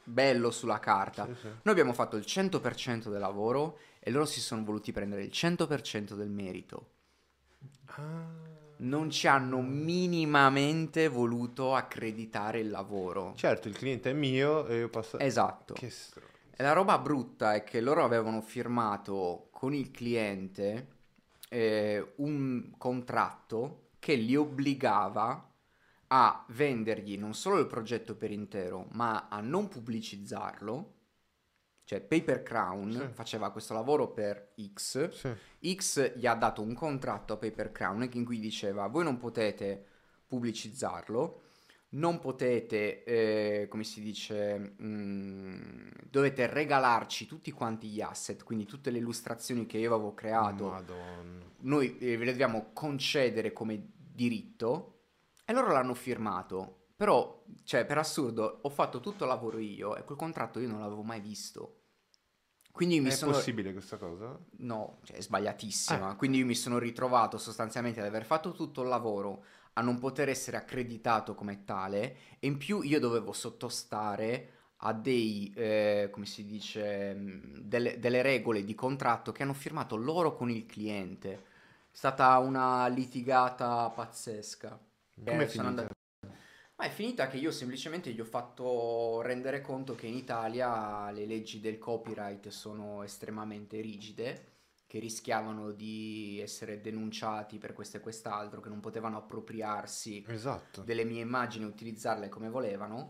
S2: bello sulla carta.
S1: Sì, sì.
S2: Noi abbiamo fatto il cento per cento del lavoro e loro si sono voluti prendere il cento per cento del merito.
S1: Ah.
S2: Non ci hanno minimamente voluto accreditare il lavoro.
S1: Certo, il cliente è mio e io posso...
S2: Esatto.
S1: Che stronzo.
S2: E la roba brutta è che loro avevano firmato con il cliente eh, un contratto che li obbligava a vendergli non solo il progetto per intero, ma a non pubblicizzarlo. Cioè Paper Crown
S1: Sì.
S2: faceva questo lavoro per X.
S1: Sì.
S2: X gli ha dato un contratto a Paper Crown in cui diceva: voi non potete pubblicizzarlo, non potete, eh, come si dice, mh, dovete regalarci tutti quanti gli asset, quindi tutte le illustrazioni che io avevo creato,
S1: Madonna.
S2: noi eh, ve le dobbiamo concedere come diritto. E loro l'hanno firmato. Però, cioè, per assurdo, ho fatto tutto il lavoro io e quel contratto io non l'avevo mai visto. Quindi mi
S1: È
S2: sono...
S1: possibile questa cosa?
S2: No, cioè è sbagliatissima.
S1: Ah.
S2: Quindi io mi sono ritrovato sostanzialmente ad aver fatto tutto il lavoro, a non poter essere accreditato come tale, e in più io dovevo sottostare a dei, eh, come si dice, mh, delle, delle regole di contratto che hanno firmato loro con il cliente. È stata una litigata pazzesca.
S1: Com'è
S2: Eh, sono
S1: finita?
S2: andato- Ma è finita che io semplicemente gli ho fatto rendere conto che in Italia le leggi del copyright sono estremamente rigide, che rischiavano di essere denunciati per questo e quest'altro, che non potevano appropriarsi
S1: Esatto.
S2: delle mie immagini e utilizzarle come volevano.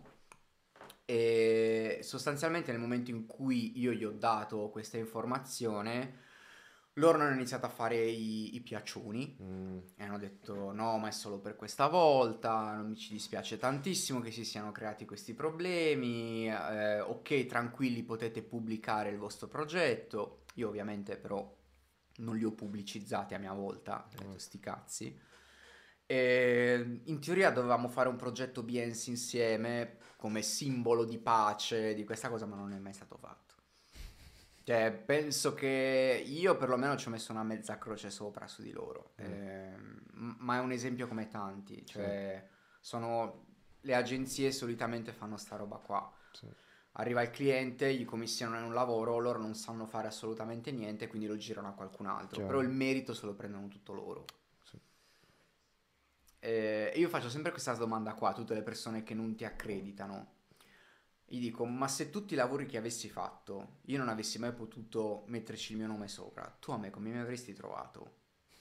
S2: E sostanzialmente nel momento in cui io gli ho dato questa informazione, loro hanno iniziato a fare i, i piaccioni
S1: Mm.
S2: e hanno detto: no, ma è solo per questa volta, non mi ci dispiace tantissimo che si siano creati questi problemi, eh, ok, tranquilli, potete pubblicare il vostro progetto. Io ovviamente però non li ho pubblicizzati a mia volta, ho detto sti cazzi. E in teoria dovevamo fare un progetto Behance insieme come simbolo di pace di questa cosa, ma non è mai stato fatto. Cioè, penso che io perlomeno ci ho messo una mezza croce sopra su di loro.
S1: Mm.
S2: Ehm, m- ma è un esempio come tanti. Cioè, sono le agenzie solitamente fanno sta roba qua.
S1: Sì.
S2: Arriva il cliente, gli commissionano un lavoro, loro non sanno fare assolutamente niente, quindi lo girano a qualcun altro.
S1: Chiaro.
S2: Però il merito se lo prendono tutto loro.
S1: Sì.
S2: E io faccio sempre questa domanda qua a tutte le persone che non ti accreditano. Gli dico: ma se tutti i lavori che avessi fatto io non avessi mai potuto metterci il mio nome sopra, tu a me come mi avresti trovato?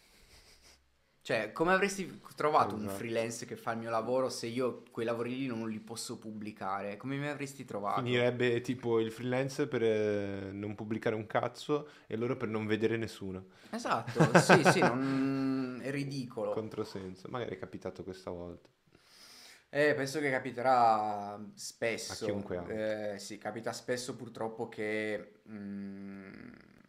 S2: Cioè, come avresti trovato un
S1: Esatto.
S2: freelance che fa il mio lavoro se io quei lavori lì non li posso pubblicare? Come mi avresti trovato?
S1: Finirebbe tipo il freelance per eh, non pubblicare un cazzo e loro per non vedere nessuno.
S2: Esatto, sì, sì, non... è ridicolo.
S1: Controsenso. Magari è capitato questa volta.
S2: Eh, penso che capiterà spesso.
S1: A chiunque altro.
S2: Eh, sì, capita spesso purtroppo che mm,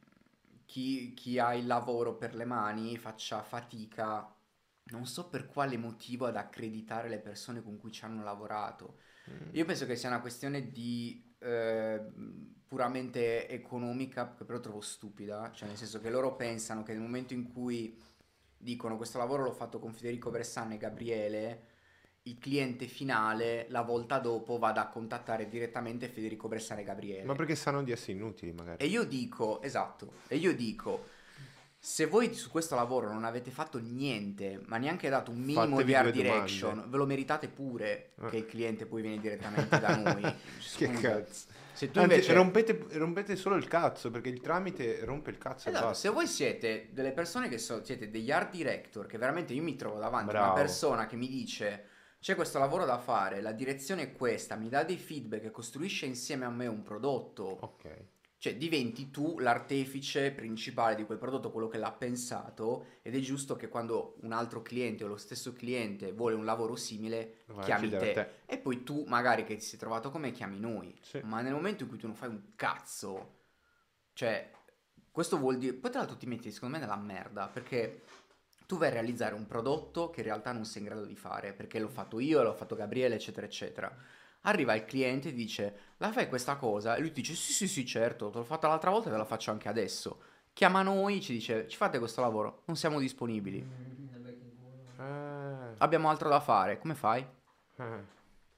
S2: chi, chi ha il lavoro per le mani faccia fatica, non so per quale motivo, ad accreditare le persone con cui ci hanno lavorato.
S1: Mm.
S2: Io penso che sia una questione di eh, puramente economica, che però trovo stupida, cioè nel senso che loro pensano che nel momento in cui dicono questo lavoro l'ho fatto con Federico Bressan e Gabriele, il cliente finale la volta dopo vada a contattare direttamente Federico Bressan e Gabriele.
S1: Ma perché sanno di essere inutili magari.
S2: E io dico, esatto, e io dico, se voi su questo lavoro non avete fatto niente, ma neanche dato un minimo
S1: Fatevi
S2: di art
S1: due
S2: direction,
S1: domande.
S2: ve lo meritate pure
S1: Eh.
S2: che il cliente poi viene direttamente da noi.
S1: Che
S2: Scusa.
S1: cazzo.
S2: Se tu
S1: Anzi,
S2: invece...
S1: rompete, rompete solo il cazzo, perché il tramite rompe il cazzo e
S2: Esatto,
S1: basta.
S2: se voi siete delle persone che so, siete degli art director, che veramente io mi trovo davanti a
S1: Bravo.
S2: una persona che mi dice: c'è questo lavoro da fare, la direzione è questa, mi dà dei feedback e costruisce insieme a me un prodotto,
S1: Ok.
S2: cioè diventi tu l'artefice principale di quel prodotto, quello che l'ha pensato, ed è giusto che quando un altro cliente o lo stesso cliente vuole un lavoro simile,
S1: Vai a
S2: chiami te.
S1: chiedere a te.
S2: E poi tu magari che ti sei trovato con me chiami noi.
S1: Sì.
S2: Ma nel momento in cui tu non fai un cazzo, cioè questo vuol dire, poi tra l'altro ti metti secondo me nella merda, perché tu vai a realizzare un prodotto che in realtà non sei in grado di fare, perché l'ho fatto io, l'ho fatto Gabriele, eccetera eccetera. Arriva il cliente e dice: la fai questa cosa? E lui ti dice: sì sì sì certo, te l'ho fatta l'altra volta e te la faccio anche adesso. Chiama noi, ci dice: ci fate questo lavoro? Non siamo disponibili,
S3: Mm, vabbè, che culo.
S1: Eh,
S2: abbiamo altro da fare, come fai?
S1: eh.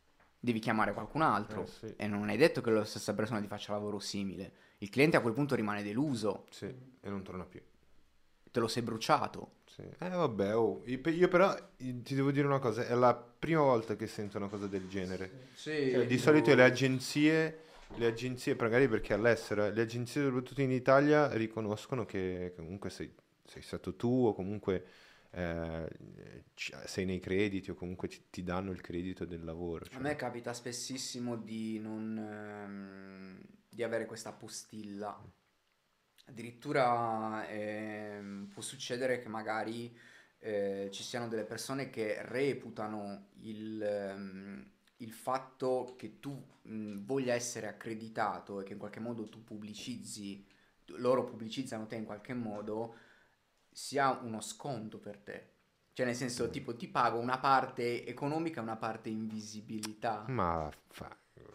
S2: devi chiamare qualcun altro
S1: Eh, sì.
S2: e non è detto che la stessa persona ti faccia lavoro simile. Il cliente a quel punto rimane deluso,
S1: Sì, e non torna più.
S2: te lo sei bruciato.
S1: Sì. Eh vabbè, oh, io io però eh, ti devo dire una cosa, è la prima volta che sento una cosa del genere.
S2: Sì,
S1: Cioè, di solito le agenzie, le agenzie, magari perché all'estero, eh, le agenzie soprattutto in Italia riconoscono che comunque sei, sei stato tu o comunque eh, ci- sei nei crediti o comunque ti, ti danno il credito del lavoro.
S2: A
S1: Cioè.
S2: me capita spessissimo di non ehm, di avere questa postilla. Addirittura ehm, può succedere che magari eh, ci siano delle persone che reputano il, ehm, il fatto che tu mh, voglia essere accreditato e che in qualche modo tu pubblicizzi, loro pubblicizzano te in qualche modo, sia uno sconto per te. Cioè, nel senso, tipo, ti pago una parte economica e una parte in visibilità.
S1: Ma fa...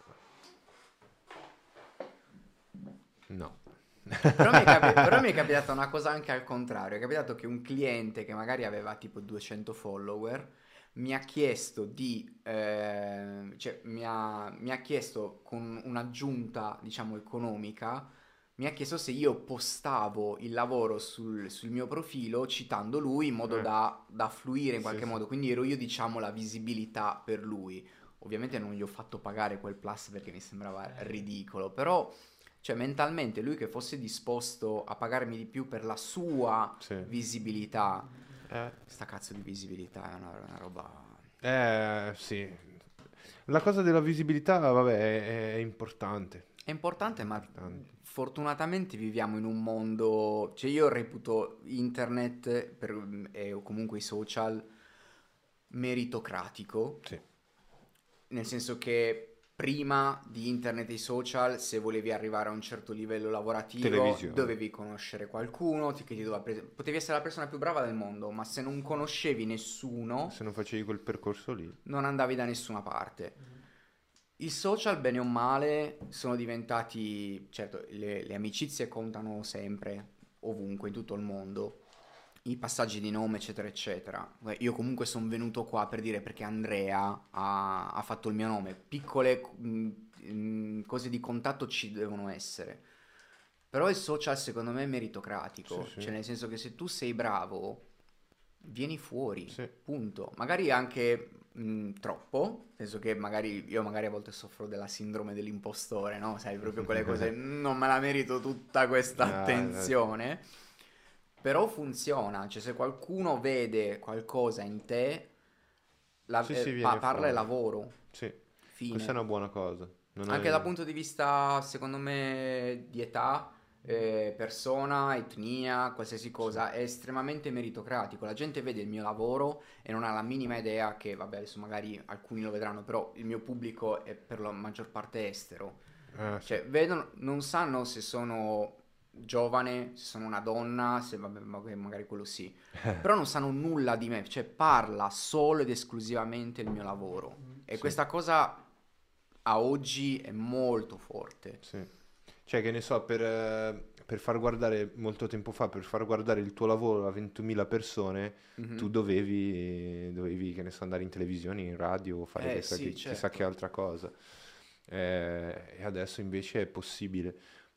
S1: No.
S2: Però mi, è capi- però mi è capitata una cosa anche al contrario. È capitato che un cliente che magari aveva tipo duecento follower mi ha chiesto di, eh, cioè mi ha, mi ha chiesto con un'aggiunta, diciamo, economica, mi ha chiesto se io postavo il lavoro sul, sul mio profilo citando lui in modo
S1: Eh.
S2: da, da fluire in
S1: Sì,
S2: qualche
S1: sì.
S2: modo. Quindi ero io, diciamo, la visibilità per lui. Ovviamente non gli ho fatto pagare quel plus perché mi sembrava ridicolo, però cioè mentalmente lui che fosse disposto a pagarmi di più per la sua
S1: Sì.
S2: visibilità,
S1: Eh,
S2: sta cazzo di visibilità è una, una roba...
S1: eh, sì. La cosa della visibilità, vabbè, è, è importante.
S2: È importante, ma
S1: Importante.
S2: fortunatamente viviamo in un mondo, cioè io reputo internet per- e o comunque i social meritocratico,
S1: Sì.
S2: nel senso che prima di internet e i social, se volevi arrivare a un certo livello lavorativo,
S1: Televisione.
S2: dovevi conoscere qualcuno, ti, che ti doveva prese- potevi essere la persona più brava del mondo, ma se non conoscevi nessuno,
S1: Se non facevi quel percorso lì.
S2: non andavi da nessuna parte. I social, bene o male, sono diventati, certo, le, le amicizie contano sempre, ovunque, in tutto il mondo. I passaggi di nome, eccetera, eccetera. Beh, io comunque sono venuto qua per dire perché Andrea ha, ha fatto il mio nome. Piccole mh, mh, cose di contatto ci devono essere. Però il social secondo me è meritocratico.
S1: Sì, sì.
S2: Cioè, nel senso che se tu sei bravo, vieni fuori.
S1: Sì.
S2: Punto. Magari anche mh, troppo. Nel senso che magari io magari a volte soffro della sindrome dell'impostore, no? Sai, proprio quelle cose. Non me la merito tutta questa
S1: Ah,
S2: attenzione. Però funziona, cioè se qualcuno vede qualcosa in te, la-
S1: Sì,
S2: eh,
S1: sì,
S2: pa-
S1: viene
S2: parla
S1: fuori.
S2: e lavoro,
S1: Sì.
S2: fine.
S1: Questa è una buona cosa. Non
S2: Anche
S1: hai-
S2: dal punto di vista, secondo me, di età, eh, persona, etnia, qualsiasi cosa, è estremamente meritocratico. La gente vede il mio lavoro e non ha la minima idea che, vabbè, adesso magari alcuni lo vedranno, però il mio pubblico è per la maggior parte estero.
S1: Eh, sì.
S2: Cioè, vedono, non sanno se sono giovane, se sono una donna, se vabbè, magari magari quello sì. Però non sanno nulla di me, cioè parla solo ed esclusivamente il mio lavoro. E
S1: Sì.
S2: questa cosa a oggi è molto forte.
S1: Sì. Cioè, che ne so, per, eh, per far guardare, molto tempo fa, per far guardare il tuo lavoro a ventimila persone,
S2: Mhm.
S1: tu dovevi, dovevi, che ne so, andare in televisione, in radio, o fare
S2: Eh,
S1: chissà,
S2: sì,
S1: che, chissà
S2: certo.
S1: che altra cosa. Eh, e adesso invece è possibile.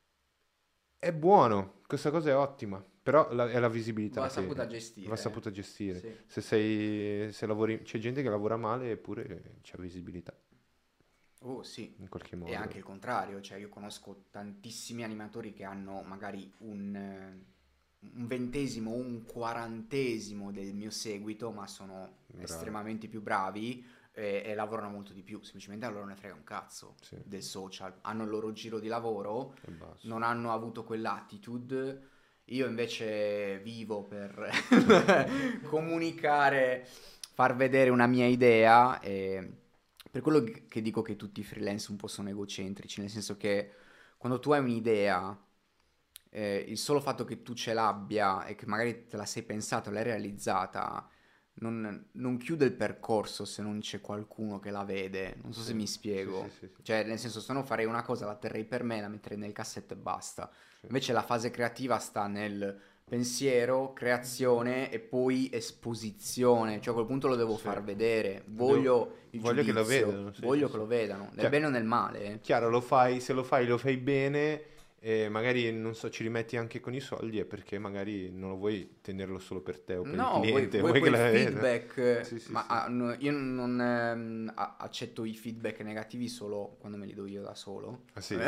S1: È buono, questa cosa è ottima, però la- è la visibilità
S2: Va
S1: che
S2: saputa gestire.
S1: va saputa gestire.
S2: Sì.
S1: Se sei, se lavori, c'è gente che lavora male eppure c'è visibilità,
S2: Oh, sì.
S1: in qualche
S2: E
S1: modo.
S2: anche il contrario, cioè io conosco tantissimi animatori che hanno magari un, eh, un ventesimo o un quarantesimo del mio seguito, ma sono
S1: Bravi.
S2: estremamente più bravi e, e lavorano molto di più. Semplicemente a loro ne frega un cazzo
S1: Sì,
S2: del social. Hanno il loro giro di lavoro,
S1: e basta.
S2: non hanno avuto quell'attitude. Io invece vivo per comunicare, far vedere una mia idea e per quello che che dico che tutti i freelance un po' sono egocentrici, nel senso che quando tu hai un'idea, eh, il solo fatto che tu ce l'abbia e che magari te la sei pensata o l'hai realizzata, non, non chiude il percorso se non c'è qualcuno che la vede. Non so
S1: Sì,
S2: se mi
S1: sì,
S2: spiego.
S1: sì, sì, sì.
S2: Cioè, nel senso, se no farei una cosa, la terrei per me, la metterei nel cassetto e basta.
S1: Sì.
S2: Invece la fase creativa sta nel pensiero, creazione e poi esposizione, cioè a quel punto lo devo
S1: Sì.
S2: far vedere, voglio il
S1: Voglio che lo
S2: giudizio,
S1: vedano, sì,
S2: voglio
S1: sì,
S2: che
S1: sì.
S2: lo vedano, nel
S1: Cioè,
S2: bene o nel male. eh.
S1: chiaro, lo fai, se lo fai lo fai bene, e magari non so, ci rimetti anche con i soldi, è perché magari non lo vuoi tenerlo solo per te o per il
S2: No, vuoi,
S1: cliente,
S2: vuoi
S1: vuoi che
S2: quel
S1: la veda.
S2: feedback, eh,
S1: Sì, sì,
S2: ma
S1: sì.
S2: ah, no, io non ehm, a- accetto i feedback negativi solo quando me li do io da solo.
S1: Ah, sì?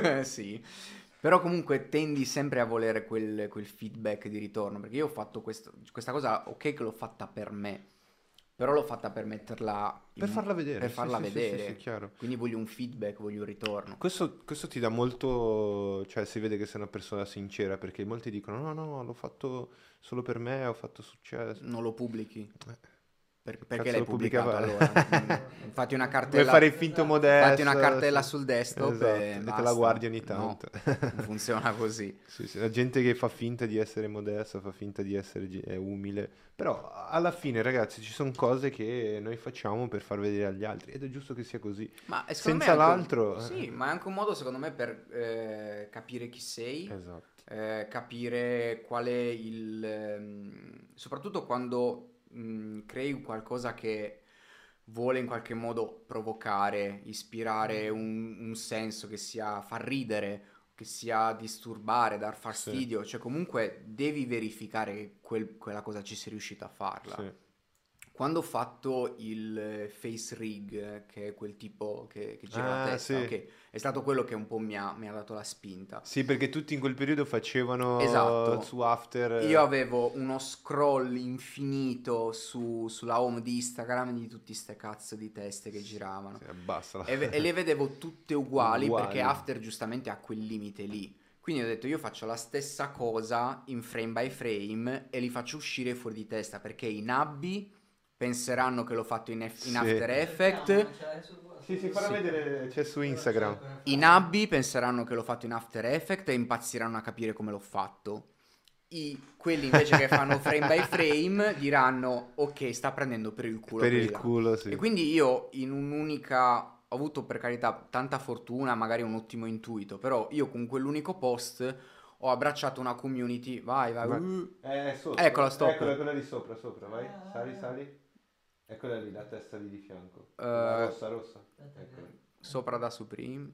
S2: Sì. Però comunque tendi sempre a volere quel, quel feedback di ritorno, perché io ho fatto questo- questa cosa, ok che l'ho fatta per me, però l'ho fatta per metterla in-
S1: Per farla vedere,
S2: per
S1: sì,
S2: farla
S1: sì, sì, sì,
S2: vedere.
S1: sì, chiaro.
S2: Quindi voglio un feedback, voglio un ritorno.
S1: Questo, questo ti dà molto, cioè si vede che sei una persona sincera, perché molti dicono no, no, l'ho fatto solo per me, ho fatto successo.
S2: Non lo pubblichi.
S1: Eh,
S2: Per-
S1: che
S2: perché
S1: cazzo
S2: l'hai
S1: lo pubblica
S2: pubblicato
S1: fare?
S2: allora? Mm, Fatti una
S1: Vuoi
S2: cartella.
S1: fare il finto
S3: Esatto.
S1: modesto?
S2: Fatti una cartella
S1: sì.
S2: sul desktop
S1: Esatto,
S2: e
S1: e te la
S2: basta.
S1: guardi ogni
S2: No,
S1: tanto.
S2: non funziona così.
S1: Sì, sì, la gente che fa finta di essere modesta, fa finta di essere ge- è umile, però alla fine ragazzi ci sono cose che noi facciamo per far vedere agli altri ed è giusto che sia così.
S2: Ma eh, secondo
S1: Senza
S2: me è anche un-
S1: l'altro... eh,
S2: Sì, ma è anche un modo secondo me per eh, capire chi sei,
S1: Esatto.
S2: eh, capire qual è il... ehm, soprattutto quando mh, crei qualcosa che vuole in qualche modo provocare, ispirare un, un senso che sia far ridere, che sia disturbare, dar
S1: Sì,
S2: fastidio, cioè comunque devi verificare che quel- quella cosa ci sei riuscito a farla.
S1: sì.
S2: Quando ho fatto il eh, face rig, eh, che è quel tipo che, che gira la
S1: Ah,
S2: testa,
S1: sì.
S2: ok, è stato quello che un po' mi ha, mi ha dato la spinta.
S1: Sì, perché tutti in quel periodo facevano
S2: Esatto.
S1: su After...
S2: Io
S1: eh,
S2: avevo uno scroll infinito su- sulla home di Instagram di tutti ste cazzo di teste che giravano.
S1: sì, basta.
S2: E, ve- e le vedevo tutte uguali,
S1: Uguali.
S2: perché After giustamente ha quel limite lì. Quindi ho detto io faccio la stessa cosa in frame by frame e li faccio uscire fuori di testa perché i nabbi penseranno che l'ho fatto in, F- in
S1: Sì.
S2: After Effects.
S3: Cerchiamo, cioè, su-
S1: Sì, sì, farà
S2: Sì.
S1: vedere, c'è su
S3: Però
S1: Instagram.
S3: c'è ancora
S2: I nabbi penseranno che l'ho fatto in After Effects e impazziranno a capire come l'ho fatto. I- quelli invece che fanno frame by frame diranno ok, sta prendendo per il culo
S1: Per
S2: quelli
S1: il
S2: là.
S1: culo, sì.
S2: E quindi io in un'unica ho avuto per carità tanta fortuna, magari un ottimo intuito, però io con quell'unico post ho abbracciato una community, vai vai.
S1: Ma-
S2: uh.
S1: Eh, è sotto.
S2: Eccola, stop.
S1: Eccola, quella di sopra, sopra, vai.
S3: Ah.
S1: Sali, sali. Eccola lì, la testa lì di fianco.
S2: Eh,
S1: La rossa, rossa.
S3: Aspetta
S1: Eccola.
S3: che-
S2: Sopra da Supreme,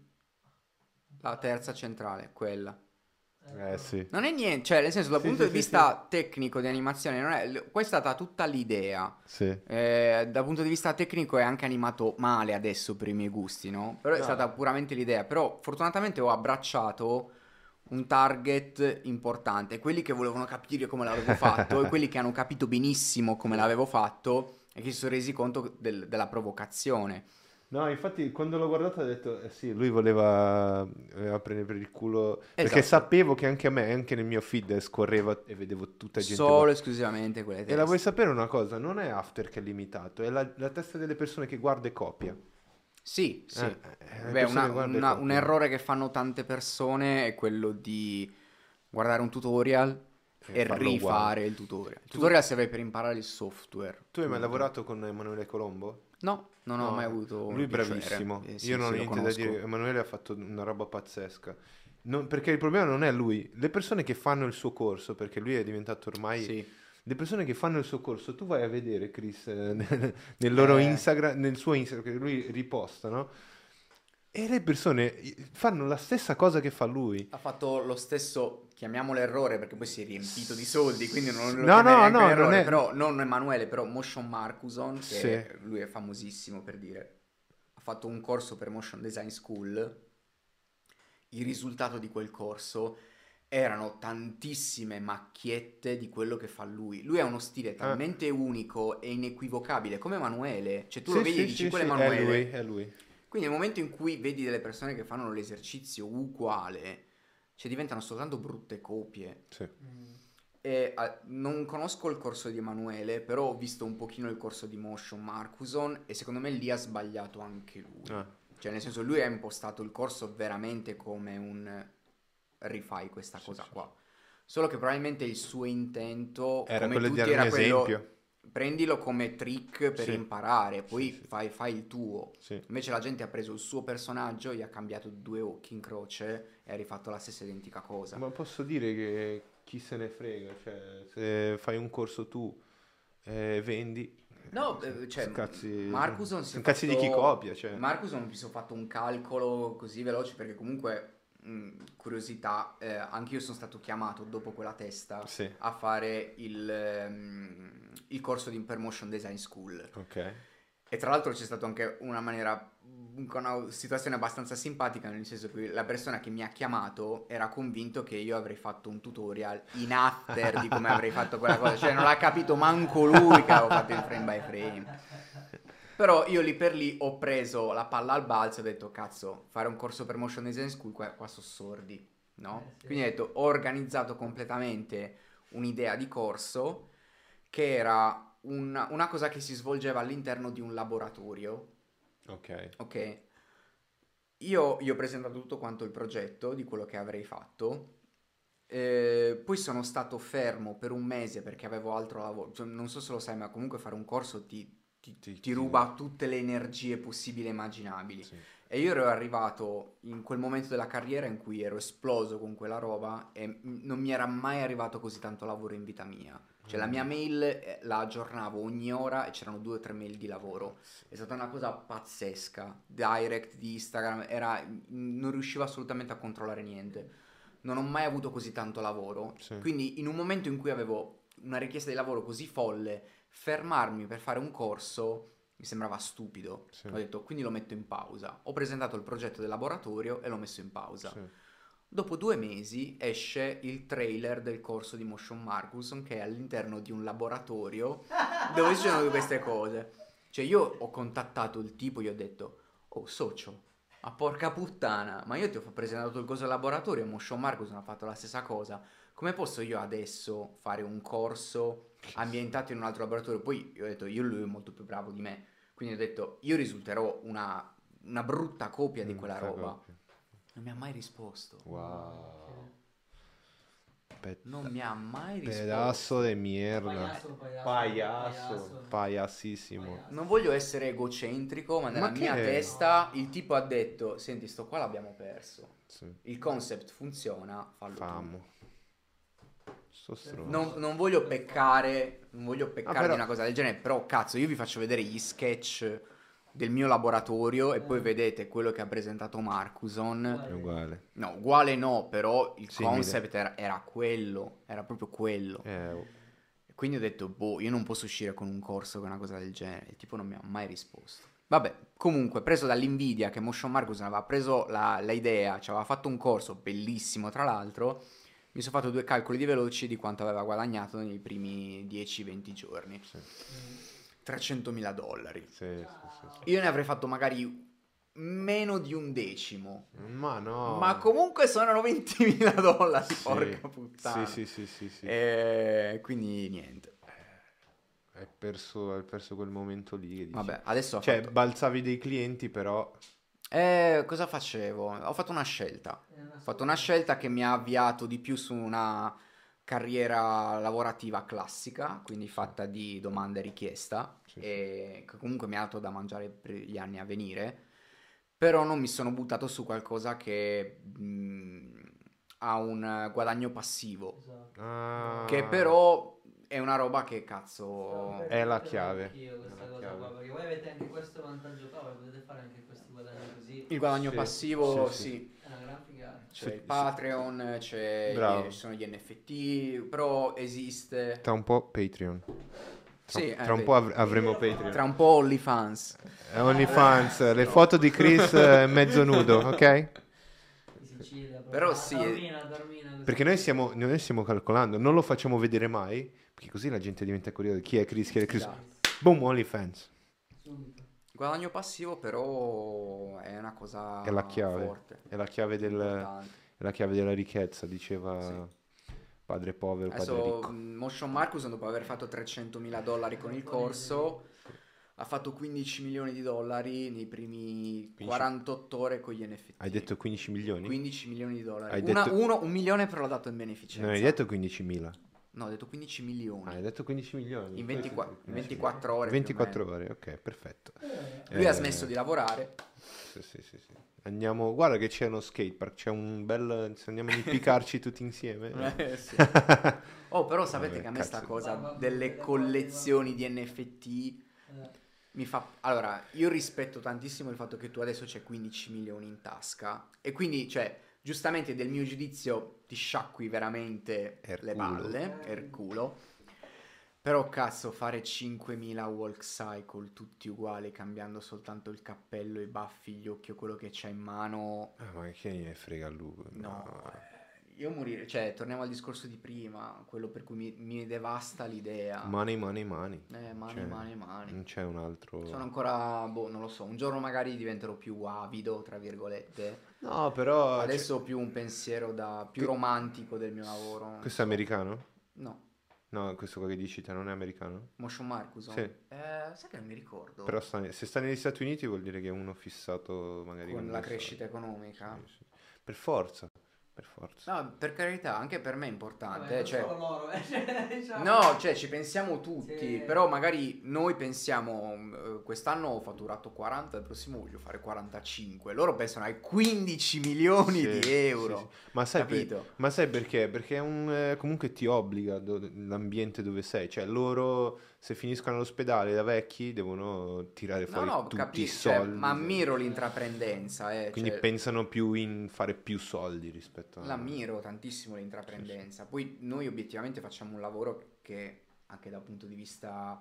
S2: la terza centrale, quella.
S1: Eh sì.
S2: Non è niente, cioè nel senso dal
S1: Sì,
S2: punto
S1: sì,
S2: di
S1: sì,
S2: vista tecnico di animazione, non è, l- qua è stata tutta l'idea.
S1: Sì.
S2: Eh, dal punto di vista tecnico è anche animato male adesso per i miei gusti, no? Però è
S1: No.
S2: stata puramente l'idea. Però fortunatamente ho abbracciato un target importante, quelli che volevano capire come l'avevo fatto e quelli che hanno capito benissimo come l'avevo fatto e che si sono resi conto del- della provocazione.
S1: No, infatti quando l'ho guardato ho detto, eh sì, lui voleva, voleva prendere per il culo, perché
S2: Esatto.
S1: sapevo che anche a me, anche nel mio feed scorreva e vedevo tutta gente
S2: Solo
S1: guarda-
S2: e esclusivamente quelle
S1: E la vuoi
S2: teste.
S1: sapere una cosa? Non è After che è limitato, è la, la testa delle persone che guarda e copia.
S2: Sì, sì.
S1: Eh, eh, le
S2: Beh,
S1: persone
S2: una-
S1: guarda e
S2: una- un
S1: copiano.
S2: errore che fanno tante persone è quello di guardare un tutorial
S1: E
S2: e
S1: farlo
S2: rifare
S1: uguale.
S2: il tutorial. Il tutorial serve per imparare il software.
S1: Tu hai mai
S2: Punto.
S1: lavorato con Emanuele Colombo?
S2: No, non ho
S1: No,
S2: mai avuto
S1: lui
S2: il piacere.
S1: bravissimo.
S2: Eh, sì,
S1: Io non
S2: sì,
S1: ho
S2: lo
S1: niente da
S2: conosco.
S1: dire. Emanuele ha fatto una roba pazzesca. Non- perché il problema non è lui, le persone che fanno il suo corso, perché lui è diventato ormai.
S2: Sì.
S1: Le persone che fanno il suo corso, tu vai a vedere Chris eh, nel, nel loro
S2: Eh.
S1: Instagram, nel suo Instagram, che lui riposta, no? E le persone fanno la stessa cosa che fa lui.
S2: Ha fatto lo stesso, chiamiamolo errore, perché poi si è riempito di soldi, quindi non lo
S1: No,
S2: chiamerei
S1: no,
S2: neanche
S1: no,
S2: errore,
S1: non è-
S2: però non Emanuele, però Motion Marcuson, che
S1: Sì.
S2: lui è famosissimo per dire, ha fatto un corso per Motion Design School. Il risultato di quel corso erano tantissime macchiette di quello che fa lui. Lui ha uno stile talmente unico e inequivocabile come Emanuele, cioè tu lo
S1: Sì,
S2: vedi
S1: sì,
S2: e dici
S1: sì,
S2: quello è
S1: sì,
S2: Emanuele.
S1: è lui, è lui.
S2: Quindi nel momento in cui vedi delle persone che fanno l'esercizio uguale, cioè diventano soltanto brutte copie.
S1: Sì.
S3: Mm.
S2: E, ah, non conosco il corso di Emanuele, però ho visto un pochino il corso di Motion Marcuson e secondo me lì ha sbagliato anche lui.
S1: Ah.
S2: Cioè nel senso lui ha impostato il corso veramente come un rifai questa
S1: Sì,
S2: cosa
S1: sì,
S2: qua. Solo che probabilmente il suo intento
S1: Era
S2: come
S1: quello di
S2: tutti
S1: dare un
S2: era quello
S1: esempio.
S2: prendilo come trick per
S1: Sì.
S2: imparare, poi
S1: Sì, sì.
S2: Fai, fai il tuo.
S1: Sì.
S2: Invece la gente ha preso il suo personaggio, gli ha cambiato due occhi in croce e ha rifatto la stessa identica cosa.
S1: Ma posso dire che chi se ne frega, cioè se fai un corso tu e vendi,
S2: No, eh, cioè,
S1: scazzi,
S2: Marcuson si è
S1: cazzi di
S2: fatto-
S1: chi copia, cioè.
S2: Marcuson mi sono fatto un calcolo così veloce perché comunque, mh, curiosità, eh, anche io sono stato chiamato dopo quella testa
S1: Sì,
S2: a fare il, ehm, il corso di Impermotion Design School.
S1: ok.
S2: E tra l'altro c'è stata anche una maniera, una situazione abbastanza simpatica, nel senso che la persona che mi ha chiamato era convinto che io avrei fatto un tutorial in After di come avrei fatto quella cosa, cioè non l'ha capito manco lui che avevo fatto il frame by frame. Però io lì per lì ho preso la palla al balzo e ho detto cazzo, fare un corso per Motion Design School qua, qua sono sordi, no?
S3: Eh, sì.
S2: Quindi ho detto, ho organizzato completamente un'idea di corso che era un- una cosa che si svolgeva all'interno di un laboratorio,
S1: Ok.
S2: ok? Io, io ho presentato tutto quanto il progetto di quello che avrei fatto, eh, poi sono stato fermo per un mese perché avevo altro lavoro, cioè, non so se lo sai, ma comunque fare un corso ti, ti-
S1: Ti-
S2: ti
S1: ti-
S2: ruba tutte le energie possibili e immaginabili.
S1: Sì.
S2: E io ero arrivato in quel momento della carriera in cui ero esploso con quella roba e m- non mi era mai arrivato così tanto lavoro in vita mia. Cioè la mia mail eh, la aggiornavo ogni ora e c'erano due o tre mail di lavoro. È stata una cosa pazzesca. Direct di Instagram, era, non riuscivo assolutamente a controllare niente. Non ho mai avuto così tanto lavoro.
S1: Sì.
S2: Quindi in un momento in cui avevo una richiesta di lavoro così folle, fermarmi per fare un corso mi sembrava stupido.
S1: Sì.
S2: Ho detto, quindi lo metto in pausa. Ho presentato il progetto del laboratorio e l'ho messo in pausa.
S1: Sì.
S2: Dopo due mesi esce il trailer del corso di Motion Markuson che è all'interno di un laboratorio dove ci sono queste cose. Cioè io ho contattato il tipo, gli ho detto, oh socio, ma porca puttana, ma io ti ho presentato il corso del laboratorio e Motion Markuson ha fatto la stessa cosa. Come posso io adesso fare un corso ambientato in un altro laboratorio? Poi io ho detto, io lui è molto più bravo di me, quindi ho detto, io risulterò una, una brutta copia di quella
S1: Brutta
S2: roba.
S1: copia.
S2: Non mi ha mai risposto.
S1: Wow. Pe-
S2: Non mi ha mai risposto.
S1: Pedazo de mierda.
S3: Pagliasso, pagliasso,
S1: Pagliasso. Pagliassissimo.
S3: Pagliasso.
S2: Non voglio essere egocentrico, ma nella
S1: Ma
S2: mia
S1: che-
S2: testa il tipo ha detto, senti, sto qua l'abbiamo perso.
S1: Sì.
S2: Il concept funziona, fallo tu.
S1: Famo. Sto stronzo.
S2: Non, non voglio peccare, non voglio peccare
S1: Ah, però-
S2: di una cosa del genere, però cazzo, io vi faccio vedere gli sketch del mio laboratorio e poi vedete quello che ha presentato Markuson.
S1: È uguale.
S2: No, uguale no, però il
S1: Simile.
S2: concept era, era quello, era proprio quello.
S1: Eh,
S2: Quindi ho detto, boh, io non posso uscire con un corso con una cosa del genere. Il tipo non mi ha mai risposto. Vabbè, comunque, preso dall'Nvidia che Motion Markuson aveva preso la, la idea, ci aveva fatto un corso bellissimo tra l'altro, mi sono fatto due calcoli di veloci di quanto aveva guadagnato nei primi dieci venti giorni.
S1: sì,
S2: trecentomila dollari.
S1: sì, sì, sì, sì.
S2: Io ne avrei fatto magari meno di un decimo.
S1: Ma no.
S2: Ma comunque sono ventimila dollari,
S1: Sì.
S2: porca puttana.
S1: Sì, sì, sì, sì, sì.
S2: E quindi niente.
S1: Hai perso, hai perso quel momento lì. Che dici.
S2: Vabbè, adesso ho
S1: Cioè,
S2: fatto...
S1: balzavi dei clienti, però.
S2: Eh, cosa facevo? Ho fatto una scelta.
S3: È una
S2: Ho fatto una scelta che mi ha avviato di più su una carriera lavorativa classica, quindi fatta di domanda e richiesta,
S1: Sì,
S2: e che comunque mi ha dato da mangiare per gli anni a venire, però non mi sono buttato su qualcosa che mh, ha un guadagno passivo,
S3: Esatto.
S1: Ah,
S2: che però è una roba che cazzo...
S3: Stavo per
S1: È la
S3: dirtelo
S1: chiave.
S3: anch'io questa
S1: È la
S3: cosa
S1: chiave.
S3: qua, perché voi avete anche questo vantaggio qua, voi potete fare anche questi guadagni così.
S2: Il guadagno
S1: Sì,
S2: sì,
S1: sì, sì.
S3: È una gran figata.
S2: C'è
S1: Sì,
S2: il
S1: sì.
S2: Patreon, c'è
S1: Bravo.
S2: ci sono gli N F T, però esiste...
S1: Tra un po' Patreon. Tra,
S2: Sì,
S1: tra
S2: eh,
S1: un
S2: beh.
S1: po' av- avremo Patreon.
S2: Tra un po' OnlyFans.
S1: Eh, OnlyFans, le foto di Chris eh, mezzo nudo, ok?
S3: Di Sicilia, proprio.
S2: Però
S3: Ah,
S2: sì.
S3: Taormina, Taormina, così.
S1: Perché noi stiamo, noi stiamo calcolando, non lo facciamo vedere mai, perché così la gente diventa curiosa. Chi è Chris? Chi è Chris?
S2: Esatto.
S1: Boom, OnlyFans.
S3: Subito.
S2: Guadagno passivo però è una cosa
S1: È la chiave.
S2: forte.
S1: È la chiave, del,
S2: importante.
S1: è la chiave della ricchezza, diceva
S2: Sì.
S1: padre povero, padre
S2: Adesso
S1: ricco.
S2: mh, Motion Markuson dopo aver fatto trecentomila dollari con il corso ha fatto quindici milioni di dollari nei primi
S1: quindici
S2: quarantotto ore con gli N F T.
S1: Hai detto quindici milioni?
S2: quindici milioni di dollari.
S1: Hai
S2: Una-
S1: detto-
S2: uno, un milione però l'ha dato in beneficenza.
S1: Non hai detto quindicimila?
S2: No, ho detto quindici
S1: Ah,
S2: milioni.
S1: hai detto quindici milioni.
S2: In
S1: Poi
S2: ventiquattro,
S1: sì,
S2: ventiquattro ore. più o
S1: ventiquattro
S2: meno.
S1: ore, ok, perfetto.
S2: Lui
S1: Eh,
S2: ha smesso di lavorare.
S1: Sì, sì, sì, sì. Andiamo, guarda che c'è uno skatepark, c'è un bel, se andiamo ad impiccarci tutti insieme.
S2: Eh, sì. Oh, però sapete
S1: Vabbè,
S2: che a me sta
S1: cazzo.
S2: cosa
S3: Va- va-
S2: delle
S3: va-
S2: collezioni di N F T
S3: Eh,
S2: mi fa... Allora, io rispetto tantissimo il fatto che tu adesso c'hai quindici milioni in tasca e quindi, cioè, giustamente del mio giudizio ti sciacqui veramente le
S1: Erculo.
S2: palle,
S3: Eh.
S2: il culo. Però cazzo, fare cinquemila walk cycle tutti uguali, cambiando soltanto il cappello, i baffi, gli occhi o quello che c'ha in mano.
S1: Ah, ma che ne frega lui?
S2: No, eh, io morire, cioè, torniamo al discorso di prima, quello per cui mi, mi devasta l'idea.
S1: Money, money, money.
S2: Eh, mani,
S1: Cioè,
S2: mani, mani.
S1: Non c'è un altro...
S2: Sono ancora, boh, non lo so, un giorno magari diventerò più avido, tra virgolette.
S1: No, però...
S2: Adesso ho più un pensiero da più
S1: Che-
S2: romantico del mio lavoro.
S1: cioè, questo è americano?
S2: No,
S1: No, questo qua che dici te non è americano?
S2: Motion Marcus.
S1: Sì.
S2: Eh, sai che non mi ricordo.
S1: Però sta- se sta negli Stati Uniti vuol dire che è uno fissato magari
S2: Con
S1: con
S2: la
S1: dei
S2: crescita
S1: soldi.
S2: economica.
S1: Sì, sì. Per forza, per forza.
S2: No, per carità, anche per me è importante.
S3: vabbè,
S2: eh,
S3: non
S2: cioè...
S3: solo loro, eh, cioè, diciamo-
S2: No, cioè ci pensiamo tutti,
S3: Sì.
S2: però magari noi pensiamo eh, quest'anno ho fatturato quaranta, il prossimo voglio fare quarantacinque. Loro pensano ai quindici milioni
S1: Sì,
S2: di
S1: sì,
S2: euro.
S1: sì. Ma sai, per-
S2: Capito?
S1: ma sai perché? Perché è un, eh, comunque ti obbliga do- l'ambiente dove sei. Cioè loro se finiscono all'ospedale da vecchi devono tirare
S2: No,
S1: fuori
S2: no,
S1: tutti i
S2: capisco,
S1: soldi.
S2: ma ammiro l'intraprendenza, eh,
S1: Quindi
S2: cioè,
S1: pensano più in fare più soldi rispetto a...
S2: l'ammiro tantissimo l'intraprendenza. Poi noi obiettivamente facciamo un lavoro che anche dal punto di vista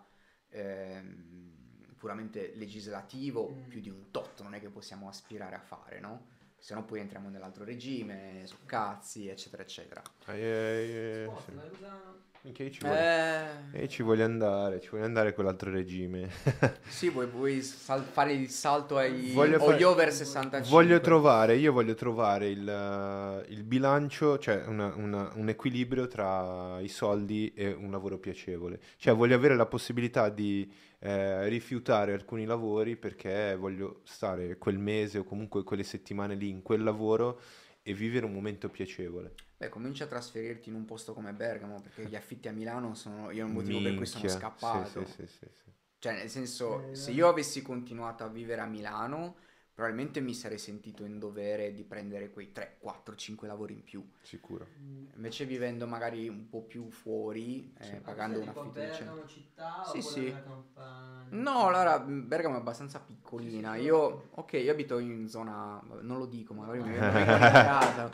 S2: ehm, puramente legislativo,
S3: Mm.
S2: più di un tot non è che possiamo aspirare a fare, no? Se no poi entriamo nell'altro regime, su cazzi, eccetera, eccetera.
S1: Eh, eh, eh,
S3: Sposti,
S1: sì.
S3: vai, Lugano.
S1: Minchia, io ci voglio,
S2: Eh,
S1: eh, ci voglio andare, ci voglio andare a quell'altro regime.
S2: sì, vuoi, vuoi sal- fare il salto ai
S1: Voglio
S2: o
S1: fare-
S2: gli over sessantacinque?
S1: Voglio trovare, io voglio trovare il, eh, il bilancio, cioè una- una- un equilibrio tra i soldi e un lavoro piacevole. Cioè voglio avere la possibilità di eh, rifiutare alcuni lavori perché voglio stare quel mese o comunque quelle settimane lì in quel lavoro e vivere un momento piacevole.
S2: Beh, comincia a trasferirti in un posto come Bergamo, perché gli affitti a Milano sono io il motivo per cui sono
S1: Minchia,
S2: scappato.
S1: sì, sì, sì, sì, sì.
S2: Cioè, nel senso,
S3: Eh,
S2: se io avessi continuato a vivere a Milano, probabilmente mi sarei sentito in dovere di prendere quei tre, quattro, cinque lavori in più.
S1: Sicuro.
S3: Mm.
S2: Invece vivendo magari un po' più fuori, eh,
S1: Sì.
S2: pagando un
S3: Ma tu sei
S2: affitto
S3: tipo
S2: decente.
S3: Bergamo città
S2: Sì,
S3: oppure
S2: sì.
S3: nella campagna?
S2: No, allora mh, Bergamo è abbastanza piccolina.
S3: Sì, sì,
S2: Io, ok, io abito in zona, vabbè, non lo dico, magari mi vengono in casa.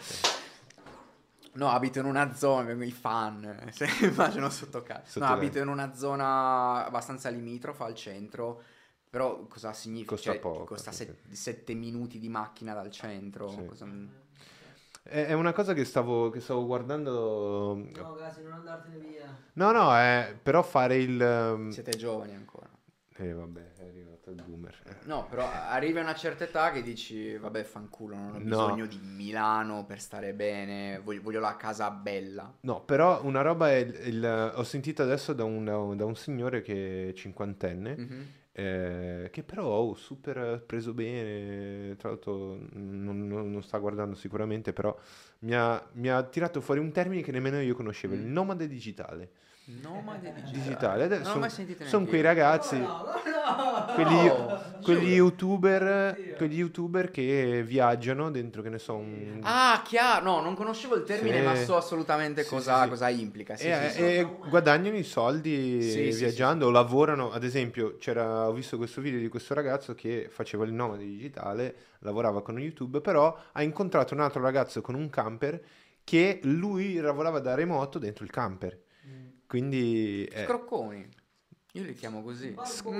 S2: No, abito in una zona, i fan, eh, se immagino sotto casa.
S1: Sotto
S2: No,
S1: la-
S2: abito in una zona abbastanza limitrofa al centro, però cosa significa?
S1: Costa
S2: Cioè,
S1: poco,
S2: costa
S1: sì,
S2: sette minuti di macchina dal centro.
S1: Sì.
S2: cosa-
S1: È, è una cosa che stavo, che stavo guardando.
S3: No, Gasi, non andartene via.
S1: No, no, è però fare il... um,
S2: Siete giovani ancora.
S1: Eh, vabbè, è arrivato il boomer. Eh.
S2: No, però arrivi a una certa età che dici, vabbè, fanculo, non ho
S1: No.
S2: bisogno di Milano per stare bene, voglio, voglio la casa bella.
S1: No, però una roba è il, il- ho sentito adesso da un, da un signore che è cinquantenne,
S2: Mhm.
S1: eh, che però oh, super preso bene, tra l'altro non, non- non sta guardando sicuramente, però mi ha, mi ha tirato fuori un termine che nemmeno io conoscevo, il
S2: Mm.
S1: nomade digitale.
S2: Nomade digitale.
S1: Digitale, adesso
S2: Non l'ho
S1: son-
S2: mai sentito
S1: Sono
S2: neanche
S1: quei
S2: io.
S1: ragazzi...
S3: No, no, no.
S1: Quelli,
S2: No,
S1: quegli
S2: giuro.
S1: youtuber,
S3: Sì.
S1: quegli youtuber che viaggiano dentro, che ne so, un...
S2: Ah, chiaro, no, non conoscevo il termine,
S1: Sì.
S2: ma so assolutamente
S1: Sì,
S2: cosa,
S1: sì, sì.
S2: cosa implica. Sì,
S1: e,
S2: sì, sì.
S1: e guadagnano i soldi
S2: Sì, sì,
S1: viaggiando o lavorano. Ad esempio, c'era, ho visto questo video di questo ragazzo che faceva il nomade digitale, lavorava con YouTube, però ha incontrato un altro ragazzo con un camper che lui lavorava da remoto dentro il camper.
S3: Mm.
S1: Quindi... eh,
S2: Scrocconi. Io li chiamo così.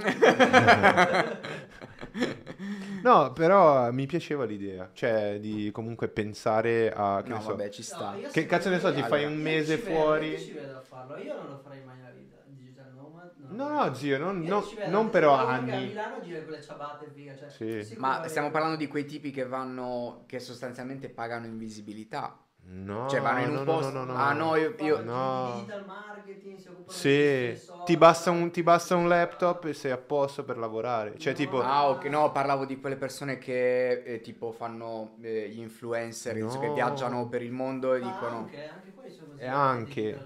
S1: no, però mi piaceva l'idea, cioè di comunque pensare a... Che
S2: No,
S1: ne so,
S2: vabbè, ci sta.
S3: No, io
S1: Che cazzo ne so, ti
S3: secondo
S1: fai
S3: me-
S1: un
S3: io
S1: mese
S3: ci vedo,
S1: fuori?
S3: Io ci vedo a farlo, io non lo farei mai nella vita. Digital nomad.
S1: No, no, zio, non,
S3: Io
S1: non-
S3: ci vedo,
S1: non
S3: anche
S1: però
S3: se vado anche A
S1: anni.
S3: Milano gira con le ciabatte, figa, cioè,
S1: Sì.
S3: sicuro
S2: Ma
S3: farei
S2: stiamo
S3: quello.
S2: parlando di quei tipi che vanno, che sostanzialmente pagano in visibilità.
S1: No,
S2: Cioè, vanno in un
S1: no, no,
S2: posto-
S1: no, no,
S2: Ah,
S1: no.
S2: no, io- io-
S3: Fanno
S1: No.
S3: di digital marketing, si occupano
S1: Sì,
S3: di social,
S1: ti basta un, ti basta un laptop e sei a posto per lavorare. Cioè,
S3: No.
S1: tipo...
S2: Ah, ok, no, parlavo di quelle persone che eh, tipo fanno eh, gli influencer,
S1: No.
S2: che viaggiano per il mondo e
S3: Ma
S2: dicono...
S3: anche, anche quelli sono
S1: E
S3: considerati
S1: anche.
S3: digital nomad, sì,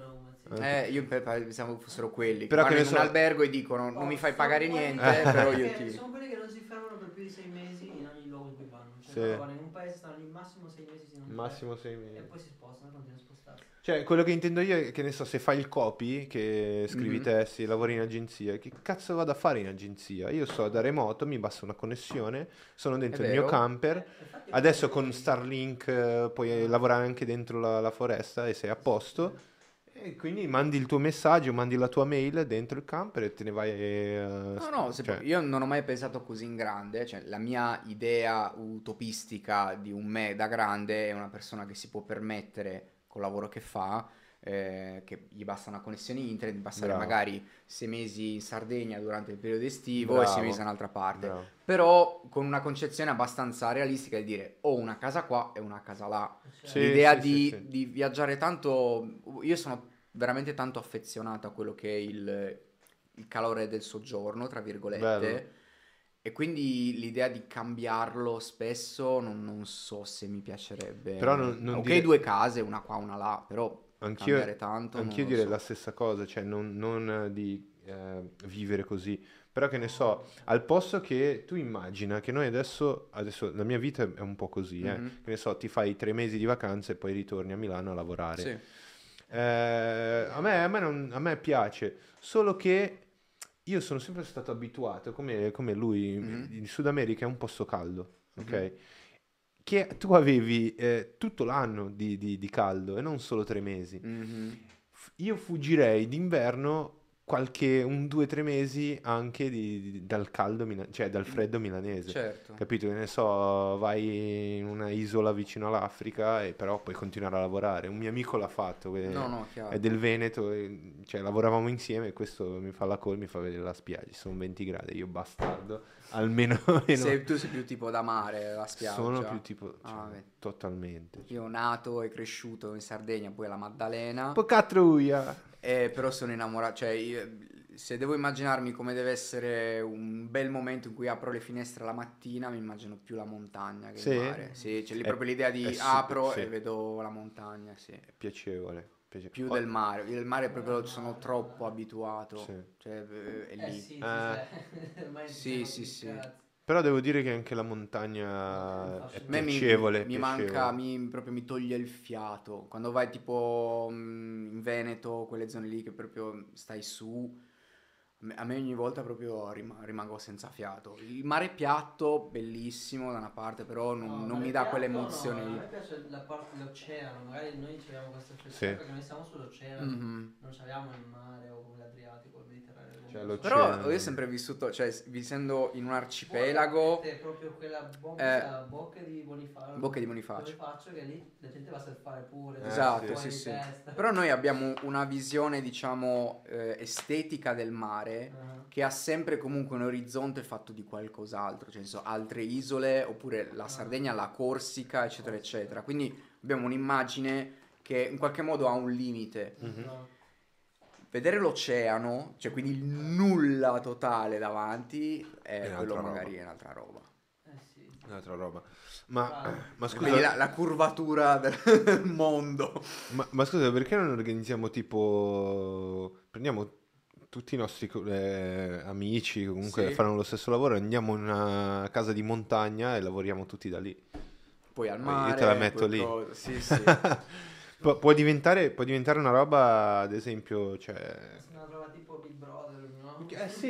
S2: Eh, io pe- pe- pensavo fossero quelli che
S1: Però che
S2: vanno
S1: ne
S2: in un
S1: so-
S2: albergo e dicono non mi fai
S3: sono
S2: pagare
S3: quelli-
S2: niente,
S1: Eh.
S2: però io
S3: perché
S2: ti...
S3: sono quelli che non si fermano per più di sei mesi in ogni luogo in cui vanno. Cioè
S1: Sì.
S3: loro vanno in un paese, stanno lì massimo sei mesi, se non tre,
S1: Massimo sei
S3: e
S1: mesi.
S3: poi si spostano, continuano a spostarsi.
S1: Cioè, quello che intendo io è che ne so, se fai il copy, che scrivi
S2: Mhm.
S1: testi, lavori in agenzia, che cazzo vado a fare in agenzia? Io sto da remoto, mi basta una connessione, sono dentro
S2: È
S1: il mio
S2: vero.
S1: camper.
S3: Eh, infatti
S1: Adesso
S3: quelli-
S1: con Starlink eh, puoi lavorare anche dentro la, la foresta e sei a posto. E quindi mandi il tuo messaggio, mandi la tua mail dentro il camper e te ne vai. eh,
S2: No, no, se
S1: cioè,
S2: poi- io non ho mai pensato così in grande, cioè la mia idea utopistica di un me da grande è una persona che si può permettere col lavoro che fa, eh, che gli basta una connessione internet, di passare
S1: Bravo.
S2: magari sei mesi in Sardegna durante il periodo estivo e
S1: Bravo.
S2: sei mesi da un'altra parte,
S1: bravo.
S2: però con una concezione abbastanza realistica di dire ho una casa qua e una casa là.
S3: Cioè,
S1: Sì.
S2: L'idea
S1: sì,
S2: di,
S1: sì.
S2: di viaggiare tanto, io sono veramente tanto affezionato a quello che è il, il calore del soggiorno, tra virgolette,
S1: Bello.
S2: e quindi l'idea di cambiarlo spesso non, non so se mi piacerebbe.
S1: Però non- non
S2: ok,
S1: dire-
S2: due case, una qua, una là, però
S1: Anch'io,
S2: cambiare tanto non
S1: anch'io
S2: lo
S1: direi
S2: so.
S1: la stessa cosa, cioè non, non, eh, di eh, vivere così, però che ne so, al posto che tu immagina che noi adesso, adesso la mia vita è un po' così, eh,
S2: Mhm.
S1: che ne so, ti fai tre mesi di vacanze e poi ritorni a Milano a lavorare.
S2: Sì.
S1: Eh, a me, a me non- a me piace, solo che io sono sempre stato abituato, come, come lui,
S2: Mhm.
S1: il Sud America è un posto caldo, ok?
S2: Mhm.
S1: Che tu avevi eh, tutto l'anno di, di- di caldo e non solo tre mesi.
S2: Mhm.
S1: F- Io fuggirei d'inverno qualche un due o tre mesi anche di- di- dal caldo, mila- cioè dal freddo milanese.
S2: Certo.
S1: Capito? Che ne so, vai in una isola vicino all'Africa e però puoi continuare a lavorare. Un mio amico l'ha fatto, que-
S2: No, no, chiaro.
S1: è del Veneto, e- cioè lavoravamo insieme e questo mi fa la call, mi fa vedere la spiaggia, sono venti gradi, io bastardo, almeno meno.
S2: Sei- tu sei più tipo da mare, la spiaggia.
S1: Sono più tipo, cioè,
S2: Ah, vedi.
S1: totalmente.
S2: Io nato e cresciuto in Sardegna, poi alla Maddalena.
S1: Pocatruia!
S2: Eh, però sono innamorato, cioè io- se devo immaginarmi come deve essere un bel momento in cui apro le finestre la mattina, mi immagino più la montagna che
S1: Sì?
S2: il mare. Sì, c'è lì
S1: È-
S2: proprio l'idea
S1: è
S2: di
S1: super-
S2: apro
S1: sì.
S2: e vedo la montagna, sì.
S1: È piacevole. piace-
S2: Più
S1: Oh,
S2: del mare, io del mare proprio sono troppo abituato,
S1: Sì.
S2: cioè eh, è
S3: Eh
S2: lì.
S3: sì, sì,
S1: Eh.
S3: sì. Ormai
S2: Sì,
S3: siamo
S2: sì,
S3: tutti
S2: sì.
S3: cazzi.
S1: Però devo dire che anche la montagna è
S2: A me mi,
S1: piacevole.
S2: mi
S1: piacevole.
S2: manca, mi, proprio mi toglie il fiato. Quando vai tipo mm, in Veneto, quelle zone lì che proprio stai su, a me, a me ogni volta proprio rima- rimango senza fiato. Il mare piatto, bellissimo da una parte, però non,
S3: No,
S2: non
S3: mare
S2: mi dà
S3: piatto
S2: quell'emozione
S3: no,
S2: lì.
S3: a me piace la parte dell'oceano, magari noi ci abbiamo questa
S1: Sì.
S3: effettività perché noi siamo sull'oceano,
S2: Mhm.
S3: non ci abbiamo il mare o come l'Adriatico o il Mediterraneo.
S1: Cioè,
S3: comunque.
S1: l'oceano.
S2: Però io ho sempre vissuto, cioè s- vivendo in un arcipelago,
S3: È proprio quella bo-
S2: Eh,
S3: quella bocca di Bonifacio.
S2: Bocca di Bonifacio.
S3: Bonifacio che lì la gente va a surfare pure.
S1: Eh,
S2: esatto,
S3: fuori
S2: sì,
S3: di
S2: sì.
S3: testa.
S2: Però noi abbiamo una visione, diciamo, eh, estetica del mare
S3: Ah.
S2: che ha sempre comunque un orizzonte fatto di qualcos'altro, cioè nel senso, altre isole, oppure la Sardegna, la Corsica, eccetera, eccetera. Quindi abbiamo un'immagine che in qualche modo ha un limite.
S1: Mhm.
S3: No.
S2: Vedere l'oceano, cioè quindi il nulla totale davanti, è
S1: È
S2: quello
S1: un'altra
S2: magari
S1: roba.
S2: è un'altra roba.
S3: Eh sì.
S1: Un'altra roba. Ma,
S3: Ah.
S1: ma
S2: Quindi
S1: scusa,
S2: la, la curvatura del mondo.
S1: ma, ma scusa, perché non organizziamo tipo... Prendiamo tutti i nostri co- eh, amici, comunque
S2: Sì.
S1: fanno lo stesso lavoro, andiamo in una casa di montagna e lavoriamo tutti da lì.
S2: Poi al
S1: Io
S2: mare.
S1: te la metto
S2: poi
S1: lì.
S2: co- Sì, sì.
S1: Pu- può diventare, può diventare una roba, ad esempio, cioè...
S3: Una roba tipo Big Brother, no?
S1: Eh sì,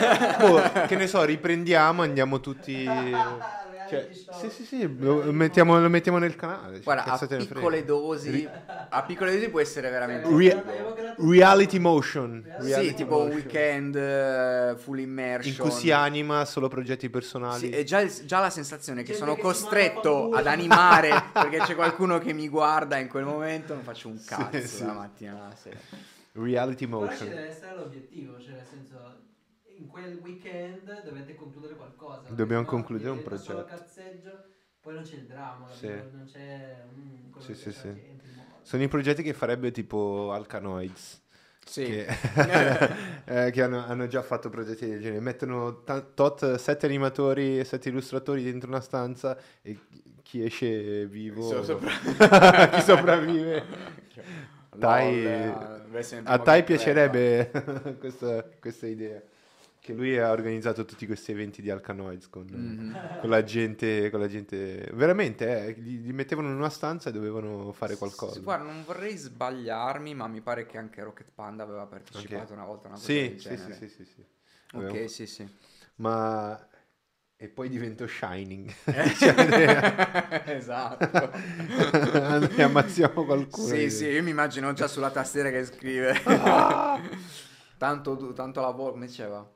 S1: boh, che ne so, riprendiamo, andiamo tutti... Cioè,
S3: Reality show.
S1: sì, sì, sì, lo mettiamo, lo mettiamo nel canale. cioè,
S2: Guarda,
S1: cazzo
S2: a
S1: te ne frega.
S2: piccole dosi, a piccole dosi può essere veramente
S3: Cioè,
S1: Re-
S3: abbiamo creato- abbiamo creato-
S1: Reality motion.
S3: Reality
S1: reality
S2: sì, tipo un
S1: motion.
S2: weekend eh, full
S1: In
S2: immersion.
S1: cui si anima solo progetti personali.
S2: Sì, è già, il- già la sensazione che
S3: Gente
S2: sono
S3: che si manda
S2: costretto
S3: fanculo.
S2: ad animare perché c'è qualcuno che mi guarda in quel momento, non faccio un cazzo
S1: sì.
S2: la mattina alla sera.
S1: Reality
S3: Però ci
S1: motion.
S3: deve essere l'obiettivo, cioè nel senso in quel weekend dovete concludere qualcosa. perché
S1: Dobbiamo
S3: sennò
S1: concludere un
S3: diventa solo
S1: progetto.
S3: cazzeggio, poi non c'è il dramma,
S1: Sì.
S3: non c'è mm, quello
S1: Sì,
S3: che
S1: sì,
S3: piace alla
S1: sì.
S3: gente, il modo.
S1: Sono i progetti che farebbe tipo Alcanoids.
S2: Sì.
S1: Che, eh, che hanno, hanno già fatto progetti del genere. Mettono ta- tot sette animatori e sette illustratori dentro una stanza e chi esce vivo,
S2: So- sopra-
S1: chi sopravvive. Tai-
S2: LOL, eh, versione
S1: A
S2: primo
S1: Tai
S2: che
S1: piacerebbe questa, questa idea. Che lui ha organizzato tutti questi eventi di Alcanoids con,
S2: Mhm.
S1: con la gente, con la gente. Veramente, eh, li, li mettevano in una stanza e dovevano fare qualcosa.
S2: Sì, guarda, non vorrei sbagliarmi, ma mi pare che anche Rocket Panda aveva partecipato
S1: Anche-
S2: una volta a una cosa
S1: Sì,
S2: del
S1: sì, sì,
S2: genere.
S1: sì, sì, sì.
S2: Ok,
S1: Avevamo-
S2: sì, sì.
S1: Ma e poi divento Shining.
S2: Esatto.
S1: E ammazziamo qualcuno.
S2: Sì,
S1: di-
S2: sì, io mi immagino già sulla tastiera che scrive. Tanto, du- tanto lavoro, come diceva?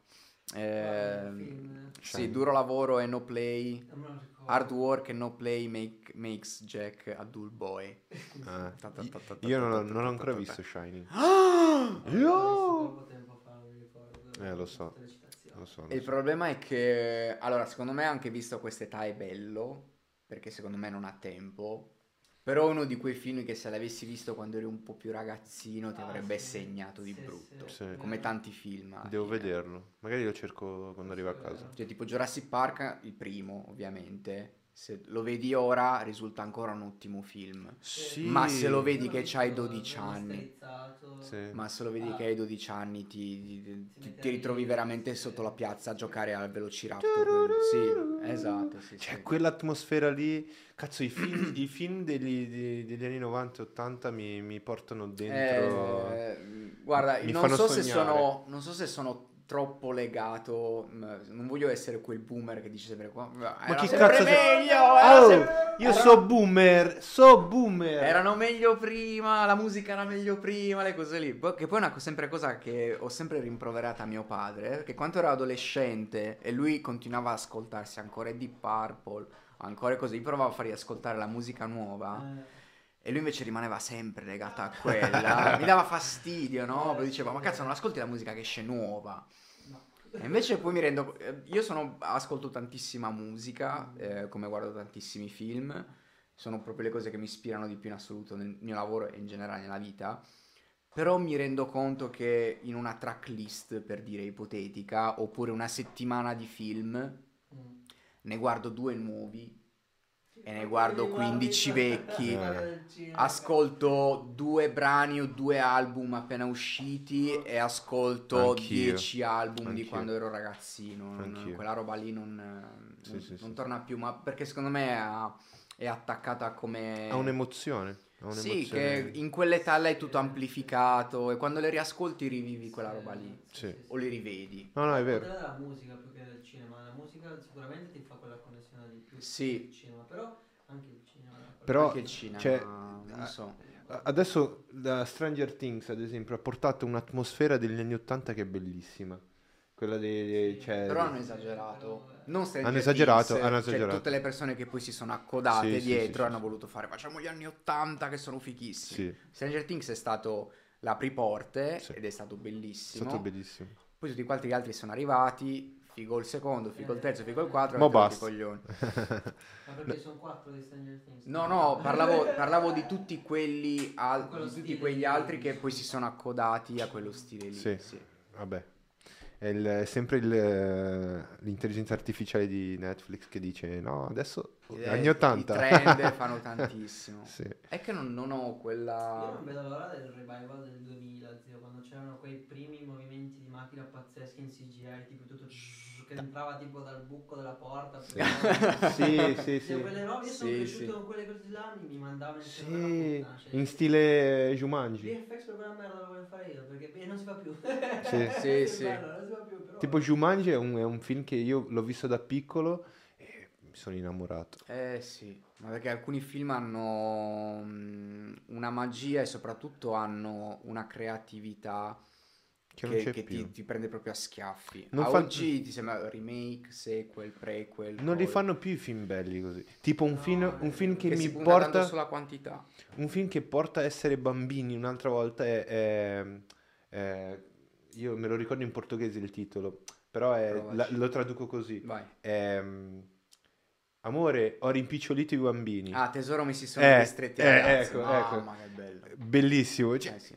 S2: Ehm,
S3: film.
S2: sì,
S1: Shining.
S2: duro lavoro e no play.
S3: Non me lo ricordo.
S2: Hard work and no play make- makes Jack a dull boy.
S1: Ah,
S2: Ta ta ta ta ta
S1: Io
S2: ta
S1: non ho,
S2: ta
S1: non ho
S2: ta
S1: ancora
S2: ta ta.
S1: visto Shining.
S3: L'ho visto
S1: Io!
S3: troppo tempo fa, non mi ricordo.
S1: Eh, lo so.
S3: tutte le citazioni.
S1: Lo so, lo
S2: E il
S1: so.
S2: problema è che, allora, secondo me anche visto a quest'età è bello, perché secondo me non ha tempo, però è uno di quei film che se l'avessi visto quando eri un po' più ragazzino ti
S3: Ah,
S2: avrebbe
S3: sì.
S2: segnato di
S3: Sì,
S2: brutto,
S1: sì.
S2: come tanti film. alla
S1: Devo
S2: fine.
S1: vederlo. Magari lo cerco quando arrivo a casa.
S2: Cioè, tipo Jurassic Park, il primo, ovviamente, se lo vedi ora risulta ancora un ottimo film.
S1: Sì.
S2: Ma se lo vedi
S3: Io l'ho
S2: che
S3: visto
S2: c'hai dodici anni,
S3: remasterizzato.
S1: Sì.
S2: ma se lo vedi
S3: Ah.
S2: che hai dodici anni ti, ti- ti-
S3: mette
S2: ti
S3: a
S2: ritrovi
S3: ridere,
S2: veramente
S3: sì.
S2: sotto la piazza a giocare al Velociraptor. Sì, esatto, sì,
S1: Cioè,
S2: sì.
S1: quell'atmosfera lì, cazzo, i film, i film degli, di- degli anni novanta ottanta mi, mi portano dentro.
S2: Eh, guarda,
S1: mi
S2: non
S1: fanno
S2: so se
S1: sognare.
S2: sono, non so se sono troppo legato, mh, non voglio essere quel boomer che dice sempre qua,
S1: Ma
S2: era
S1: chi
S2: sempre
S1: cazzo sei?
S2: meglio, era
S1: Oh,
S2: sem-
S1: io
S2: era-
S1: so boomer, so boomer.
S2: erano meglio prima, la musica era meglio prima, le cose lì. Poi- Che poi è una co- sempre cosa che ho sempre rimproverata a mio padre, che quando ero adolescente e lui continuava ad ascoltarsi ancora Deep Purple, ancora così, io provavo a fargli ascoltare la musica nuova.
S3: Eh,
S2: E lui invece rimaneva sempre legato a quella. Mi dava fastidio, no? Poi diceva, ma cazzo, non ascolti la musica che esce nuova.
S3: no.
S2: E invece poi mi rendo... eh, Io sono, ascolto tantissima musica, eh, come guardo tantissimi film. Sono proprio le cose che mi ispirano di più in assoluto nel mio lavoro e in generale nella vita. Però mi rendo conto che in una tracklist, per dire ipotetica, oppure una settimana di film,
S3: Mm.
S2: ne guardo due nuovi e ne guardo quindici vecchi.
S1: Eh.
S2: Ascolto due brani o due album appena usciti e ascolto
S1: Anch'io.
S2: dieci album di
S1: Anch'io.
S2: quando ero ragazzino. Non-
S1: Anch'io.
S2: quella roba lì non, non-
S1: Sì, sì,
S2: non
S1: sì,
S2: torna più, ma perché secondo me è, è attaccata come...
S1: Ha un'emozione. Ha
S2: Sì,
S1: un'emozione.
S2: che in quell'età l'hai tutto amplificato e quando le riascolti rivivi quella roba lì.
S1: Sì.
S2: O le rivedi.
S1: No, no, è
S3: Il
S1: vero.
S3: potere della musica più che del cinema. La musica sicuramente ti fa quella connessione di più
S2: Sì.
S3: del cinema, però anche il cinema.
S1: Però,
S2: Anche il cinema,
S1: cioè,
S2: non so.
S1: Adesso da Stranger Things, ad esempio, ha portato un'atmosfera degli anni ottanta che è bellissima. Quella dei...
S3: Sì,
S1: cioè,
S2: Però
S1: di-
S2: hanno esagerato. Non Stranger
S1: Hanno esagerato,
S2: Things,
S1: hanno
S2: cioè
S1: esagerato.
S2: tutte le persone che poi si sono accodate
S1: Sì, sì,
S2: dietro
S1: sì, sì,
S2: hanno
S1: sì.
S2: voluto fare facciamo gli anni ottanta che sono fighissimi.
S1: Sì,
S2: Stranger Things è stato l'apriporte
S1: Sì.
S2: ed è stato
S1: è
S2: bellissimo.
S1: stato bellissimo.
S2: Poi tutti quanti gli altri sono arrivati, figo il secondo, figo il terzo, figo il quattro,
S1: Mo'
S2: avete rotto
S1: basta.
S2: i coglioni.
S3: Ma perché sono quattro di Stranger Things?
S2: No, no, parlavo, parlavo di tutti quelli, al-
S3: Quello
S2: di tutti
S3: stile
S2: quegli
S3: lì.
S2: altri che poi si sono accodati a quello stile lì.
S1: Sì.
S2: sì.
S1: Vabbè. È, il- è sempre il, eh, l'intelligenza artificiale di Netflix che dice no, adesso
S2: Eh,
S1: anni ottanta.
S2: I trend fanno tantissimo.
S1: Sì.
S2: È che non, non ho
S3: Io
S2: quella...
S3: non vedo l'ora del revival del duemila, zio, quando c'erano quei primi movimenti di macchina pazzeschi in C G I, tipo tutto che entrava tipo dal buco della porta.
S1: Sì, sì,
S3: Zio,
S1: sì.
S3: quelle robe, io sono
S2: Sì,
S3: cresciuto
S2: sì.
S3: con quelle cose là, mi, mi mandavano in
S1: Sì,
S3: cervello una puttana, cioè,
S1: in stile
S3: V
S1: Jumanji.
S3: F X per quella merda lo voglio fare io, perché e non si fa più.
S1: Sì.
S2: Sì,
S3: Che
S2: sì.
S3: bello, non si fa più, però.
S1: Tipo Jumanji è un, è un film che io l'ho visto da piccolo e mi sono innamorato.
S2: Eh sì, ma perché alcuni film hanno mm, una magia e soprattutto hanno una creatività
S1: Che non
S2: che,
S1: c'è
S2: che
S1: più.
S2: ti, ti prende proprio a schiaffi.
S1: Non
S2: a
S1: fa-
S2: oggi ti sembra remake, sequel, prequel.
S1: Non li
S2: poi-
S1: fanno più i film belli così. Tipo un
S3: No,
S1: film, un film che,
S2: che
S1: mi
S2: si punta tanto
S1: porta
S2: sulla quantità.
S1: un film che porta a essere bambini un'altra volta è, è- è- io me lo ricordo in portoghese il titolo, però è-
S2: Provaci.
S1: la- lo traduco così.
S2: Vai.
S1: È, mm, Amore, ho rimpicciolito i bambini.
S2: Ah, tesoro mi si sono
S1: Eh,
S2: ristretti
S1: eh,
S2: ragazzi.
S1: ecco,
S2: Mamma
S1: ecco.
S2: che bello.
S1: Bellissimo. Cioè,
S2: Eh sì.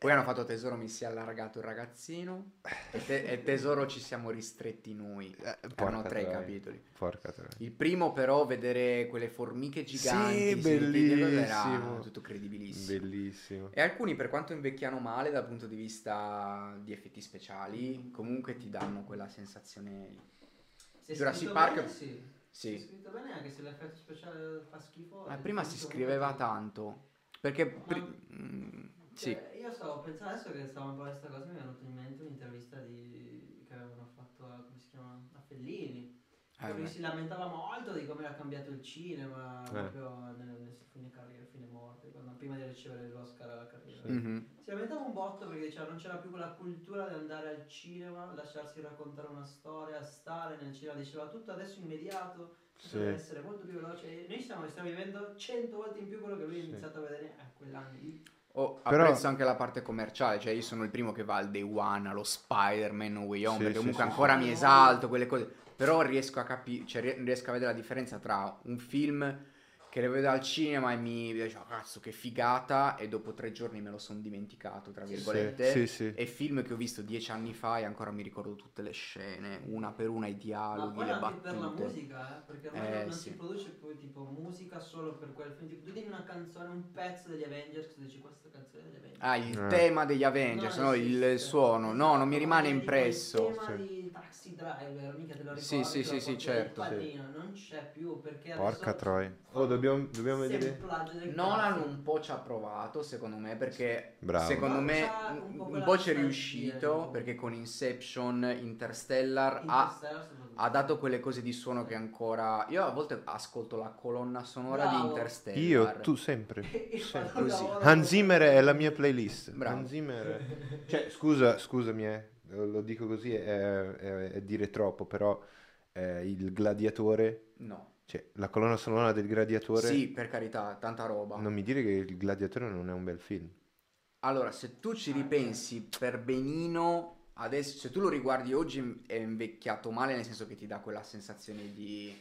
S2: Poi hanno fatto Tesoro, mi si è allargato il ragazzino e, te- e Tesoro ci siamo ristretti noi.
S1: Eh,
S2: Erano
S1: porca
S2: tre
S1: troia.
S2: capitoli.
S1: Porca troia.
S2: Il primo però, vedere quelle formiche giganti,
S1: Sì,
S2: sentite cose,
S1: bellissimo.
S2: era tutto credibilissimo.
S1: Bellissimo.
S2: E alcuni, per quanto invecchiano male dal punto di vista di effetti speciali, comunque ti danno quella sensazione lì.
S3: Se è
S2: Jurassic
S3: scritto
S2: Park-
S3: bene, sì. Se è
S2: Sì.
S3: scritto bene, anche se l'effetto speciale fa schifo.
S2: Ma
S3: è
S2: prima si
S3: tutto
S2: scriveva
S3: comunque-
S2: tanto, perché...
S3: Ma-
S2: pri- mm, sì.
S3: Cioè, io stavo pensando adesso che stavamo parlando di questa cosa, mi è venuta in mente un'intervista di... che avevano fatto a, come si chiama? A Fellini.
S2: Eh,
S3: Lui
S2: beh.
S3: si lamentava molto di come era cambiato il cinema,
S1: Eh.
S3: proprio nel, nel suo fine carriera, fine morte, quando, prima di ricevere l'Oscar alla carriera.
S2: Mhm.
S3: Si lamentava un botto perché diceva non c'era più quella cultura di andare al cinema, lasciarsi raccontare una storia, stare nel cinema, diceva tutto adesso immediato, tutto
S1: Sì.
S3: deve essere molto più veloce. E noi stiamo, stiamo vivendo cento volte in più quello che lui ha
S1: Sì.
S3: iniziato a vedere a quell'anno lì.
S2: Oh,
S1: Però-
S2: apprezzo anche la parte commerciale, cioè io sono il primo che va al day one, allo Spider-Man No Way Home,
S1: Sì,
S2: perché
S1: sì,
S2: comunque
S1: sì,
S2: ancora
S3: sì.
S2: mi esalto, quelle cose, però riesco a capire, cioè rie- riesco a vedere la differenza tra un film che lo vedo al cinema e mi dice, "Oh, cazzo che figata", e dopo tre giorni me lo sono dimenticato, tra
S3: Sì,
S2: virgolette,
S1: sì, sì.
S2: e film che ho visto dieci anni fa e ancora mi ricordo tutte le scene, una per una i
S3: Ma
S2: dialoghi,
S3: poi
S2: le
S3: anche per la
S2: battute.
S3: musica, eh, perché ormai
S2: Eh,
S3: non, non
S2: sì.
S3: si produce poi tipo musica solo per quel film. Tipo, tu dimmi una canzone, un pezzo degli Avengers, che tu dici questa canzone degli Avengers.
S2: Ah, il
S1: Eh.
S2: tema degli Avengers,
S3: Non
S2: no, il
S3: esiste.
S2: suono, no, non mi
S3: Esatto,
S2: rimane
S3: ma
S2: impresso.
S3: Il tema
S1: Sì.
S3: di Taxi Driver, mica te lo ricordi?
S2: Sì, sì,
S3: te lo
S2: sì, sì,
S3: porti
S2: certo,
S3: il
S1: sì.
S3: pallino, non c'è più perché
S1: Porca
S3: adesso
S1: troia. Oh, dobbiamo, dobbiamo vedere.
S3: semplaggio del
S2: Nolan
S3: cazzo.
S2: un po' ci ha provato, secondo me, perché
S1: Bravo.
S2: secondo
S3: No,
S2: me
S3: c'ha un
S2: un
S3: po'
S2: po',
S3: quella
S2: c'è
S3: nostalgia,
S2: riuscito,
S3: diciamo.
S2: perché con Inception, Interstellar ha,
S3: Interstellar soprattutto.
S2: ha dato quelle cose di suono che ancora... Io a volte ascolto la colonna sonora
S3: Bravo.
S2: di Interstellar.
S1: Io, tu sempre.
S3: E
S1: sempre.
S3: fanno
S2: così.
S3: lavoro-
S1: Hans Zimmer è la mia playlist.
S2: Bravo.
S1: Hans Zimmer. Cioè, scusa, scusami, eh, lo dico così, è, è- è dire troppo, però eh, il gladiatore,
S2: No.
S1: cioè la colonna sonora del gladiatore,
S2: Sì, per carità, tanta roba.
S1: non mi dire che il gladiatore non è un bel film.
S2: Allora, se tu ci ripensi per benino, adesso, se tu lo riguardi oggi è invecchiato male, nel senso che ti dà quella sensazione di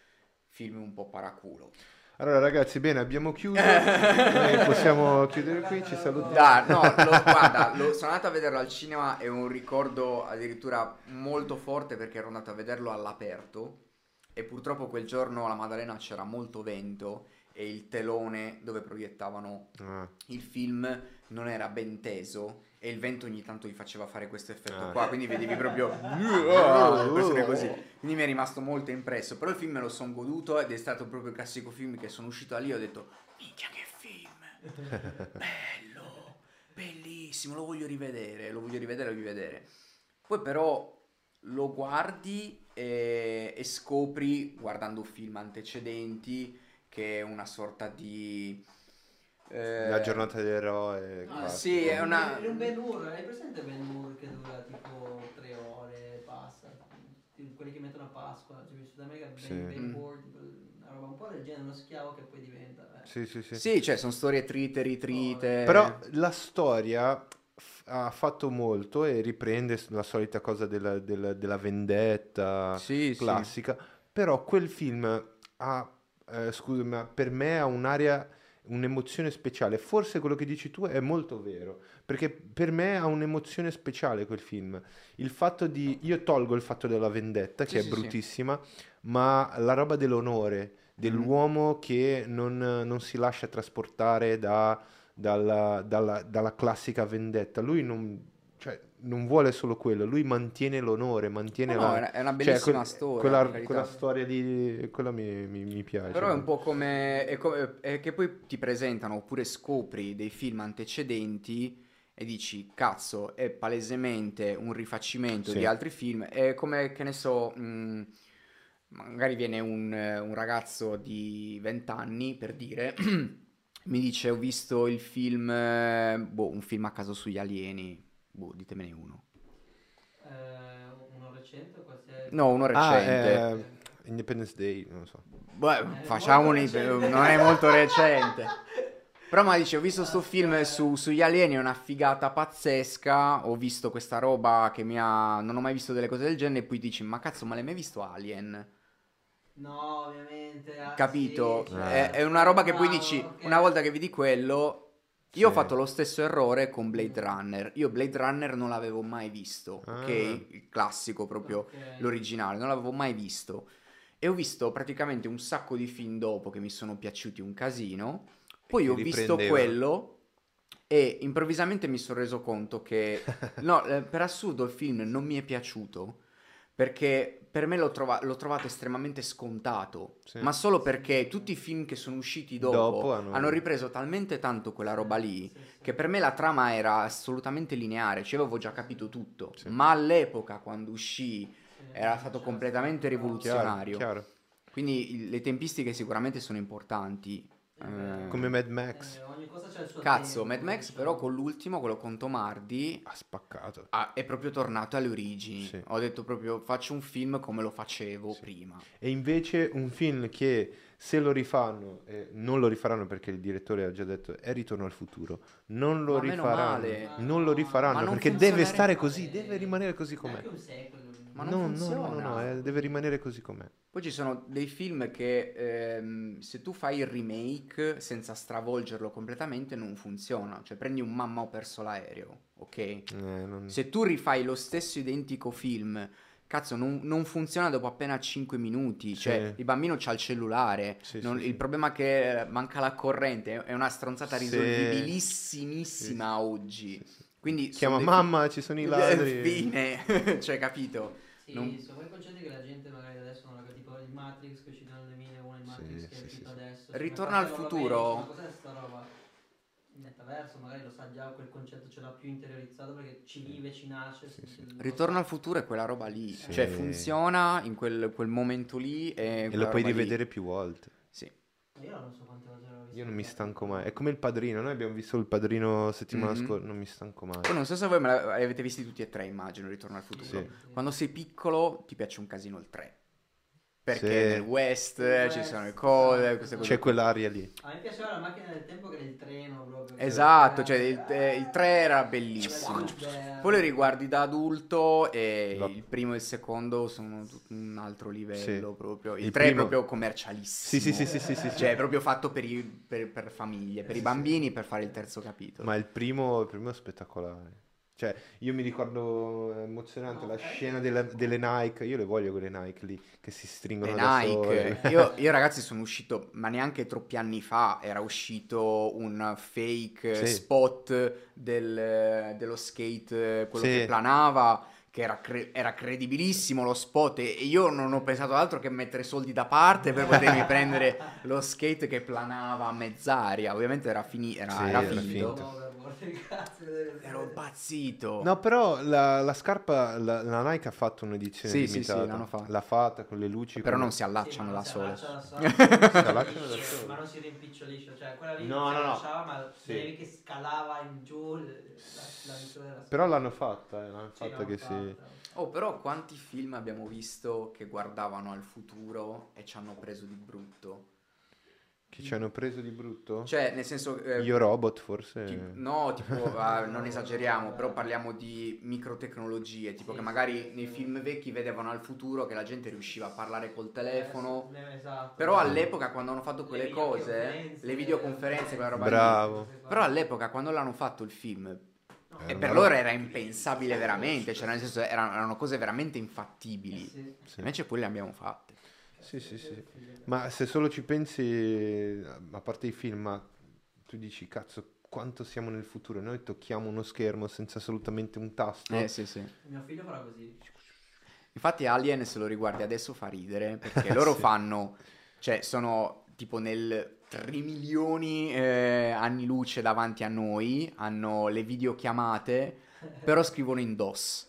S2: film un po' paraculo.
S1: Allora ragazzi, bene, abbiamo chiuso, eh, possiamo chiudere qui, ci salutiamo.
S2: Da, no, lo- guarda, lo, sono andato a vederlo al cinema, è un ricordo addirittura molto forte perché ero andato a vederlo all'aperto e purtroppo quel giorno alla Maddalena c'era molto vento e il telone dove proiettavano
S1: Ah,
S2: il film non era ben teso e il vento ogni tanto gli faceva fare questo effetto
S1: Ah.
S2: qua, quindi vedevi proprio le persone così, quindi mi è rimasto molto impresso, però il film me lo sono goduto ed è stato proprio il classico film che sono uscito da lì e ho detto minchia che film, bello, bellissimo, lo voglio rivedere, lo voglio rivedere, lo voglio rivedere. Poi però lo guardi e, e scopri, guardando film antecedenti, che è una sorta di... eh,
S1: la giornata dell'eroe.
S3: No,
S1: classico.
S2: sì, è una-
S3: È un Ben Hur, hai presente Ben Hur che dura tipo tre ore e passa? Quelli che mettono a Pasqua, cioè in Sud America Ben,
S1: Sì.
S3: Ben
S2: Mm.
S3: Hur, tipo, una roba un po' del genere, uno schiavo che poi diventa... eh.
S1: Sì, sì, sì.
S2: Sì, cioè sono storie trite, ritrite.
S1: Però la storia f- ha fatto molto e riprende s- la solita cosa della, della- della vendetta
S2: Sì, sì.
S1: classica, però quel film ha, eh, scusami, ma per me ha un'area, un'emozione speciale. Forse quello che dici tu è molto vero, perché per me ha un'emozione speciale quel film. Il fatto di, io tolgo il fatto della vendetta, che
S2: Sì,
S1: è
S2: sì, sì.
S1: bruttissima, ma la roba dell'onore, dell'uomo che non, non si lascia trasportare da- dalla, dalla- dalla classica vendetta. Lui non, cioè, non vuole solo quello, lui mantiene l'onore, mantiene
S2: No, no,
S1: la...
S2: è una- è una
S1: cioè,
S2: bellissima
S1: quel-
S2: storia,
S1: Quella,
S2: per carità.
S1: quella storia lì, quella mi, mi- mi piace.
S2: Però è un po' come, è come- è che poi ti presentano oppure scopri dei film antecedenti e dici cazzo è palesemente un rifacimento
S1: Sì.
S2: di altri film. È come, che ne so, mh, magari viene un, eh, un ragazzo di venti anni per dire mi dice ho visto il film, eh, boh, un film a caso sugli alieni, boh, ditemene uno.
S3: Eh, uno recente o qualsiasi...
S2: No, uno
S1: Ah,
S2: recente.
S1: eh, Independence Day, non lo so.
S2: Beh,
S3: È
S2: facciamo
S3: molto
S2: un...
S3: recente.
S2: non è molto recente. Però ma dice, ho visto sto film su- sugli alieni, è una figata pazzesca, ho visto questa roba che mi ha... non ho mai visto delle cose del genere, e poi dici, ma cazzo, ma l'hai mai visto Alien?
S3: No, ovviamente. ah,
S2: Capito?
S3: sì,
S1: Eh.
S2: È, è una roba che poi
S3: Bravo,
S2: dici,
S3: ok.
S2: una volta che vedi quello, Io ho
S1: Sì.
S2: fatto lo stesso errore con Blade Runner. Io Blade Runner non l'avevo mai visto,
S1: Ah.
S2: ok? Il classico proprio,
S3: Ok.
S2: l'originale, non l'avevo mai visto. E ho visto praticamente un sacco di film dopo che mi sono piaciuti un casino. Poi
S1: Che
S2: ho visto
S1: riprendevano.
S2: quello e improvvisamente mi sono reso conto che, no, eh, per assurdo il film non mi è piaciuto perché per me l'ho, trova- l'ho trovato estremamente scontato.
S1: Sì.
S2: Ma solo perché tutti i film che sono usciti dopo,
S1: Dopo hanno-
S2: hanno ripreso talmente tanto quella roba lì
S3: Sì, sì.
S2: che per me la trama era assolutamente lineare, cioè avevo già capito tutto.
S1: Sì.
S2: Ma all'epoca, quando uscì,
S3: Sì,
S2: era stato
S3: c'era
S2: completamente
S3: stato-
S2: rivoluzionario.
S1: Chiaro, chiaro.
S2: Quindi il- le tempistiche sicuramente sono importanti.
S3: È vero.
S2: Eh,
S1: Come Mad Max.
S3: Eh, ogni cosa c'ha il suo
S2: Cazzo,
S3: tempo,
S2: Mad Max
S3: diciamo.
S2: però con l'ultimo, quello con Tom Hardy,
S1: Ha spaccato.
S2: ah, è proprio tornato alle origini.
S1: Sì.
S2: Ho detto proprio faccio un film come lo facevo
S1: Sì.
S2: prima.
S1: E invece un film che se lo rifanno, e non lo rifaranno perché il direttore ha già detto è Ritorno al futuro, non lo
S2: Ma meno
S1: rifaranno,
S2: male.
S1: non lo
S2: Ma
S1: rifaranno
S2: non
S1: perché deve
S2: funzionerebbe.
S1: stare così, deve rimanere così com'è.
S3: Neanche un sequel.
S2: Ma
S1: no,
S2: non
S1: no, no,
S2: funziona.
S1: no, no, eh, deve rimanere così com'è.
S2: Poi ci sono dei film che ehm, se tu fai il remake senza stravolgerlo completamente non funziona. Cioè prendi un Mamma ho perso l'aereo, ok?
S1: Eh, non-
S2: Se tu rifai lo stesso identico film, cazzo, non, non funziona dopo appena cinque minuti.
S1: Sì.
S2: Cioè, il bambino c'ha il cellulare.
S1: Sì,
S2: non-
S1: sì,
S2: il
S1: sì.
S2: problema è che eh, manca la corrente. È una stronzata
S1: Sì.
S2: risolvibilissimissima
S1: Sì, sì,
S2: oggi.
S1: sì, sì.
S2: Quindi
S1: Chiama
S2: sono dei fi-
S1: mamma, ci sono i
S2: Eh,
S1: ladri.
S2: Fine. Cioè, capito?
S3: Sì,
S2: Non-
S3: sono quei concetti che la gente magari adesso non ha capito. Il Matrix che è uscito nel duemilauno, il Matrix
S1: Sì,
S3: che è
S1: sì,
S3: uscito
S1: sì.
S3: adesso.
S2: Ritorno
S3: Cioè,
S2: al
S3: fate roba
S2: futuro.
S3: bene, dici, Ma cos'è sta roba? Il metaverso magari lo sa già, quel concetto ce l'ha più interiorizzato perché ci vive, ci nasce.
S1: Sì, sì.
S3: lo
S2: Ritorno
S3: sa.
S2: al futuro è quella roba lì.
S1: Sì.
S2: Cioè, funziona in quel, quel momento lì e,
S1: E
S2: quella
S1: lo puoi
S2: roba lì.
S1: rivedere più volte.
S2: Sì.
S3: Io non so quante volte l'ho visto.
S1: Io non mi stanco mai. È come il padrino. Noi abbiamo visto il padrino settimana
S2: Mhm.
S1: scorsa. Non mi stanco mai.
S2: Poi non so se voi me la- avete visti tutti e tre, immagino, Ritorno al futuro.
S1: Sì.
S2: Quando sei piccolo ti piace un casino il tre. Perché
S1: Sì.
S2: nel West
S3: Nel
S2: ci
S3: West,
S2: sono le cose,
S3: esatto.
S2: queste cose.
S1: C'è
S2: qui.
S1: quell'aria lì.
S3: A me piaceva la macchina del tempo che era il treno proprio.
S2: Esatto, cioè
S3: Era-
S2: il, eh, il tre era bellissimo.
S3: Era-
S2: Poi lo riguardi da adulto e
S1: La-
S2: il primo e il secondo sono tutto un altro livello
S1: Sì.
S2: proprio. Il,
S1: Il
S2: tre
S1: primo-
S2: è proprio commercialissimo.
S1: Sì, sì, sì, sì, sì, sì.
S2: Cioè è proprio fatto per, i- per- per famiglie, per i bambini, per fare il terzo capitolo.
S1: Ma il primo, il primo è spettacolare. Cioè, io mi ricordo eh, emozionante la scena della- delle Nike. Io le voglio quelle Nike lì che si
S2: Le
S1: stringono da
S2: Nike,
S1: sole.
S2: io, io ragazzi sono uscito, ma neanche troppi anni fa era uscito un fake
S1: Sì.
S2: spot del- dello skate, quello
S1: Sì.
S2: che planava, che era, cre- era credibilissimo lo spot e e io non ho pensato altro che mettere soldi da parte per potermi prendere lo skate che planava a mezz'aria, ovviamente era, fini- era,
S1: Sì,
S2: era
S1: era
S2: finto.
S1: finto.
S3: Overboard, il cazzo, vedere-
S2: Ero impazzito.
S1: No, però la, la scarpa, la, la Nike ha fatto un'edizione
S2: Sì, sì,
S1: limitata.
S2: sì, l'hanno fatta.
S1: L'ha fatta con le luci.
S2: Però
S1: con-
S2: non si
S3: Sì,
S2: allacciano
S3: ma
S2: da
S3: si
S2: sole.
S3: allaccia da sole,
S1: Si allacciano da sole.
S3: ma non si rimpicciolisce, cioè quella lì
S1: No,
S3: si
S1: no, no.
S3: allacciava, ma
S1: Sì.
S3: vedevi che scalava in giù la, la misura della
S1: Però l'hanno fatta, eh, l'hanno
S3: Sì,
S1: fatta
S3: l'hanno
S1: che si...
S3: fatta.
S2: Oh, però quanti film abbiamo visto che guardavano al futuro e ci hanno preso di brutto?
S1: Che ci hanno preso di brutto?
S2: Cioè, nel senso... eh,
S1: Io Robot forse...
S2: tipo- no, tipo, ah, non esageriamo, però parliamo di microtecnologie, tipo
S3: Sì,
S2: che
S3: sì,
S2: magari
S3: sì.
S2: nei film vecchi vedevano al futuro che la gente riusciva a parlare col telefono.
S3: Eh, esatto.
S2: Però all'epoca quando hanno fatto
S3: Le
S2: quelle cose,
S3: videoconferenze,
S2: le videoconferenze, quella roba lì.
S1: Bravo.
S2: Però all'epoca quando l'hanno fatto il film,
S3: No,
S2: e
S1: Eh,
S2: per
S1: ma
S2: loro
S1: no.
S2: era impensabile veramente, cioè nel senso erano, erano cose veramente infattibili.
S3: sì.
S1: Sì.
S2: Invece poi le abbiamo fatte.
S1: Sì, sì, sì. Ma se solo ci pensi, a parte i film, ma tu dici, cazzo, quanto siamo nel futuro? Noi tocchiamo uno schermo senza assolutamente un tasto.
S2: Eh sì sì.
S3: Mio figlio farà così.
S2: Infatti Alien se lo riguardi adesso fa ridere perché loro
S1: Sì.
S2: fanno, cioè sono tipo nel tre milioni eh, anni luce davanti a noi, hanno le videochiamate, però scrivono in DOS.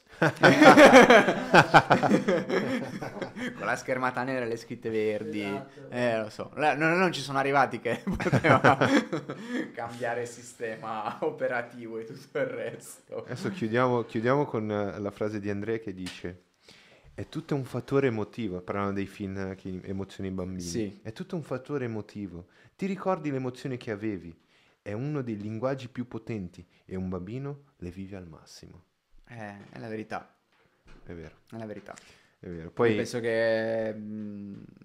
S2: Con la schermata nera e le scritte verdi.
S3: Esatto.
S2: Eh, lo so. La- Non, non ci sono arrivati che poteva cambiare sistema operativo e tutto il resto.
S1: Adesso chiudiamo, chiudiamo con eh, la frase di Andrea che dice: è tutto un fattore emotivo, parlando dei film che emozionano i bambini.
S2: Sì.
S1: È tutto un fattore emotivo. Ti ricordi le emozioni che avevi? È uno dei linguaggi più potenti e un bambino le vive al massimo.
S2: Eh, è la verità,
S1: È vero,
S2: è la verità.
S1: è vero.
S2: Poi
S1: Poi
S2: penso che mh,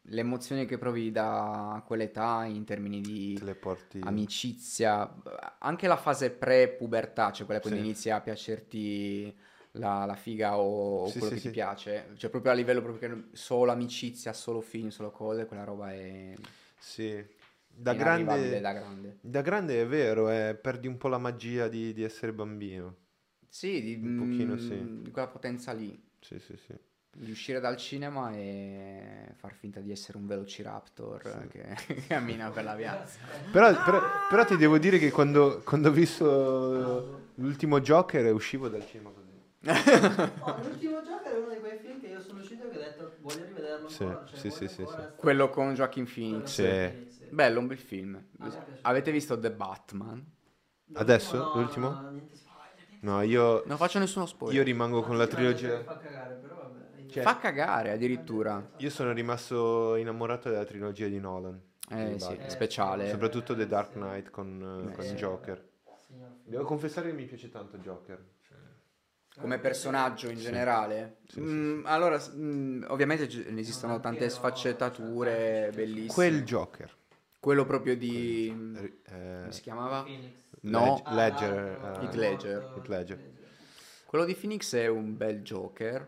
S2: le emozioni che provi da quell'età in termini di
S1: Te le porti...
S2: amicizia, anche la fase pre-pubertà, cioè quella quando
S1: Sì.
S2: inizia a piacerti la, la figa o, o
S1: Sì,
S2: quello
S1: sì,
S2: che ti
S1: sì.
S2: piace, cioè proprio a livello proprio che solo amicizia, solo film, solo cose, quella roba è,
S1: Sì.
S2: è
S1: Da
S2: inarrivabile
S1: grande...
S2: da grande.
S1: Da grande è vero, eh, perdi un po' la magia di, di essere bambino.
S2: Sì, di,
S1: Un pochino
S2: mm,
S1: sì.
S2: di quella potenza lì,
S1: Sì, sì, sì.
S2: di uscire dal cinema e far finta di essere un Velociraptor che cammina per la piazza.
S1: Però, però- però ti devo dire che quando, quando ho visto l'ultimo Joker uscivo dal cinema così.
S3: Oh, l'ultimo Joker è uno di quei film che io sono uscito e che ho detto voglio rivederlo
S1: Sì,
S3: ancora. Cioè,
S1: sì,
S3: voglio
S1: sì, sì,
S3: ancora
S1: sì.
S3: stare-
S2: Quello con Joaquin
S3: quello
S2: Phoenix.
S3: con
S1: Sì.
S3: Phoenix, sì.
S2: Bello, un bel film.
S3: Ah, mi è piaciuto.
S2: Avete visto The Batman?
S1: Adesso?
S3: no,
S1: L'ultimo?
S3: no, niente spoiler, niente
S1: No, io,
S2: Non faccio nessuno
S1: io
S2: spoiler.
S1: rimango
S3: Ma
S1: con la
S3: tutti mi hanno detto
S1: trilogia.
S3: che fa cagare, però vabbè. io-
S1: Cioè,
S2: Fa cagare addirittura.
S1: Io sono rimasto innamorato della trilogia di Nolan.
S2: Eh
S1: di
S2: sì,
S1: Batman.
S2: speciale.
S1: Soprattutto The Dark Knight con,
S2: Eh,
S1: con
S2: sì.
S1: Joker.
S3: Signor film.
S1: Devo confessare che mi piace tanto Joker.
S2: Come personaggio in generale?
S1: Sì, sì,
S2: Mm,
S1: sì.
S2: Allora, s- mm, ovviamente ci- ne esistono
S3: Non
S2: tante
S3: anche, no,
S2: sfaccettature
S3: cioè,
S2: bellissime.
S1: Quel Joker.
S2: Quello proprio di...
S1: Ri- eh,
S2: come si chiamava?
S3: Phoenix.
S2: No,
S1: Ledger- Ledger,
S3: l'altro,
S1: eh,
S2: Heath Ledger.
S3: morto,
S1: Heath Ledger.
S2: quello di Phoenix è un bel Joker,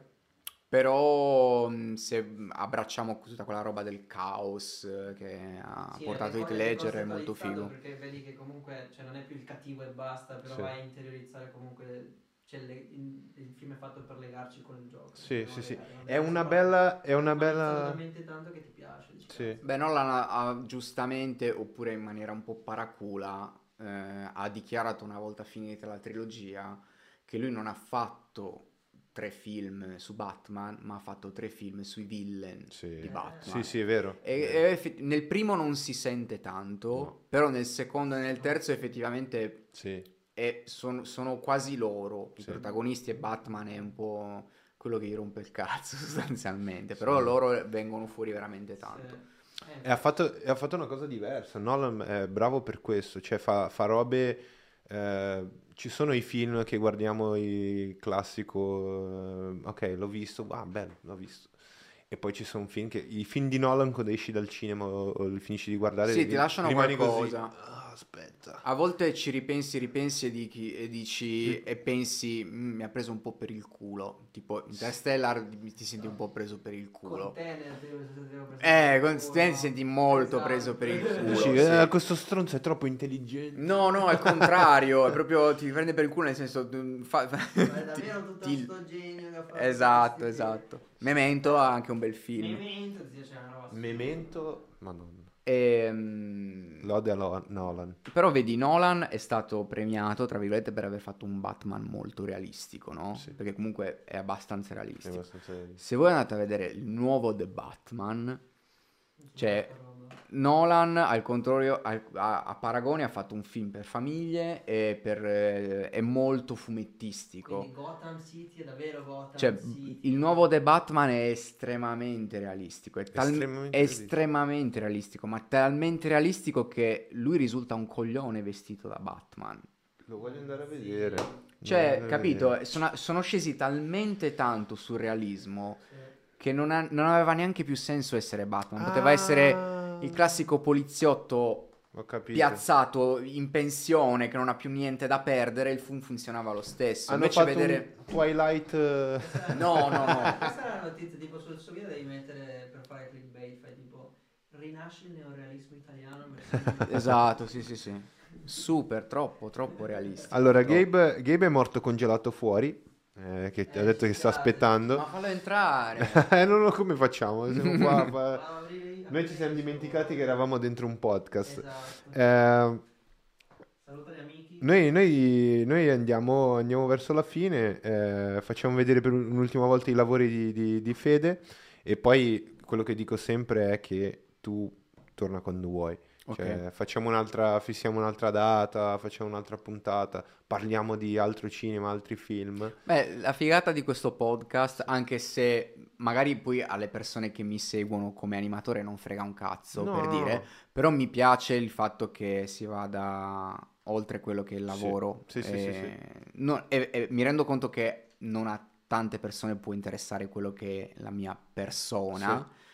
S2: però mm, se abbracciamo tutta quella roba del caos eh, che ha
S3: Sì,
S2: portato
S3: è
S2: Heath
S3: poi
S2: Ledger è molto
S3: decontestualizzato
S2: figo.
S3: perché vedi che comunque cioè, non è più il cattivo e basta, però
S1: Sì.
S3: vai a interiorizzare comunque cioè, le- il, il film è fatto per legarci con il gioco.
S1: Sì,
S3: non
S1: sì, sì.
S3: legare, non
S1: È
S3: deve
S1: una
S3: essere
S1: bella... È una
S3: ammazzato
S1: bella...
S3: talmente tanto che ti piace. dici,
S1: Sì.
S3: cazzo.
S2: Beh, Nolan ha, ha giustamente, oppure in maniera un po' paracula, eh, ha dichiarato una volta finita la trilogia che lui non ha fatto tre film su Batman, ma ha fatto tre film sui villain
S1: Sì.
S2: di Batman.
S1: Sì, sì, è vero.
S2: E, e effe- nel primo non si sente tanto,
S1: No.
S2: però nel secondo e nel terzo effettivamente
S1: Sì.
S2: è- son- sono quasi loro i
S1: Sì.
S2: protagonisti e Batman è un po' quello che gli rompe il cazzo sostanzialmente, però
S1: Sì.
S2: loro vengono fuori veramente tanto.
S3: Sì. Eh,
S1: E ha fatto, e ha fatto una cosa diversa. Nolan è bravo per questo, cioè fa, fa robe. eh, ci sono i film che guardiamo, il classico. eh, ok, l'ho visto, ah, bello, l'ho visto. E poi ci sono film che. I film di Nolan, quando esci dal cinema o, o li finisci di guardare,
S2: Sì, ti
S1: ri-
S2: lasciano
S1: rimani
S2: qualcosa.
S1: così. Ah, aspetta.
S2: A volte ci ripensi, ripensi e, dichi- e dici e pensi "Mm, mi ha preso un po' per il culo", tipo Interstellar ti senti un po' preso per il
S3: con
S2: culo.
S3: Tenet, io mi sentivo preso
S2: Eh,
S3: per
S2: con
S3: il culo.
S2: Tenet ti senti molto
S3: Esatto.
S2: preso per il culo.
S1: Dici,
S2: sì.
S1: "Eh, questo stronzo è troppo intelligente.
S2: No, no, al contrario, è proprio ti prende per il culo nel senso mm, fa- fa-
S3: Ma è
S2: ti-
S3: davvero tutto
S2: ti-
S3: sto genio che ha fatto
S2: Esatto,
S3: questi film.
S2: esatto. Memento ha anche un bel film.
S3: Memento, zio, c'è una roba assurda.
S1: Memento, madonna.
S2: Ehm,
S1: Lode a Lo- Nolan.
S2: Però vedi, Nolan è stato premiato, tra virgolette, per aver fatto un Batman molto realistico, no?
S1: Sì.
S2: Perché comunque è abbastanza
S1: È
S2: realistico.
S1: abbastanza-
S2: Se voi andate a vedere il nuovo The Batman, cioè
S3: Questa roba.
S2: Nolan al contrario, al- a, a paragone ha fatto un film per famiglie e per, eh, è molto fumettistico.
S3: Quindi Gotham City è davvero Gotham
S2: Cioè,
S3: City.
S2: il nuovo The Batman è estremamente realistico, è, tal-
S1: Estremamente
S2: è
S1: realistico.
S2: estremamente realistico, ma talmente realistico che lui risulta un coglione vestito da Batman.
S1: Lo voglio andare a vedere.
S2: Cioè,
S1: Lo voglio
S2: capito?
S1: vedere.
S2: Sono, sono scesi talmente tanto sul realismo
S3: Sì.
S2: che non, ha- non aveva neanche più senso essere Batman. Poteva
S1: Ah,
S2: essere il classico poliziotto
S1: Ho capito.
S2: piazzato in pensione che non ha più niente da perdere, il film funzionava lo stesso.
S1: Hanno
S2: Invece
S1: fatto
S2: vedere...
S1: un Twilight. eh,
S2: No, no, no.
S3: Questa è la notizia, tipo sul suo video devi mettere per fare clickbait, fai tipo rinasce il neorealismo italiano. versione-
S2: Esatto, sì, sì, sì. Super, troppo, troppo realistico.
S1: Allora,
S2: troppo.
S1: Gabe, Gabe è morto congelato fuori. eh, che ha
S3: Eh,
S1: detto che sta
S3: sì,
S1: aspettando.
S2: Ma fallo entrare.
S1: Eh, non lo come facciamo. Siamo qua, fa-
S3: Ah, apri-
S1: Noi ci siamo dimenticati che eravamo dentro un podcast.
S3: Esatto.
S1: Eh,
S3: Saluta gli amici.
S1: noi, noi- noi andiamo, andiamo verso la fine. eh, facciamo vedere per un'ultima volta i lavori di, di- di Fede. E poi quello che dico sempre è che tu torna quando vuoi. Cioè,
S2: Ok.
S1: facciamo un'altra, fissiamo un'altra data, facciamo un'altra puntata, parliamo di altro cinema, altri film.
S2: Beh, la figata di questo podcast, anche se magari poi alle persone che mi seguono come animatore non frega un cazzo,
S1: No,
S2: per
S1: no,
S2: dire,
S1: no.
S2: però mi piace il fatto che si vada oltre quello che è il
S1: Sì,
S2: lavoro.
S1: sì, sì, sì,
S2: E no- e- e mi rendo conto che non a tante persone può interessare quello che è la mia persona,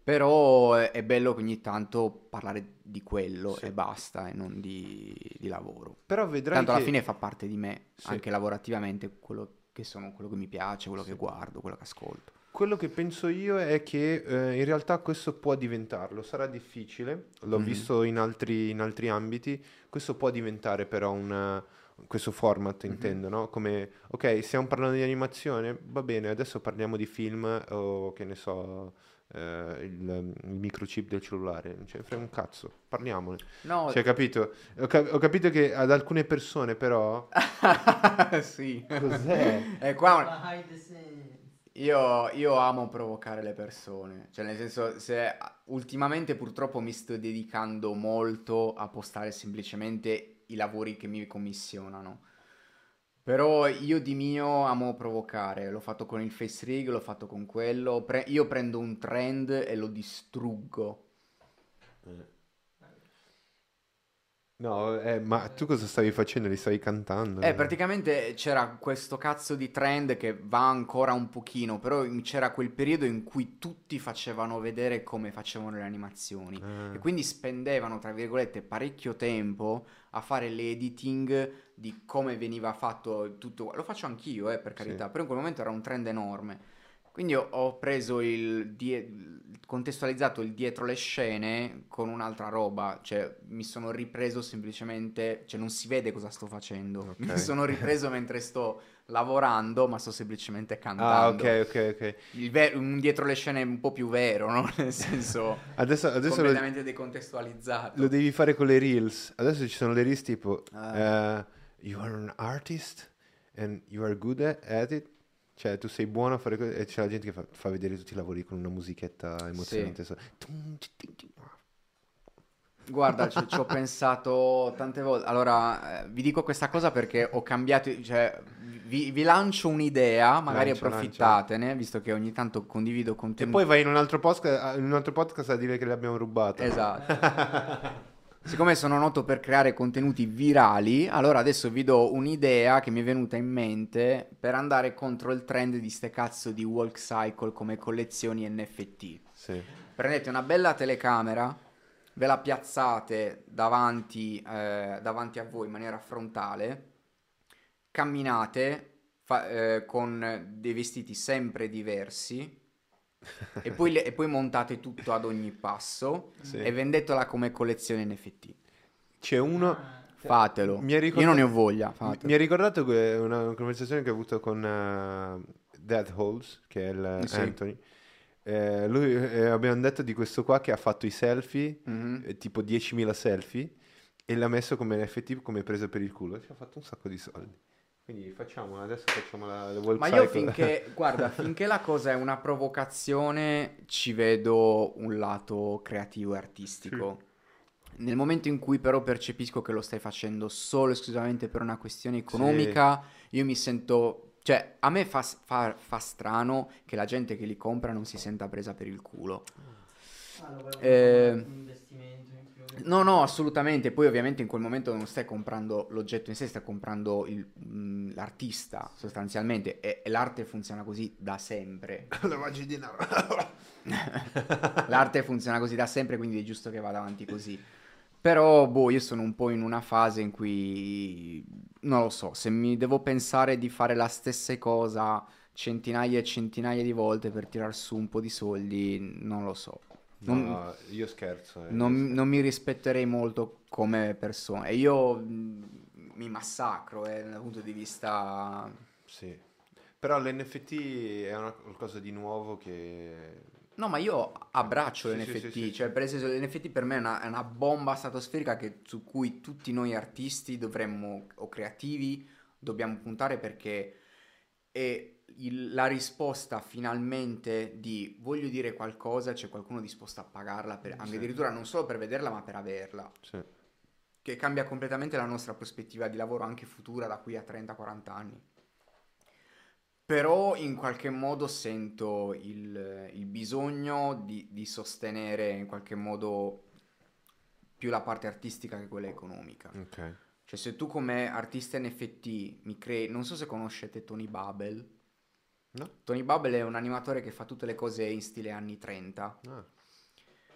S2: Però è, è bello che ogni tanto parlare di quello
S1: Sì.
S2: e basta, e non di, di lavoro.
S1: Però vedrai
S2: Tanto
S1: che...
S2: alla fine fa parte di me,
S1: Sì.
S2: anche lavorativamente, quello che sono, quello che mi piace, quello
S1: Sì.
S2: che guardo, quello che ascolto.
S1: Quello che penso io è che eh, in realtà questo può diventarlo, sarà difficile, l'ho
S2: Mhm.
S1: visto in altri, in altri ambiti, questo può diventare però un, questo format
S2: Mhm.
S1: intendo, no? Come, ok, stiamo parlando di animazione, va bene, adesso parliamo di film o che ne so, eh, il, il microchip del cellulare, non ce ne frega un cazzo, parliamone.
S2: No,
S1: Cioè, capito? Ho, cap- ho capito che ad alcune persone però...
S2: sì.
S1: Cos'è?
S2: E qua
S3: Behind the scenes.
S2: io, io amo provocare le persone, cioè nel senso, se ultimamente purtroppo mi sto dedicando molto a postare semplicemente i lavori che mi commissionano. Però io di mio amo provocare, l'ho fatto con il face rig, l'ho fatto con quello, pre- io prendo un trend e lo distruggo.
S1: No, eh, ma tu cosa stavi facendo? Li stavi cantando?
S2: Eh, praticamente c'era questo cazzo di trend che va ancora un pochino, però c'era quel periodo in cui tutti facevano vedere come facevano le animazioni e
S1: Ah,
S2: quindi spendevano, tra virgolette, parecchio tempo a fare l'editing di come veniva fatto tutto. Lo faccio anch'io, eh, per
S1: sì.
S2: carità, però in quel momento era un trend enorme. Quindi ho, ho preso il, die- il- contestualizzato il dietro le scene con un'altra roba, cioè mi sono ripreso semplicemente, cioè non si vede cosa sto facendo,
S1: Ok.
S2: mi sono ripreso mentre sto lavorando, ma sto semplicemente
S1: Ah,
S2: cantando.
S1: ok, ok, ok.
S2: Il ve- un dietro le scene un po' più vero, no? Nel senso,
S1: Adesso, adesso lo,
S2: completamente
S1: lo
S2: decontestualizzato.
S1: devi fare con le reels. Adesso ci sono le reels tipo
S2: Ah.
S1: eh, You are an artist and you are good at, at it. Cioè, tu sei buono a fare cose e c'è la gente che fa, fa vedere tutti i lavori con una musichetta emozionante. so-
S2: Guarda, ci, ci ho pensato tante volte. Allora, eh, vi dico questa cosa perché ho cambiato, cioè, vi, vi lancio un'idea, magari
S1: Lancia,
S2: approfittatene, visto che ogni tanto condivido
S1: E
S2: contenuti.
S1: poi vai in un altro podcast, in un altro podcast a dire che l'abbiamo rubato.
S2: Esatto. Siccome sono noto per creare contenuti virali, allora adesso vi do un'idea che mi è venuta in mente per andare contro il trend di ste cazzo di walk cycle come collezioni N F T.
S1: Sì.
S2: Prendete una bella telecamera, ve la piazzate davanti, eh, davanti a voi in maniera frontale, camminate fa- eh, con dei vestiti sempre diversi e poi, le- e poi montate tutto ad ogni passo
S1: Sì.
S2: e vendetela come collezione N F T.
S1: C'è uno...
S3: Ah,
S2: Fatelo.
S1: Mi ha
S2: Io
S1: ricordato-
S2: non ne ho voglia,
S1: Mi,
S2: fatelo.
S1: mi ha ricordato que- una conversazione che ho avuto con eh, Dead Holes, che è il
S2: Sì.
S1: Anthony. Eh, lui, eh, abbiamo detto di questo qua che ha fatto i selfie,
S2: Mhm.
S1: eh, tipo diecimila selfie, e l'ha messo come N F T, come presa per il culo. Ci ha fatto un sacco di soldi. Quindi facciamo, adesso facciamo la, la walk
S2: Ma io
S1: cycle.
S2: finché, guarda, finché la cosa è una provocazione, ci vedo un lato creativo e artistico. Nel momento in cui però percepisco che lo stai facendo solo e esclusivamente per una questione economica, io mi sento, cioè, a me fa, fa- fa strano che la gente che li compra non si senta presa per il culo.
S3: ah, lo vedo
S2: Eh,
S3: come un investimento in più.
S2: No, no, assolutamente. Poi ovviamente in quel momento non stai comprando l'oggetto in sé, stai comprando il- mh, l'artista sostanzialmente e, e l'arte funziona così da sempre.
S1: Lavaggio di denaro.
S2: L'arte funziona così da sempre, quindi è giusto che vada avanti così. Però, boh, io sono un po' in una fase in cui, non lo so, se mi devo pensare di fare la stessa cosa centinaia e centinaia di volte per tirar su un po' di soldi, non lo so. Non,
S1: No, io scherzo. eh,
S2: non-
S1: io scherzo.
S2: non mi rispetterei molto come persona. E io mh, mi massacro, eh, dal punto di vista...
S1: Sì. Però l'N F T è una- qualcosa di nuovo che...
S2: No, ma io abbraccio
S1: Sì,
S2: l'N
S1: sì,
S2: F T,
S1: sì, sì,
S2: cioè
S1: sì.
S2: per esempio l'N F T per me è una, è una bomba stratosferica che- su cui tutti noi artisti dovremmo, o creativi, dobbiamo puntare perché è il- la risposta finalmente di voglio dire qualcosa, c'è qualcuno disposto a pagarla, per- anche
S1: Sì.
S2: addirittura non solo per vederla ma per averla,
S1: Sì.
S2: che cambia completamente la nostra prospettiva di lavoro anche futura da qui a trenta quaranta anni. Però in qualche modo sento il, il bisogno di, di sostenere in qualche modo più la parte artistica che quella economica.
S1: Ok.
S2: Cioè se tu come artista N F T mi crei, non so se conoscete Tony Bubble.
S1: No?
S2: Tony Bubble è un animatore che fa tutte le cose in stile anni trenta.
S1: Ah.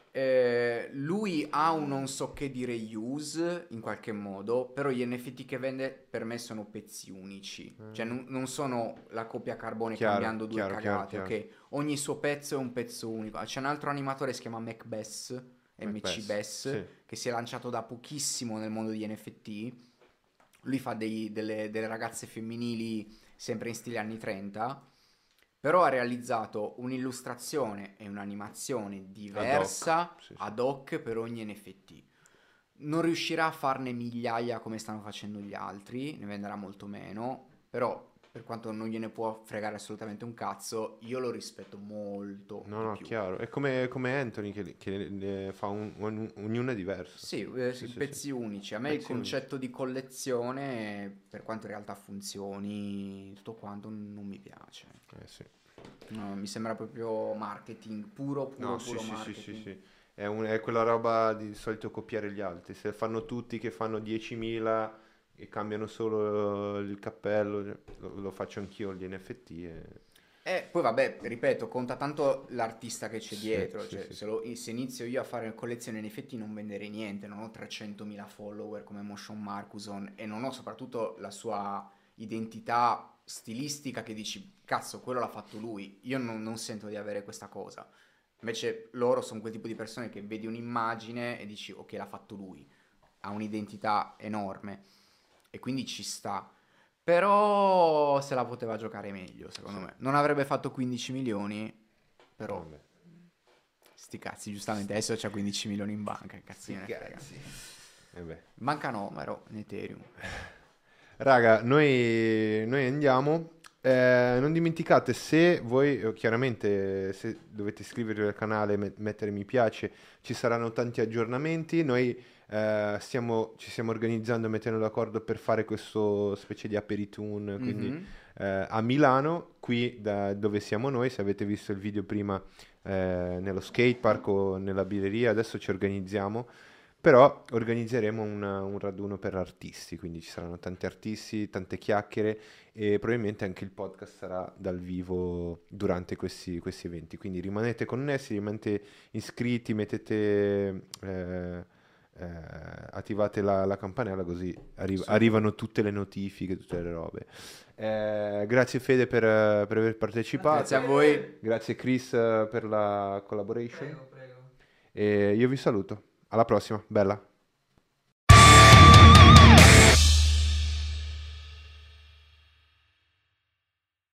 S2: Eh, lui ha un non so che di reuse in qualche modo, però gli N F T che vende per me sono pezzi unici,
S1: Mm.
S2: cioè non, non sono la copia carbone
S1: Chiaro,
S2: cambiando due
S1: chiaro, chiaro,
S2: cagate,
S1: chiaro.
S2: ok? Ogni suo pezzo è un pezzo unico. C'è un altro animatore che si chiama Macbeth, M C
S1: Macbeth,
S2: Bess,
S1: sì.
S2: che si è lanciato da pochissimo nel mondo di N F T. Lui fa dei- delle, delle ragazze femminili sempre in stile anni trenta, però ha realizzato un'illustrazione e un'animazione diversa
S1: Sì, sì.
S2: ad hoc per ogni N F T. Non riuscirà a farne migliaia come stanno facendo gli altri, ne venderà molto meno, però per quanto non gliene può fregare assolutamente un cazzo, io lo rispetto molto
S1: No,
S2: di
S1: no,
S2: più.
S1: chiaro. È come, come Anthony che, che ne fa un, un- ognuno è diverso.
S2: Sì, eh,
S1: Sì, sì,
S2: pezzi
S1: sì.
S2: unici. A me il
S1: Pezzi
S2: concetto di collezione, per quanto in realtà funzioni, tutto quanto non mi piace.
S1: Eh, sì.
S2: No, mi sembra proprio marketing, puro, puro,
S1: No, sì,
S2: puro
S1: sì, sì,
S2: marketing.
S1: sì, sì. È, un- è quella roba di solito copiare gli altri. Se fanno tutti che fanno diecimila e cambiano solo il cappello, lo, lo faccio anch'io gli N F T. E...
S2: E poi vabbè, ripeto, conta tanto l'artista che c'è
S1: Sì,
S2: dietro,
S1: sì,
S2: cioè,
S1: sì.
S2: se, lo- se inizio io a fare collezione N F T non venderei niente, non ho trecentomila follower come Motion Markuson e non ho soprattutto la sua identità stilistica che dici, cazzo, quello l'ha fatto lui, io non, non sento di avere questa cosa. Invece loro sono quel tipo di persone che vedi un'immagine e dici, ok, l'ha fatto lui, ha un'identità enorme e quindi ci sta. Però se la poteva giocare meglio, secondo
S1: Sì.
S2: me. Non avrebbe fatto quindici milioni, però
S1: Vabbè.
S2: sti cazzi, giustamente adesso c'ha quindici milioni in banca, che cazzo
S1: Sti
S2: ne frega.
S1: cazzi. Eh beh.
S2: Mancano però in Ethereum.
S1: Raga, noi, noi andiamo. Eh, non dimenticate, se voi, eh, chiaramente, se dovete iscrivervi al canale, met- mettere mi piace, ci saranno tanti aggiornamenti. Noi eh, stiamo, ci stiamo organizzando e mettendo d'accordo per fare questo specie di aperitune, quindi
S2: Mhm.
S1: eh, a Milano, qui da dove siamo noi. Se avete visto il video prima eh, nello skatepark o nella birreria, adesso ci organizziamo. Però organizzeremo un, un raduno per artisti, quindi ci saranno tanti artisti, tante chiacchiere e probabilmente anche il podcast sarà dal vivo durante questi, questi eventi. Quindi rimanete connessi, rimanete iscritti, mettete, eh, eh, attivate la, la campanella così arri-
S2: Sì.
S1: arrivano tutte le notifiche, tutte le robe. Eh, grazie Fede per, per aver partecipato,
S2: Grazie a voi.
S1: grazie Chris eh, per la collaboration
S3: Prego, prego.
S1: e io vi saluto. Alla prossima, bella.